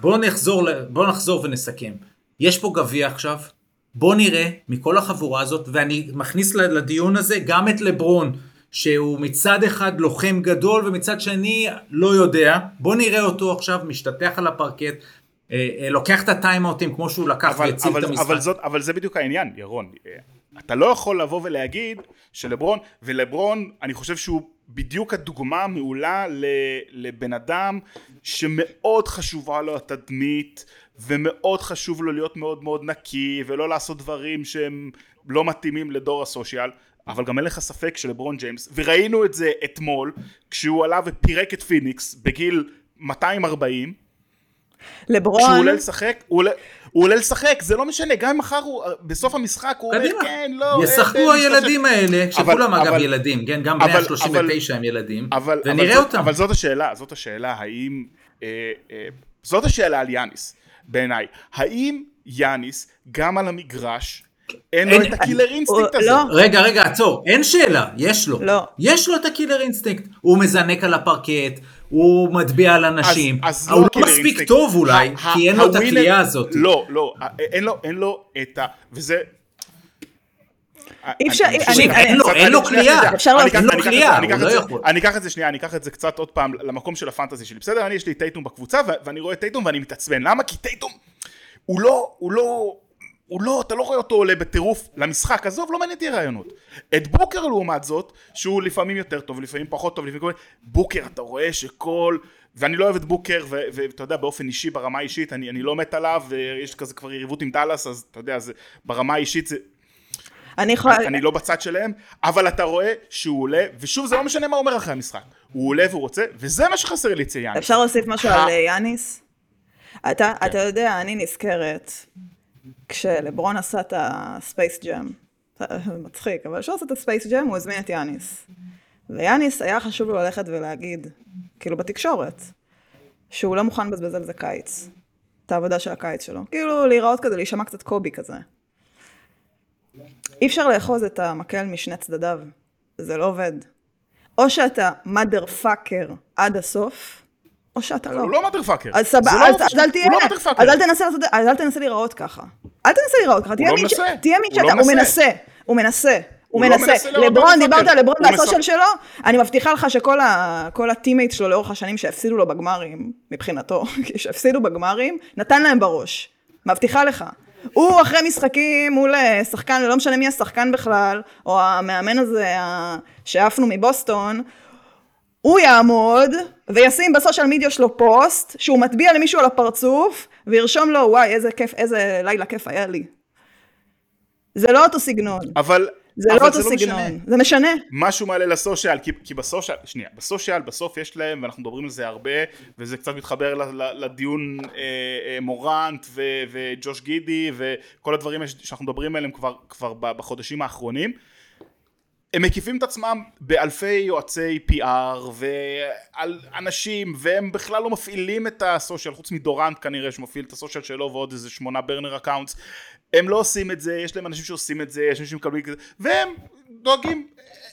בוא נחזור ונסכם. יש פה גביע עכשיו, בוא נראה מכל החבורה הזאת, ואני מכניס לדיון הזה גם את לברון, שהוא מצד אחד לוחם גדול, ומצד שני לא יודע, בוא נראה אותו עכשיו משתתח על הפרקט, לוקח את הטיימאוטים כמו שהוא לקח והציל את המשחק. אבל זה בדיוק העניין, ירון. אתה לא יכול לבוא ולהגיד שלברון, ולברון אני חושב שהוא בדיוק הדוגמה מעולה לבן אדם שמאוד חשובה לו התדמית, ומאוד חשוב לו להיות מאוד מאוד נקי, ולא לעשות דברים שהם לא מתאימים לדור הסושיאל, אבל גם אין לך ספק שלברון ג'יימס, וראינו את זה אתמול, כשהוא עלה ופירק את פיניקס בגיל 240, לברון... כשהוא עולה לשחק, הוא עולה לשחק, זה לא משנה, גם אם מחר הוא, בסוף המשחק הוא אומר, כן, לא... ישחקו הילדים האלה, שכולם אגב ילדים, כן, גם בני ה-39 הם ילדים, ונראה אותם. אבל זאת השאלה, האם... זאת השאלה על יאניס, בעיניי. האם יאניס, גם על המגרש, אין לו את הקילר אינסטינקט הזה? רגע, עצור, אין שאלה, יש לו. יש לו את הקילר אינסטינקט. הוא מזנק על הפרקט, הוא מטביע על אנשים. הוא לא מספיק טוב אולי, כי אין לו את הקליעה הזאת. לא, אין לו את ה... וזה... אין לו קליעה. אני אקח את זה שנייה, אני אקח את זה קצת עוד פעם למקום של הפנטזי שלי. בסדר, יש לי טייטום בקבוצה, ואני רואה טייטום ואני מתעצבן. למה? כי טייטום הוא לא, אתה לא רואה אותו עולה בטירוף למשחק, עזוב, לא מעניין אותי רעיונות. את בוקר לעומת זאת, שהוא לפעמים יותר טוב, לפעמים פחות טוב, לפעמים בוקר, אתה רואה שכל, ואני לא אוהב את בוקר, ואתה יודע, באופן אישי, ברמה האישית, אני לא מת עליו, ויש כזה כבר יריבות עם דלס, אז אתה יודע, ברמה האישית זה... אני לא בצד שלהם, אבל אתה רואה שהוא עולה, ושוב זה לא משנה מה הוא אומר אחרי המשחק, הוא עולה והוא רוצה, וזה מה שחסר לי אצל יאניס. אפשר להוסיף משהו על יאניס? אתה יודע, אני נזכרת, כשלברון עשה את הספייס ג'ם, מצחיק, אבל כשהוא עשה את הספייס ג'ם, הוא הזמין את יאניס. ויאניס היה חשוב לו ללכת ולהגיד, כאילו בתקשורת, שהוא לא מוכן לבזבז על זה קיץ, את העבודה של הקיץ שלו. כאילו להיראות כזה, להישמע קצת קובי כזה. אי אפשר לאחוז את המקל משני צדדיו, זה לא עובד. או שאתה mother fucker עד הסוף, או שאתה לא. הוא לא mother fucker. אז אל תנסה להיראות ככה. אל תנסה להיראות ככה, תהיה מי שאתה, הוא מנסה. לברון, דיברת על לברון והסושיאל שלו, אני מבטיחה לך שכל הטימייט שלו לאורך השנים שהפסידו לו בגמרים, מבחינתו, שהפסידו בגמרים, נתן להם בראש. מבטיחה לך. הוא אחרי משחקים מול שחקן, לא משנה מי השחקן בכלל, או המאמן הזה שאפנו מבוסטון, הוא יעמוד וישים בסושיאל מדיה שלו פוסט, שהוא מטביע למישהו על הפרצוף, וירשום לו, וואי, איזה כיף, איזה לילה כיף היה לי. זה לא אותו סגנון. זה לא אותו סגנון, זה משנה. משהו מעלה לסושיאל, כי בסושיאל בסוף יש להם, ואנחנו מדברים על זה הרבה, וזה קצת מתחבר לדיון מורנט וג'וש גידי, וכל הדברים שאנחנו מדברים עליהם כבר בחודשים האחרונים, הם מקיפים את עצמם באלפי יועצי PR ועל אנשים, והם בכלל לא מפעילים את הסושיאל, חוץ מדורנט כנראה שמפעיל את הסושיאל שלו ועוד איזה 8 ברנר אקאונטס, הם לא עושים את זה, יש להם אנשים שעושים את זה, יש אנשים שמקבלים את זה, והם דואגים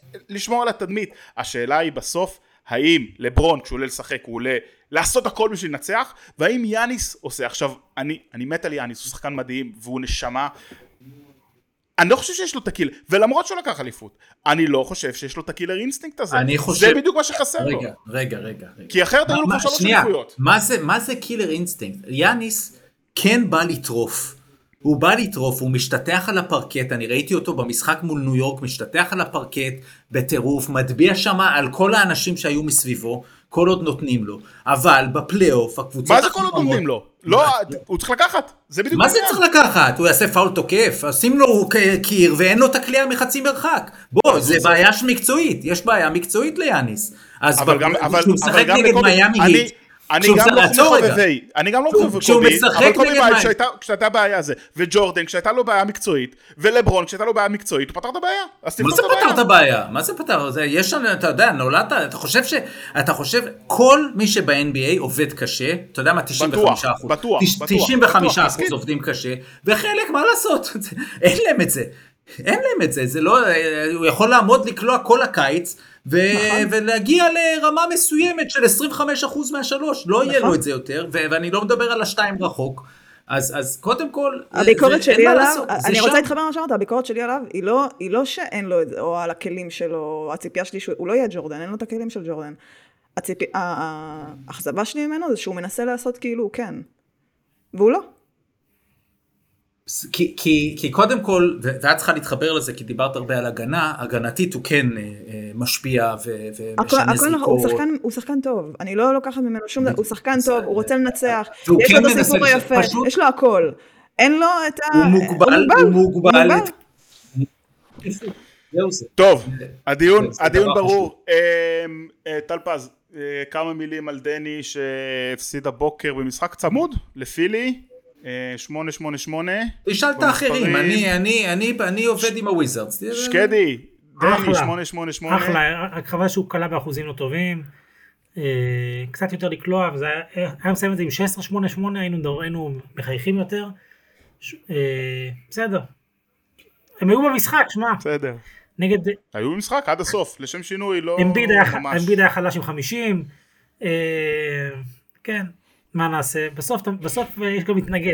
לשמור על התדמית. השאלה היא בסוף, האם לברון כשהוא עולה לשחק הוא עולה לעשות הכל בשביל לנצח, והאם יאניס עושה. עכשיו, אני מת על יאניס, הוא שחקן מדהים והוא נשמה, אני לא חושב שיש לו את הקיל, ולמרות שהוא לקח אליפות, אני לא חושב שיש לו את הקילר אינסטינקט הזה. זה בדיוק מה שחסר לו. רגע. כי אחרת היו לו כבר 3 אליפויות. מה זה קילר אינסטינקט? יאניס כן בא לטרוף. הוא בא לטרוף, הוא משתתח על הפרקט, אני ראיתי אותו במשחק מול ניו יורק, משתתח על הפרקט בטירוף, מטביע שמה על כל האנשים שהיו מסביבו, כל עוד נותנים לו. אבל בפלייאוף, הקבוצות... מה זה כל עוד נותנים לו? לא, הוא צריך לקחת. זה בדיוק... מה זה צריך לקחת? הוא יעשה פאול תוקף, עושים לו קיר ואין לו את הקליעה מחצי מרחק. בוא, זה בעיה מקצועית, יש בעיה מקצועית ליאניס. אבל גם לקובי, אני גם לא מחובב קובי, אבל קובי כשהייתה בעיה זה, וג'ורדן כשהייתה לו בעיה מקצועית, ולברון כשהייתה לו בעיה מקצועית, הוא פתר את הבעיה. מה זה פתר את הבעיה? מה זה פתר? יש, אתה יודע, נולדת, אתה חושב, כל מי שב-NBA עובד קשה, אתה יודע מה, 95%. בטוח. 95% עובדים קשה, וחלק, מה לעשות? אין להם את זה, זה לא, הוא יכול לעמוד לקלוע כל הקיץ, ולהגיע לרמה מסוימת של 25% מהשלוש, לא יהיה לו את זה יותר, ואני לא מדבר על השתיים רחוק, אז קודם כל, הביקורת שלי עליו, אני רוצה להתחבר מה שאמרת, הביקורת שלי עליו, היא לא שאין לו את זה, או על הכלים שלו, הציפייה שלי, הוא לא יהיה ג'ורדן, אין לו את הכלים של ג'ורדן. האכזבה שלי ממנו זה שהוא מנסה לעשות כאילו הוא כן, והוא לא. כי קודם כל, ואת צריכה להתחבר לזה, כי דיברת הרבה על הגנה, הגנתית הוא כן משפיע ומשנה זיקור. הוא שחקן טוב, אני לא לוקחת ממנו שום דבר, הוא שחקן טוב, הוא רוצה לנצח, יש לו את הסיפור היפה, יש לו הכל, אין לו את ה... הוא מוגבל. טוב, הדיון ברור. טל פז, כמה מילים על דני שהפסיד הבוקר במשחק צמוד לפילי, 888. תשאל את האחרים, אני עובד עם הוויזרדס. שקדי, דני 888. אחלה, רק חבל שהוא קלה באחוזים לא טובים, קצת יותר לקלוע, וזה היה מסיים את זה עם 16-8-8, היינו מחייכים יותר, בסדר. הם היו במשחק, שמע. בסדר. היו במשחק עד הסוף, לשם שינוי, לא ממש. אמביד היה חלש עם 50, כן. מה נעשה? בסוף יש גם מתנגד.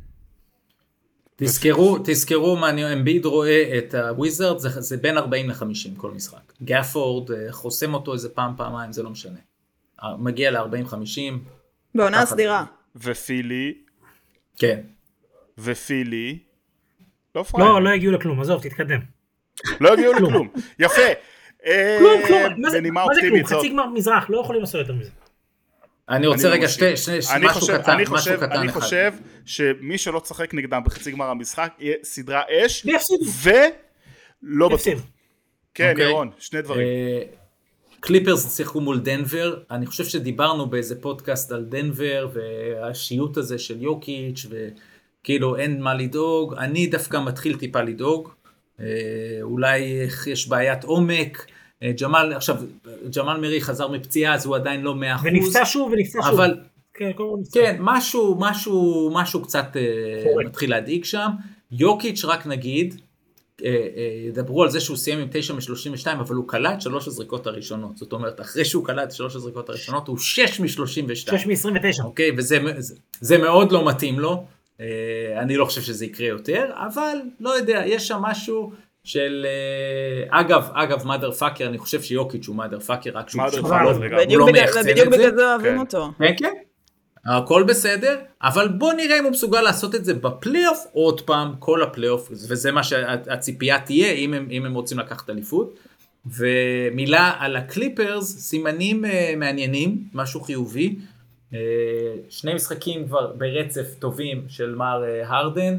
תזכרו מה אמביד רואה את הוויזרד, זה בין 40 ל-50 כל משחק. גאפורד חוסם אותו איזה פעמיים, זה לא משנה. מגיע ל-40-50. בעונה סדירה. ופילי. כן. ופילי. לא הגיעו לכלום, עזוב, תתקדם. לא הגיעו לכלום. יפה. כלום. מה זה כלום? חצי גמר מזרח, לא יכולים לעשות יותר מזה. אני רוצה רגע משהו קטן. אני חושב שמי שלא צחק נגדם בחצי גמר המשחק יהיה סדרה אש ולא בטוח. כן, ירון, שני דברים. קליפרס שיחקו מול דנבר, אני חושב שדיברנו באיזה פודקאסט על דנבר והשיעות הזה של יוקיץ' וכאילו אין מה לדאוג, אני דווקא מתחיל טיפה לדאוג, אולי יש בעיית עומק, ג'מאל מרי חזר מפציעה, אז הוא עדיין לא 100%. ונפצע שוב. אבל, כן, משהו קצת מתחיל להדאיג שם. יוקיץ' רק נגיד, ידברו על זה שהוא סיים עם 9 מ-32, אבל הוא קלע את 3 הזריקות הראשונות. זאת אומרת, אחרי שהוא קלע את 3 הזריקות הראשונות, הוא 6 מ-32. 6 מ-29. אוקיי, וזה מאוד לא מתאים לו. אני לא חושב שזה יקרה יותר, אבל לא יודע, יש שם משהו של, אגב, מאדר פאקר, אני חושב שיוקיץ' הוא מאדר פאקר, רק שהוא לא מייחצן את זה. בדיוק בגלל זה אוהבים אותו. כן. הכל בסדר, אבל בוא נראה אם הוא מסוגל לעשות את זה בפלייאוף, עוד פעם, כל הפלייאוף, וזה מה שהציפייה תהיה, אם הם רוצים לקחת אליפות. ומילה על הקליפרס, סימנים מעניינים, משהו חיובי, 2 משחקים כבר ברצף טובים של מר הרדן,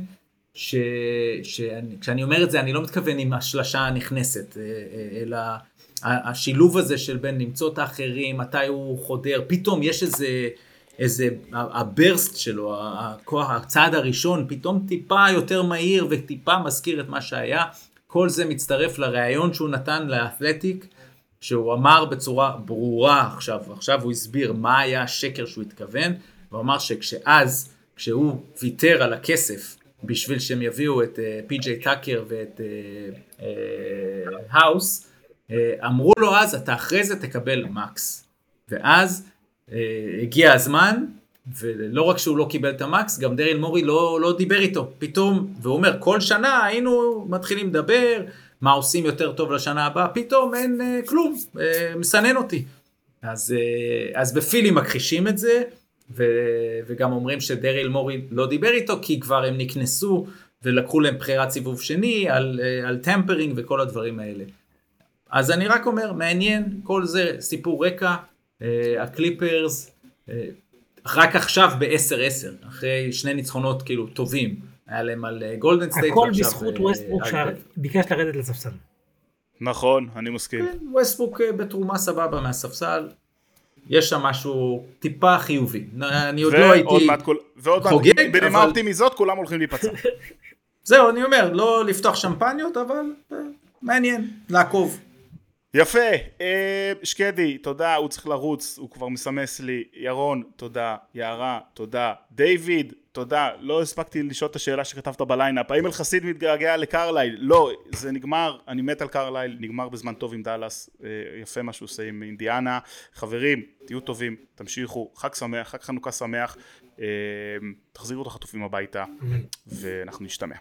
כשאני אומר את זה, אני לא מתכוון עם השלשה הנכנסת, אלא השילוב הזה של בין למצוא את האחרים, מתי הוא חודר, פתאום יש איזה הברסט שלו, הצעד הראשון, פתאום טיפה יותר מהיר וטיפה מזכיר את מה שהיה, כל זה מצטרף לראיון שהוא נתן לאתלטיק, שהוא אמר בצורה ברורה עכשיו הוא הסביר מה היה השקר שהוא התכוון, הוא אמר כשהוא ויתר על הכסף, בשביל שהם יביאו את פי.ג'יי טאקר ואת האוס, אמרו לו אז, אתה אחרי זה תקבל מקס. ואז הגיע הזמן, ולא רק שהוא לא קיבל את המקס, גם דריל מורי לא דיבר איתו. פתאום, והוא אומר, כל שנה היינו מתחילים לדבר, מה עושים יותר טוב לשנה הבאה, פתאום אין כלום, מסנן אותי. אז בפילי מכחישים את זה, וגם אומרים שדריל מורי לא דיבר איתו, כי כבר הם נקנסו, ולקחו להם בחירת סיבוב שני, על טמפרינג וכל הדברים האלה. אז אני רק אומר, מעניין, כל זה סיפור רקע, הקליפרס, רק עכשיו ב-10-10, אחרי שני ניצחונות כאילו טובים, היה להם על גולדן סטייט. הכל בזכות ווסטברוק שביקש לרדת לספסל. נכון, אני מסכים. כן, ווסטברוק בתרומה סבבה מהספסל, יש שם משהו טיפה חיובי, אני עוד לא הייתי חוגג, בנימה אופטימיזות כולם הולכים להיפצע. זהו, אני אומר, לא לפתוח שמפניות, אבל מעניין, לעקוב. יפה, שקדי, תודה, הוא צריך לרוץ, הוא כבר מסמס לי, ירון, תודה, יערה, תודה, דיוויד, תודה, לא הספקתי לשאול את השאלה שכתבת בליינאפ, האם אלחסיד מתגעגע לקרלייל? לא, זה נגמר, אני מת על קרלייל, נגמר בזמן טוב עם דלס, יפה מה שהוא עושה עם אינדיאנה, חברים, תהיו טובים, תמשיכו, חג שמח, חג חנוכה שמח, תחזירו את החטופים הביתה, ואנחנו נשתמע.